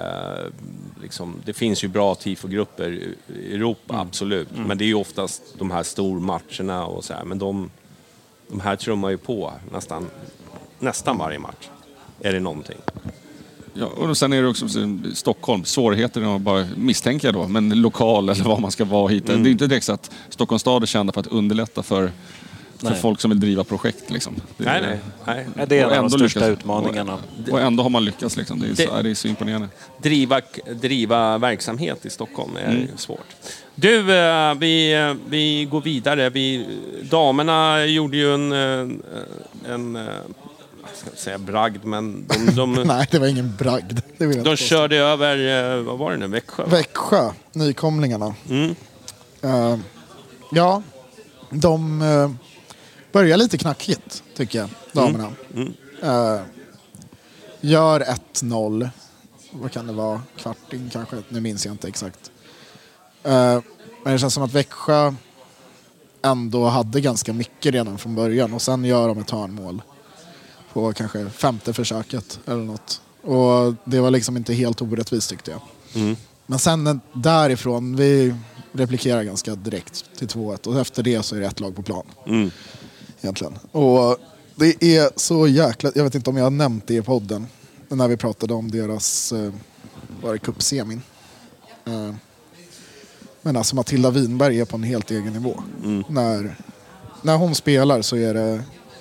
liksom, det finns ju bra tifogrupper i Europa, mm. absolut. Mm. Men det är ju oftast de här stormatcherna och så här. Men de... De här trummar ju på nästan, nästan varje match. Är det någonting? Ja, och sen är det också Stockholm. Svårigheter att bara misstänka då. Men lokal eller vad man ska vara hit. Mm. Det är inte direkt så att Stockholms stad är kända för att underlätta för, för folk som vill driva projekt. Liksom. Det, nej, nej, nej. Ja, det är en av de största lyckas, utmaningarna. Och, och ändå har man lyckats. Liksom. Det, är det, så, det är så imponerande. Driva, driva verksamhet i Stockholm är mm. svårt. Du, vi, vi går vidare. Vi, damerna gjorde ju en, en, en jag ska inte säga bragd, men de... de nej, det var ingen bragd. Det vill jag de körde över, vad var det nu, Växjö? Växjö, nykomlingarna. Mm. Uh, ja, de uh, börjar lite knackigt, tycker jag, damerna. Mm. Mm. Uh, gör ett noll. Vad kan det vara? Kvarting kanske? Nu minns jag inte exakt. Uh, men det känns som att Växjö ändå hade ganska mycket redan från början. Och sen gör de ett hörnmål på kanske femte försöket eller något. Och det var liksom inte helt orättvist, tyckte jag. Mm. Men sen därifrån, vi replikerar ganska direkt till två ett. Och efter det så är det ett lag på plan. Mm. Egentligen. Och det är så jäkla... Jag vet inte om jag har nämnt det i podden. När vi pratade om deras... Uh, var det cupsemin? Uh, Men alltså Matilda Winberg är på en helt egen nivå. Mm. När, när hon spelar så är det...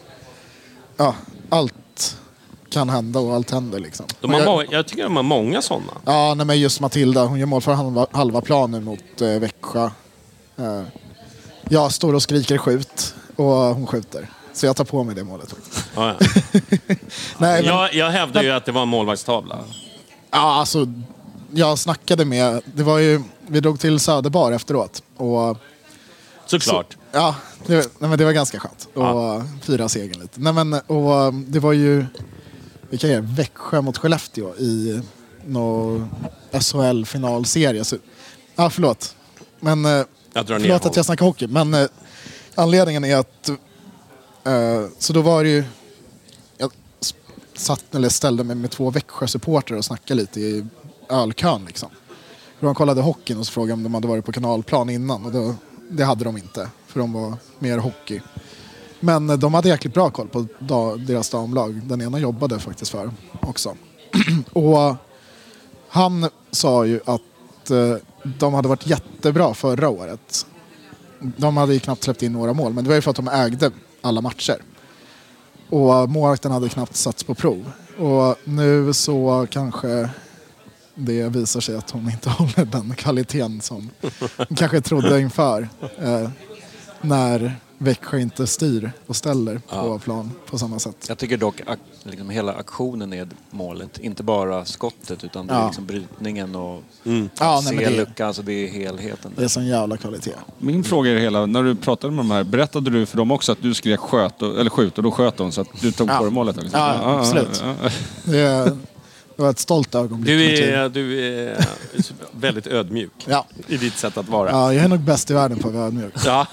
Ja, allt kan hända och allt händer liksom. De har jag, må- jag tycker de har många sådana. Ja, nej, men just Matilda. Hon gör mål för halva, halva planen mot eh, Växjö. Eh, jag står och skriker skjut och hon skjuter. Så jag tar på mig det målet faktiskt. Ja, ja. nej, men, jag, jag hävdar ju att det var en målvaktstavla. Ja, alltså... Jag snackade med... Det var ju... Vi drog till Söderbar efteråt. Och, Såklart. Så, ja, det, nej, men det var ganska skönt. Och Ja. fira segern lite. Nej, men, och det var ju... Vilka är det? Växjö mot Skellefteå i någon S H L-finalserie. Så, ja, förlåt. Men, Jag drar ner förlåt honom. att jag snackar hockey. Men eh, anledningen är att... Eh, så då var det ju... Jag satt, eller ställde mig med två Växjö-supportrar och snackade lite i ölkön liksom. De kollade hockeyn och så frågade om de hade varit på kanalplan innan. Och då, det hade de inte. För de var mer hockey. Men de hade jäkligt bra koll på da, deras damlag. Den ena jobbade faktiskt för också. Och han sa ju att eh, de hade varit jättebra förra året. De hade ju knappt släppt in några mål. Men det var ju för att de ägde alla matcher. Och målvakten hade knappt satts på prov. Och nu så kanske... det visar sig att hon inte håller den kvaliteten som hon kanske trodde inför. Eh, när Växjö inte styr och ställer på Ja. plan på samma sätt. Jag tycker dock att liksom hela aktionen är målet. Inte bara skottet utan det är Ja. liksom brytningen och Mm. Ja, se nej, men det- luckan. Alltså det är helheten. Det är sån jävla kvalitet. Min fråga är hela, när du pratade med de här, berättade du för dem också att du skrek sköt och, eller skjut och då sköt de så att du tog Ja. på dig målet? Liksom. Ja, absolut. Ja, ja. Det, är, det var ett stolt ögonblick. Du för är, mig. du är väldigt ödmjuk Ja. i ditt sätt att vara. Ja, jag är nog bäst i världen på att vara ödmjuk. Ja.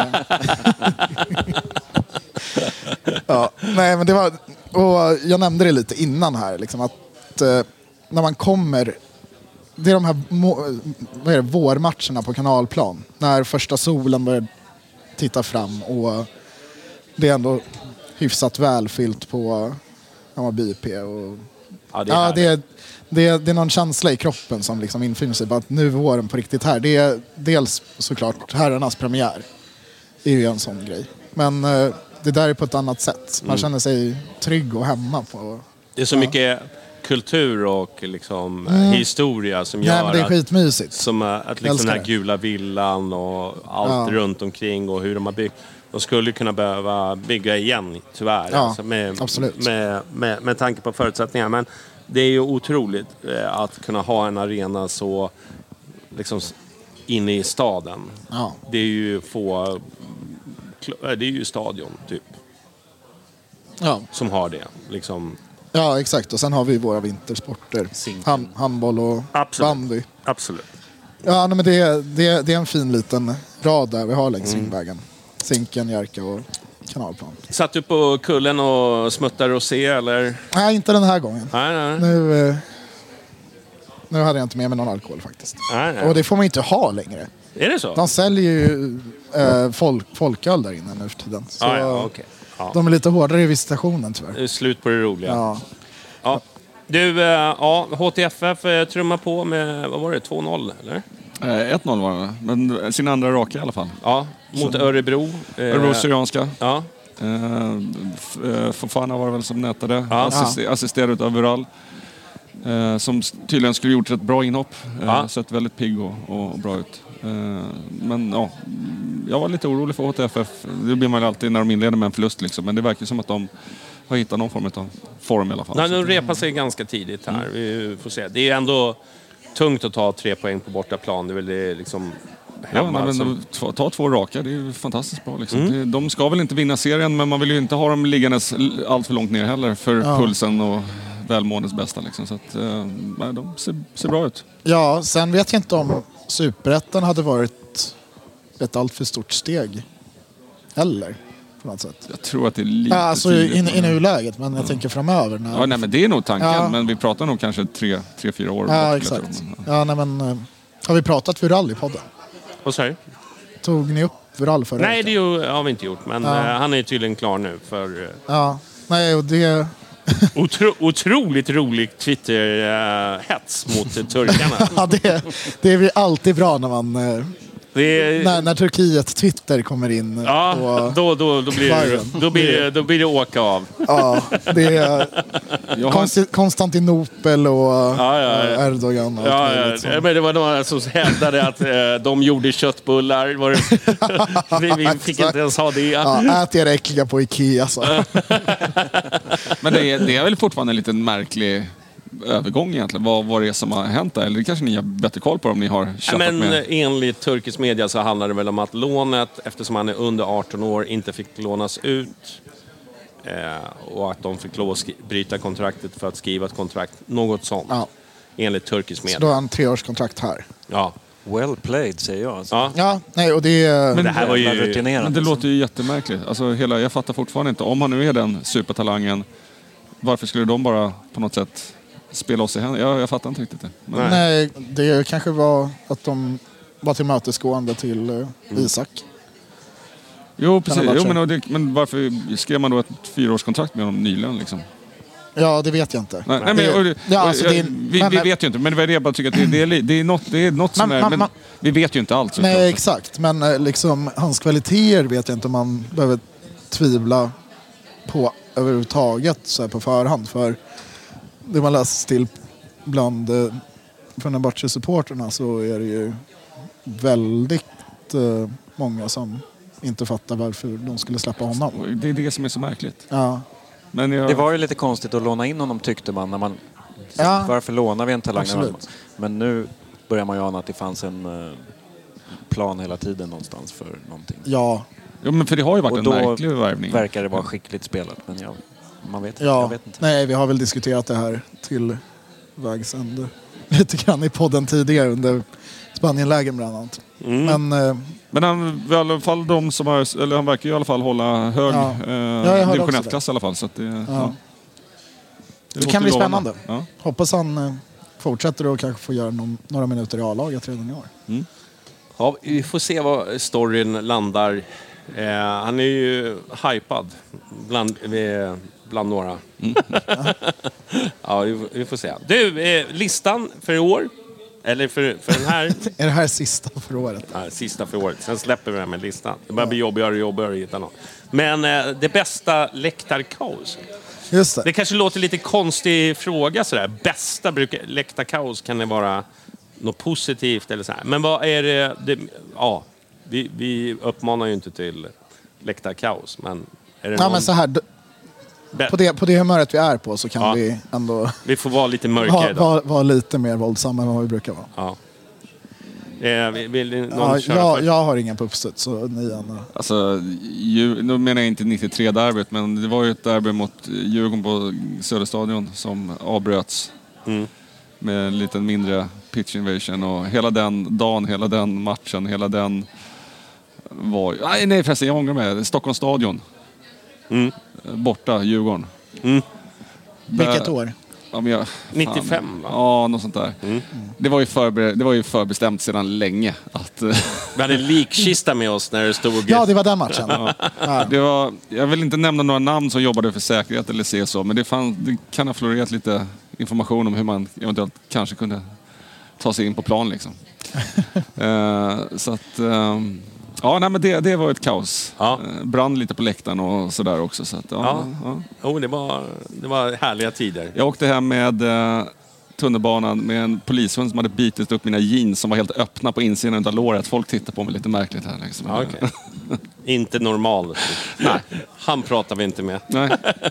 Ja, nej, men det var, och jag nämnde det lite innan här, liksom att eh, när man kommer, det är de här må, vad är det, vårmatcherna på kanalplan, när första solen börjar titta fram och det är ändå hyfsat välfyllt på Hammarby I P och Ja, det är ja, härligt. det är, det, är, det är någon känsla i kroppen som liksom infinner sig, bara att nu är våren på riktigt här. Det är dels såklart herrarnas premiär, är ju en sån grej, men eh, det där är på ett annat sätt. Man Mm. känner sig trygg och hemma på... Det är så Ja. mycket kultur och liksom Mm. historia som Nej, gör men det är att, skitmysigt. som, eh, att liksom älskar den här det. gula villan och allt Ja. runt omkring och hur de har byggt. De skulle kunna behöva bygga igen, tyvärr. Ja, alltså med, absolut. Med, med, med tanke på förutsättningar. Men det är ju otroligt eh, att kunna ha en arena så liksom s- inne i staden. Ja. Det är ju få... kl- eh, Det är ju stadion, typ, Ja. som har det. Liksom. ja, exakt. Och sen har vi våra vintersporter. Hand, handboll och Absolut. bandy. Absolut. Ja, nej, men det, är- det, är- det är en fin liten rad där vi har längs Mm. ringvägen. Zinken, Jerka och kanalplan. Satt du på kullen och smuttade och se eller? Nej, inte den här gången. Nej, nej. Nu, eh, nu hade jag inte med mig någon alkohol faktiskt. nej, nej. Och det får man inte ha längre. Är det så? De säljer ju eh, folk, folköl där inne nu för tiden. Så Ah, ja, okej. Ja. de är lite hårdare i visitationen tyvärr. Det är slut på det roliga. Ja. Ja. Du, eh, ja, H T F F eh, trummar på med, vad var det, två noll eller? Eh, ett noll var det, men sin andra raka i alla fall. Ja, mot Så- Örebro. Eh, Örebro Syrianska. Ja. Eh, F- eh, Fofana var det väl som nätade, Ja. Assist- assisterad av Vural. Eh, som s- tydligen skulle gjort ett bra inhopp. Eh, Ja. Sett väldigt pigg och, och bra ut. Eh, men ja, jag var lite orolig för H T F F. Det blir man ju alltid när de inleder med en förlust liksom. Men det verkar som att de har hittat någon form av form i alla fall. Nej, Så de att- repar sig ganska tidigt här. Vi får se. Det är ändå tungt att ta tre poäng på bortaplan. Det är väl det liksom Ja, hemma. nej, men som- de, ta två raka, det är ju fantastiskt bra. Liksom. Mm. Det- De ska väl inte vinna serien, men man vill ju inte ha dem liggandes l- allt för långt ner heller för Ja. pulsen och välmåendets bästa. Liksom. Så att, eh, nej, de ser, ser bra ut. Ja, sen vet jag inte om Superettan hade varit ett allt för stort steg. Eller, på något sätt. Jag tror att det är lite Ja, alltså tidigt. i, i nuläget, men jag tänker framöver. När... Ja, nej, men det är nog tanken, Ja. men vi pratar nog kanske tre, tre fyra år bort, Ja, jag exakt. tror. Men, Ja, nej, men, eh, har vi pratat Vural i podden? Vad sa du? Tog ni upp Vural förra Nej, veckan? det ju- har vi inte gjort. Men Ja. eh, han är tydligen klar nu för... eh, Ja, nej, och det, Otro, otroligt roligt Twitter-hets uh, mot turkarna. Ja, det, det är alltid bra när man... Uh, är... när, när Turkiet Twitter kommer in. Ja, på då, då, då, blir det, då, blir det, då blir det åka av. Ja, det är Konst, Konstantinopel och ja, ja, ja. Erdogan. Och ja, ja. Ja, men det var några som hävdade att eh, de gjorde köttbullar. Var det... vi, vi fick inte ens ha det. Ja, ät er äckliga på Ikea. Så. Men det är, det är väl fortfarande en liten märklig övergång egentligen. Vad, vad det är som har hänt där? Eller det kanske ni har bättre koll på om ni har chattat men med... Enligt turkisk media så handlar det väl om att lånet, eftersom han är under arton år, inte fick lånas ut. Eh, och att de fick lov att skri- bryta kontraktet för att skriva ett kontrakt. Något sånt. Ja. Enligt turkisk media. Så då har han treårskontrakt här. Ja. Well played, säger jag. Alltså. Ja. ja, nej, och det... Men det här var ju... Men det låter ju jättemärkligt. Alltså, hela, jag fattar fortfarande inte. Om han nu är den supertalangen, varför skulle de bara på något sätt spela oss i händerna? Jag, jag fattar inte riktigt det. Men... Nej, det kanske var att de var tillmötesgående till uh, mm. Isak. Jo, precis. Jo, men, det, men varför skrev man då ett fyraårskontrakt med honom nyligen liksom? Ja, det vet jag inte. Nej, nej, men, och, och, ja, alltså, det är, vi, men, vi vet ju inte, men det är jag bara tycker att det, det, är, det är något, det är något som man, är... Man, men man, vi vet ju inte allt. Nej, klart. Exakt. Men liksom, hans kvaliteter vet jag inte om man behöver tvivla på överhuvudtaget så här på förhand. För det man läser till bland eh, Fenerbahce-supporterna så är det ju väldigt eh, många som inte fattar varför de skulle släppa honom. Det är det som är så märkligt. Ja. Men jag... Det var ju lite konstigt att låna in honom, tyckte man. När man ja. Varför lånar vi en talang? Men nu börjar man ju ana att det fanns en uh, plan hela tiden någonstans för någonting. Ja. Jo, men för det har ju varit och en då märklig värvning. Verkar det vara skickligt spelat, men jag, man vet inte. Ja. Jag vet inte. Nej, vi har väl diskuterat det här till vägs ände lite grann i podden tidigare under Spanienlägen bland annat. Mm. Men, eh, men han, i alla fall de som har, eller han verkar ju i alla fall hålla hög ja. eh, ja, division ett-klass i alla fall. Så att det, ja. Ja. det, det kan bli spännande. Ja. Hoppas han eh, fortsätter och kanske får göra någon, några minuter i A-laget redan i år. Mm. Ja, vi får se vad storyn landar. Eh, han är ju hypad bland, bland några. Mm. Ja, vi, vi får se. Du, eh, listan för i år. Eller för, för den här... är det här sista för året? Ja, sista för året. Sen släpper vi den med listan. Det börjar bli jobbigare och jobbigare att hitta någon. Men eh, det bästa läktarkaos. Just det. Det kanske låter lite konstig fråga sådär. Bästa brukar, läktarkaos, kan det vara något positivt eller så här. Men vad är det... det ja, vi, vi uppmanar ju inte till läktarkaos. Men är det ja, någon... men så här... På det, på det humöret vi är på så kan ja. vi ändå... Vi får vara lite mörkare idag. Vara var lite mer våldsamma än vad vi brukar vara. Ja. Eh, vill, vill någon ja, köra jag, för? jag har ingen på uppstöd, så ni gärna. Alltså, ju, nu menar jag inte nittiotre-derbyt, men det var ju ett derby mot Djurgården på Söderstadion som avbröts. Mm. Med en liten mindre pitch invasion. Och hela den dagen, hela den matchen, hela den var... Nej, nej förresten, jag ångrar mig. Stockholms stadion. Mm. Borta, Djurgården. Mm. Vilket år? Ja, men jag, nittiofem, va? Ja, något sånt där. Mm. Det, var ju förbe- det var ju förbestämt sedan länge. Att, vi hade likkista med oss när det stod... Ja, det var den matchen. Ja. Ja. Det var, jag vill inte nämna några namn som jobbade för säkerhet eller se så, men det, fann, det kan ha florerat lite information om hur man eventuellt kanske kunde ta sig in på plan. Liksom. uh, så att... Um, Ja, nej, men det, det var ett kaos. Ja. Brann lite på läktaren och sådär också. Så att, ja, ja. Ja. Oh, det, var, det var härliga tider. Jag åkte hem med eh, tunnelbanan med en polishund som hade bitit upp mina jeans som var helt öppna på insidan av låret. Folk tittade på mig lite märkligt här. Liksom. Ja, okay. Inte normal. Nej. Han pratar vi inte med. Nej.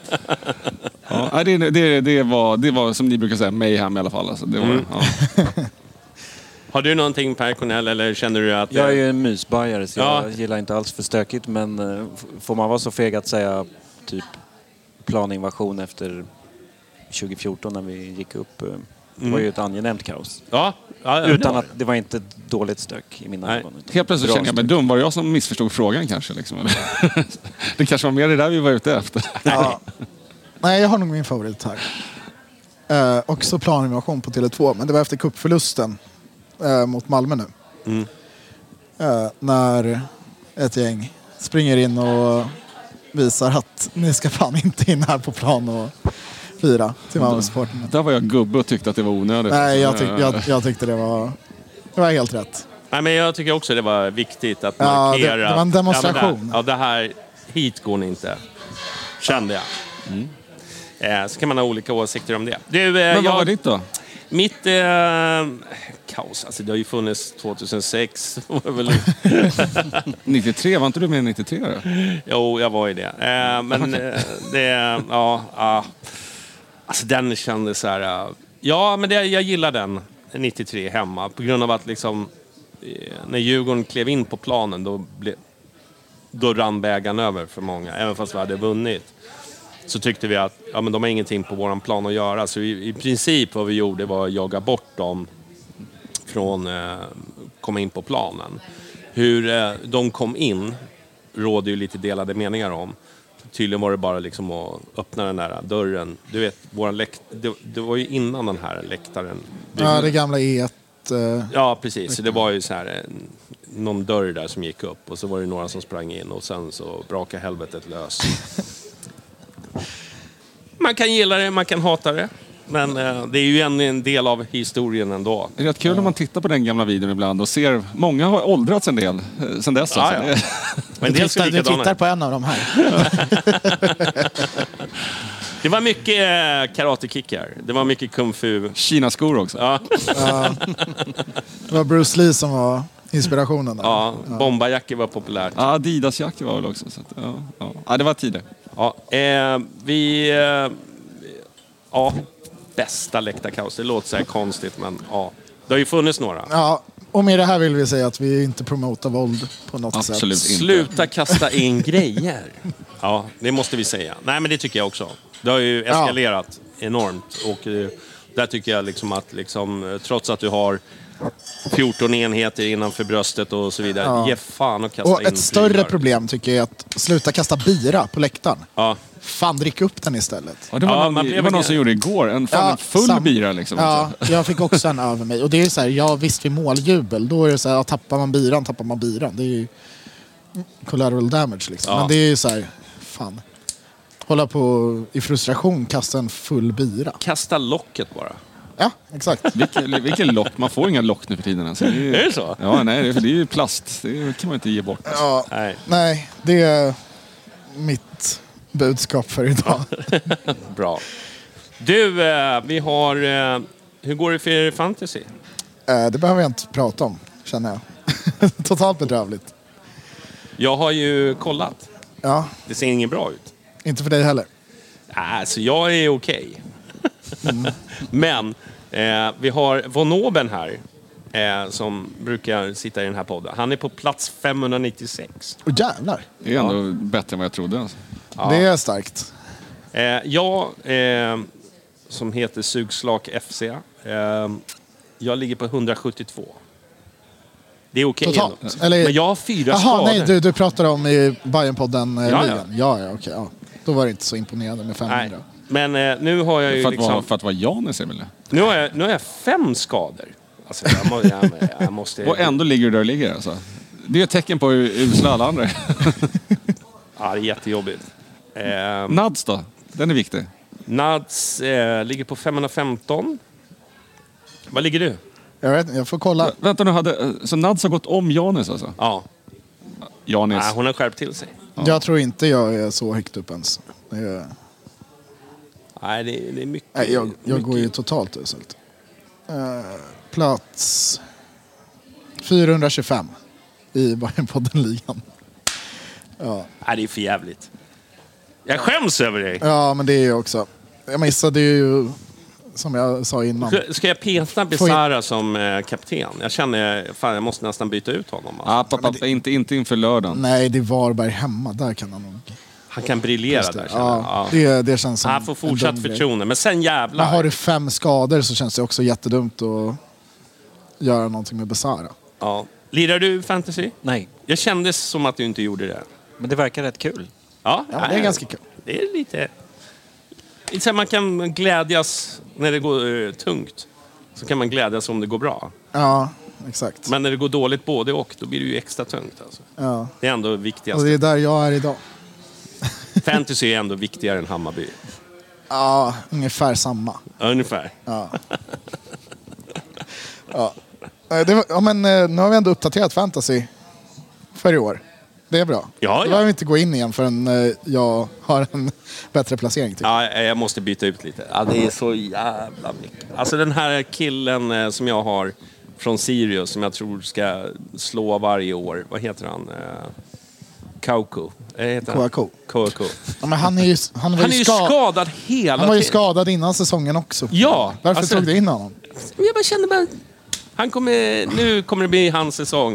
Ja, det, det, det, var, det var som ni brukar säga, mayhem i alla fall. Alltså, det var, mm. ja. Har du någonting, Per Cornell, eller känner du att... Jag är ju en mysbajare, så ja. jag gillar inte alls för stökigt, men uh, får man vara så feg att säga typ planinvasion efter tjugo fjorton när vi gick upp, uh, det mm. var ju ett angenämt kaos. Ja. Ja, ja, utan att det var inte dåligt stök i mina ögon. Helt plötsligt kände jag mig dum. Var det jag som missförstod frågan kanske? Liksom? Det kanske var mer det där vi var ute efter. Ja. Nej, jag har nog min favorit här. Uh, också planinvasion på Tele två, men det var efter kuppförlusten. Äh, mot Malmö nu. Mm. Äh, när ett gäng springer in och visar att ni ska fan inte in här på plan och fira till Malmö-supporten. Där var jag gubbe och tyckte att det var onödigt. Nej, jag, tyck, jag, jag tyckte det var, det var helt rätt. Nej, men jag tycker också det var viktigt att Ja, markera. det, det var en demonstration. Ja, det, ja, det här, hit går ni inte. Kände jag. Mm. Eh, så kan man ha olika åsikter om det. Du, eh, men vad jag, var ditt då? Mitt eh, kaos, alltså det har ju funnits tjugohundrasex. nittiotre, var inte du med nittiotre då? Jo, jag var ju det. Eh, men eh, det, ja, ja. Alltså den kändes så här. Uh, ja, men det, jag gillar den nittiotre hemma. På grund av att liksom, eh, när Djurgården klev in på planen, då, ble, då rann vägen över för många. Även fast vi hade vunnit. Så tyckte vi att ja, men de har ingenting på våran plan att göra. Så i, i princip vad vi gjorde var att jaga bort dem från eh, komma in på planen. Hur eh, de kom in råder ju lite delade meningar om. Tydligen var det bara liksom att öppna den där dörren. Du vet, våran läkt- det, det var ju innan den här läktaren. Ja, det gamla E ett. Eh, ja, precis. Så det var ju så här en, någon dörr där som gick upp. Och så var det några som sprang in och sen så brakade helvetet lös. Man kan gilla det, man kan hata det. Men eh, det är ju en, en del av historien ändå. Det är rätt kul ja. När man tittar på den gamla videon ibland och ser, många har åldrats en del eh, sen dess. Ja, alltså. ja. Men du, tittar, du tittar på en av dem här. Det var mycket eh, karatekickar. Det var mycket kung fu. Kina-skor också. Ja. Ja. Det var Bruce Lee som var inspirationen. Där. Ja, bombarjackor var populärt. Ja, Adidas-jackor var väl också. Så att, ja, ja. ja, det var tider. Ja, eh, vi... Eh, ja, bästa läktarkaos. Det låter så här konstigt, men ja. Det har ju funnits några. Ja, och med det här vill vi säga att vi inte promotar våld på något Absolut sätt. Inte. Sluta kasta in grejer. Ja, det måste vi säga. Nej, men det tycker jag också. Det har ju eskalerat ja. enormt. Och eh, där tycker jag liksom att liksom, trots att du har fjorton enheter innanför bröstet och så vidare. Ja. Ge fan och kasta och in ett större prylar. problem tycker jag är att sluta kasta bira på läktaren. Ja. Fan, drick upp den istället. Ja, det var, Ja, någon, man det blev var någon en- som gjorde igår. En, fan, Ja, en full sam- bira liksom. Ja, jag fick också en över mig. Och det är så här, ja visst vid måljubel, då är det så här, ja, tappar man biran, tappar man biran. Det är ju collateral damage liksom. Ja. Men det är ju så här, fan. Hålla på i frustration, kasta en full bira. Kasta locket bara. Ja, exakt. Vilken, vilken lock? Man får inga lock nu för tiden. Alltså. Det är, ju, Är det så? Ja, nej, det är, för det är ju plast. Det kan man inte ge bort. Ja, Nej. nej, det är mitt budskap för idag. Bra. Du, eh, vi har... Eh, hur går det för er i fantasy? Eh, det behöver jag inte prata om, känner jag. Totalt bedrövligt. Jag har ju kollat. Ja, Det ser inget bra ut. inte för dig heller. Alltså, jag är okej. Mm. Men eh, vi har Von Oben här. Eh, som brukar sitta i den här podden. Han är på plats femhundranittiosex. Och jävlar, Det är ändå bättre än vad jag trodde. Alltså. Ja. det är starkt. Eh, jag, eh, som heter Sugslak F C. Eh, jag ligger på hundrasjuttiotvå. Det är okej Totalt? ändå. Eller- Men jag har fyra Jaha, skador. nej, du, du pratar om i Bajenpodden eh, Ja, ja. ligan. Ja, ja, okej. Ja. Då var det inte så imponerande med Nej. femhundra. Men eh, nu har jag ju För att, liksom... vara, för att vara Janis är väl det? Nu har jag, nu har jag fem skador. Alltså, jag, må, jag, jag måste... Och ändå ligger du där du ligger alltså. Det är ett tecken på hur usla alla andra är. Ja, det är jättejobbigt. Eh, Nads då? Den är viktig. Nads eh, ligger på femhundrafemton. Vad ligger du? Jag vet, jag får kolla. Vä- Vänta nu, hade, så Nads har gått om Janis alltså? Ja. Janis. Nej, hon har skärpt till sig. Jag tror inte jag är så högt upp ens. Det är, Nej, det, det är mycket... nej, jag, jag mycket. går ju totalt uselt. Uh, plats fyrahundratjugofem i Bajenpodden-ligan. Ja. Nej, det är för jävligt. Jag skäms över dig. ja, men det är ju också. Jag missade ju, som jag sa innan. Ska, ska jag peta Besara som eh, kapten? Jag känner, fan jag måste nästan byta ut honom. Alltså. Ah, pappa, det... inte, inte inför lördagen. Nej, det är Varberg hemma. Där kan han nog... Han kan briljera där, känner jag. Ja, Ja. det, det känns som Han får en fortsatt dum grej. förtroende. Men sen jävlar. Men har du fem skador så känns det också jättedumt att göra någonting med Besara. Ja. Lirar du fantasy? Nej, Jag kände som att du inte gjorde det. men det verkar rätt kul. Ja, Ja, det är ganska kul. Det är lite... lite så här, man kan glädjas när det går eh, tungt. Så kan man glädjas om det går bra. Ja, exakt. Men när det går dåligt både och, då blir det ju extra tungt. Alltså. Ja. Det är ändå Och viktigast. det är där jag är idag. Fantasy är ändå viktigare än Hammarby. Ja, ungefär samma. Ja, ungefär. Ja. ja. Det var, ja, men nu har vi ändå uppdaterat fantasy för i år. Det är bra. Ja, ja. Då behöver vi inte gå in igen förrän jag har en bättre placering. Typ. Ja, jag måste byta ut lite. Ja, det är så jävla mycket. Alltså den här killen som jag har från Sirius som jag tror ska slå varje år. Vad heter han? Kauko. Kouakou. Kouakou. Ja, men han är ju, han var han ju är ju ska... skadad hela Han var ju tiden. skadad innan säsongen också. Ja. Varför alltså, tog du in honom? Jag bara kände bara... Han kommer, nu kommer det bli hans säsong.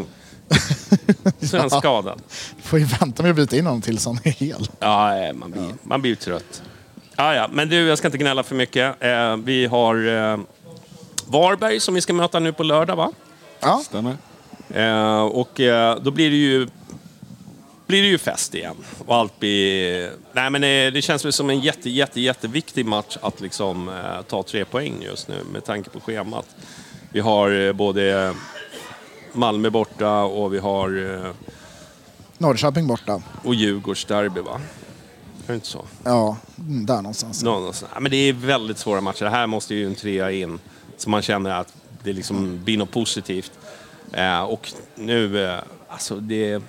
Så är han skadad. Du får ju vänta med att byta in honom tills han är hel. Ja, man blir, man blir trött. Ja, ja. Men du, jag ska inte gnälla för mycket. Eh, vi har eh, Varberg som vi ska möta nu på lördag, va? Ja. Stämmer. Eh, och eh, då blir det ju blir det ju fest igen. Och allt blir... Nej, men eh, det känns väl som en jätte, jätte, jätteviktig match att liksom eh, ta tre poäng just nu med tanke på schemat. Vi har eh, både Malmö borta och vi har... Eh, Norrköping borta. Och Djurgårdsderby, va? Är det inte så? Ja, där någonstans. någonstans. Ja, men det är väldigt svåra matcher. Det här måste ju en trea in. Så man känner att det liksom blir något positivt. Eh, och nu, eh, alltså det...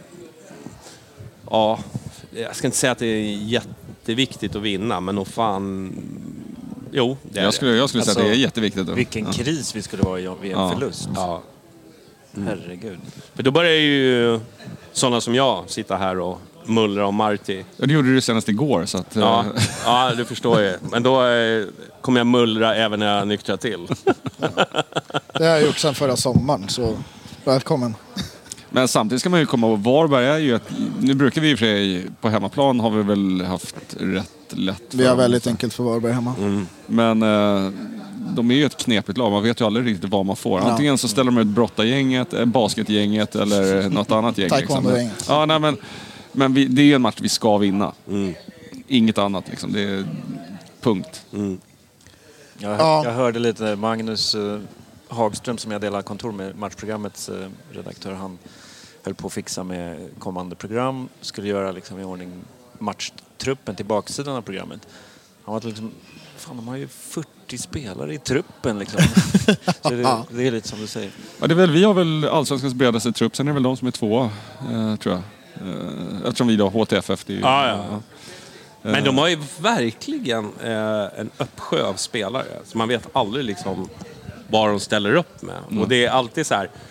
Ja, jag ska inte säga att det är jätteviktigt att vinna, men nog fan... Jo, det är jag skulle, jag skulle alltså, säga att det är jätteviktigt. Då. Vilken ja. kris vi skulle vara i vid en ja. förlust. Ja. Mm. Herregud. För då börjar ju sådana som jag sitta här och mullra om Marti. Ja, det gjorde du senast igår. Så att, ja, ja, det förstår jag. Men då eh, kommer jag mullra även när jag nyktrar till. Det har jag gjort sedan förra sommaren, så välkommen. Men samtidigt ska man ju komma ihåg, Varberg är ju ett... Nu brukar vi i och för sig, på hemmaplan har vi väl haft rätt lätt. Vi har väldigt enkelt för Varberg hemma. Mm. Men eh, de är ju ett knepigt lag, man vet ju aldrig riktigt vad man får. Antingen så ställer de ut brottargänget, basketgänget eller något annat gäng. Taekwondo-gänget. Liksom. Ja, nej, men men vi, det är en match vi ska vinna. Mm. Inget annat liksom, det är punkt. Mm. Jag, ja. jag hörde lite Magnus uh, Hagström som jag delar kontor med, matchprogrammets uh, redaktör, han höll på att fixa med kommande program, skulle göra liksom i ordning matchtruppen till baksidan av programmet. Han var liksom, fan de har ju fyrtio spelare i truppen liksom. Så det, det är lite som du säger. Ja, det är väl, vi har väl allsvenskans bredaste trupp, sen är det väl de som är två, eh, tror jag. Eh, eftersom vi då, H T F F, det är ju, ja, ja. Ja. Men de har ju verkligen eh, en uppsjö av spelare. Så man vet aldrig liksom vad de ställer upp med. Mm. Och det är alltid så här.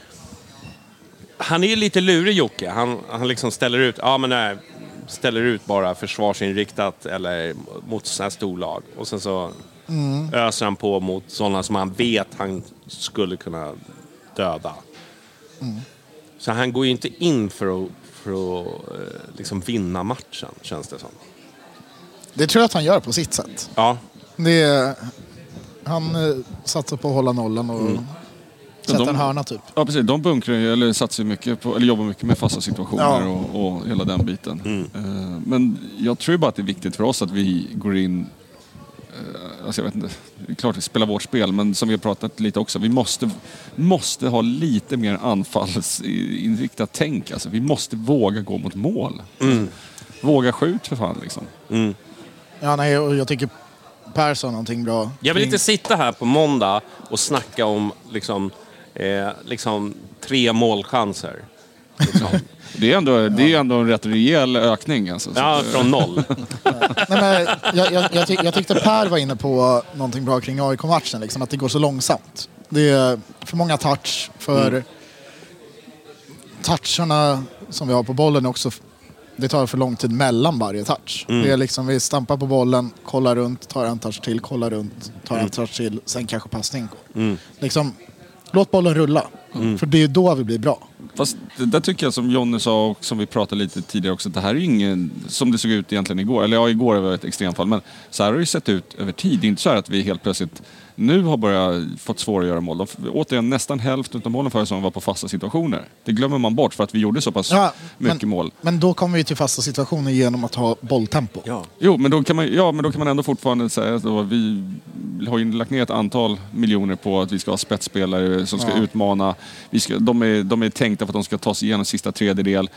Han är lite lurig, Jocke. Han, han liksom ställer ut, ja men nej, ställer ut bara försvarsinriktat eller mot sådana här storlag. Och sen så mm. öser han på mot sådana som han vet han skulle kunna döda. Mm. Så han går ju inte in för att, för att liksom vinna matchen, känns det som. Det tror jag att han gör på sitt sätt. Ja. Det är, han eh, satsar på att hålla nollan och mm. sätta de, en hörna typ. Ja, precis. De bunkrar eller satsar mycket på, eller jobbar mycket med fasta situationer ja. och, och hela den biten. Mm. Uh, men jag tror bara att det är viktigt för oss att vi går in, uh, alltså jag vet inte, det är klart vi spelar vårt spel, men som vi har pratat lite också, vi måste, måste ha lite mer anfallsinriktat tänk. Alltså, vi måste våga gå mot mål. Mm. Våga skjut för fan liksom. Mm. Ja, nej, och jag tycker Persson någonting bra. Jag vill inte sitta här på måndag och snacka om liksom, eh, liksom tre målchanser. Liksom. Det är ändå, det är ändå en rätt rejäl ökning. Alltså, ja, från noll. Nej, men jag, jag, jag, tyck, jag tyckte Per var inne på någonting bra kring A I K-matchen. Liksom, att det går så långsamt. Det är för många touch. För mm. toucherna som vi har på bollen också... Det tar för lång tid mellan varje touch. Mm. Det är liksom, vi stampar på bollen, kollar runt, tar en touch till, kollar runt, tar mm. en touch till, sen kanske passning. Mm. Liksom, låt bollen rulla. Mm. För det är då vi blir bra. Fast det där tycker jag, som Jonny sa och som vi pratade lite tidigare också, att det här är ju ingen, som det såg ut egentligen igår, eller ja, igår var ett extremfall, men så här har det ju sett ut över tid. Det är inte så här att vi helt plötsligt nu har börjat fått svårare att göra mål. De, återigen, nästan hälften av målen förra säsongen var på fasta situationer. Det glömmer man bort för att vi gjorde så pass ja, mycket men, mål. Men då kommer vi till fasta situationer genom att ha bolltempo. Ja. Jo, men då kan man, ja, men då kan man ändå fortfarande säga att då, vi har ju lagt ner ett antal miljoner på att vi ska ha spetsspelare som ska ja. utmana. Vi ska, de, är, de är tänkta för att de ska ta sig igenom sista tredjedel.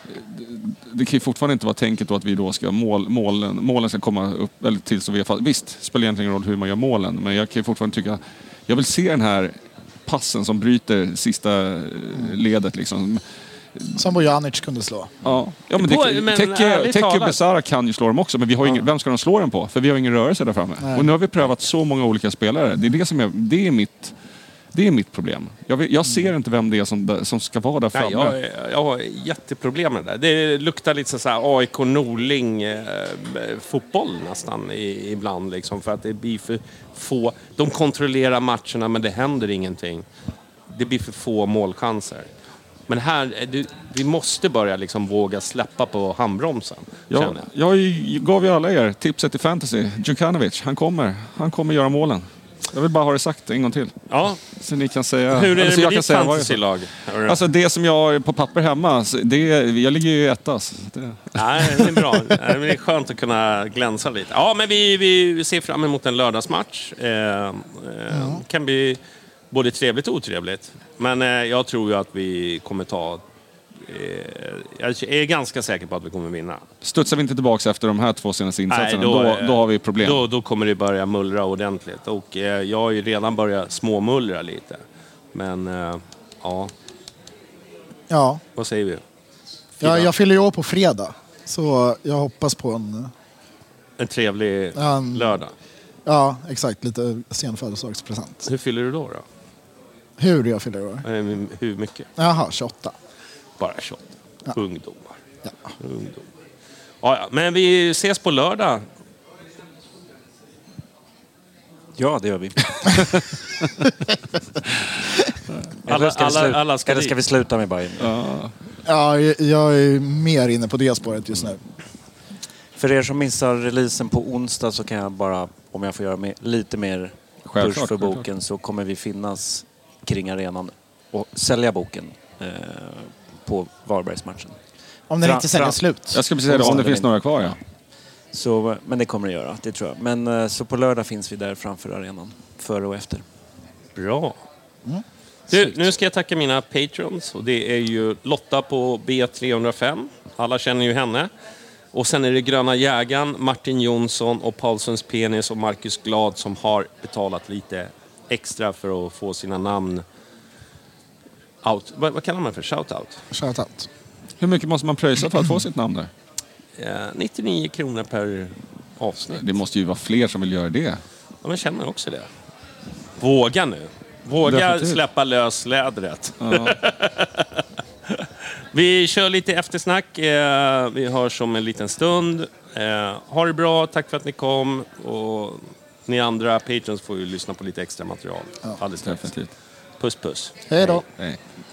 det kan ju fortfarande inte vara tänket då att vi då ska mål, målen, målen ska komma upp eller till så vi har, visst, spelar egentligen ingen roll hur man gör målen, men jag kan ju fortfarande tycka, jag vill se den här passen som bryter sista ledet liksom. Som Bojanic kunde slå. Ja, ja men Teke och Besara kan ju slå dem också, men vi har ja. ingen, vem ska de slå dem på? För vi har ingen rörelse där framme. Nej. Och nu har vi prövat så många olika spelare. Det är det som är, det är mitt det är mitt problem. Jag, vill, jag ser inte vem det är som, som ska vara där framme. Nej, jag, jag har jätteproblem med det där. Det luktar lite så här A I K Norling eh, fotboll nästan i, ibland liksom, för att det blir för få. De kontrollerar matcherna men det händer ingenting. Det blir för få målchanser. Men här, du, vi måste börja liksom våga släppa på handbromsen. Ja, jag. jag gav ju alla er tipset i fantasy. Djukanovic, han kommer. Han kommer göra målen. Jag vill bara ha det sagt en gång till. Ja. Så ni kan säga... Hur är det alltså, med ditt fantasylag? Alltså det som jag har på papper hemma, det, jag ligger ju i ettas. Det... Nej, det är bra. Det är skönt att kunna glänsa lite. Ja, men vi, vi ser fram emot en lördagsmatch. Eh, eh, ja. Kan bli både trevligt och otrevligt. Men eh, jag tror ju att vi kommer ta... Eh, jag är ganska säker på att vi kommer vinna. Studsar vi inte tillbaka efter de här två senaste insatserna, Nej, då, då, då har vi problem. Då, då kommer det börja mullra ordentligt. Och eh, jag har ju redan börjat småmullra lite. Men eh, ja... Ja. Vad säger vi? Ja, jag fyller ju år på fredag. Så jag hoppas på en... En trevlig en, lördag. Ja, exakt. Lite sen födelsedagspresent. Hur fyller du då då? Hur jag fyller år? Hur mycket? Jaha, tjugoåtta. Bara tjugoåtta. Ja. Ungdomar. Ja. Ungdomar. Ja, ja, men vi ses på lördag. Ja, det gör vi. alla, eller, ska alla, vi alla ska, eller ska vi sluta med Bayern? Ja. Ja, jag är mer inne på det spåret just nu. För er som missar releasen på onsdag så kan jag bara, om jag får göra med, lite mer push för boken, självklart. Så kommer vi finnas kring arenan och sälja boken eh, på Varbergsmatchen. Om den Fra, inte säljer fra, slut. Jag ska precis säga det, om det finns några kvar, ja. Så, men det kommer det göra, det tror jag. Men eh, så på lördag finns vi där framför arenan, före och efter. Bra. Mm. Du, nu ska jag tacka mina patrons, och det är ju Lotta på B tre noll fem. Alla känner ju henne. Och sen är det Gröna Jägaren, Martin Jonsson och Paulsons Penis och Marcus Glad som har betalat lite extra för att få sina namn out. Vad, vad kallar man för? Shoutout? Shoutout. Hur mycket måste man pröjsa för att få sitt namn där? Eh, nittionio kronor per avsnitt. Det måste ju vara fler som vill göra det. Ja, men känner också det. Våga nu. Våga Definitivt. Släppa lös lädret. Ja. Vi kör lite eftersnack. Eh, vi hörs om en liten stund. Eh, ha det bra, tack för att ni kom. Och ni andra patrons får ju lyssna på lite extra material. Ja, alldeles definitivt. Puss puss. Hej då. Hej.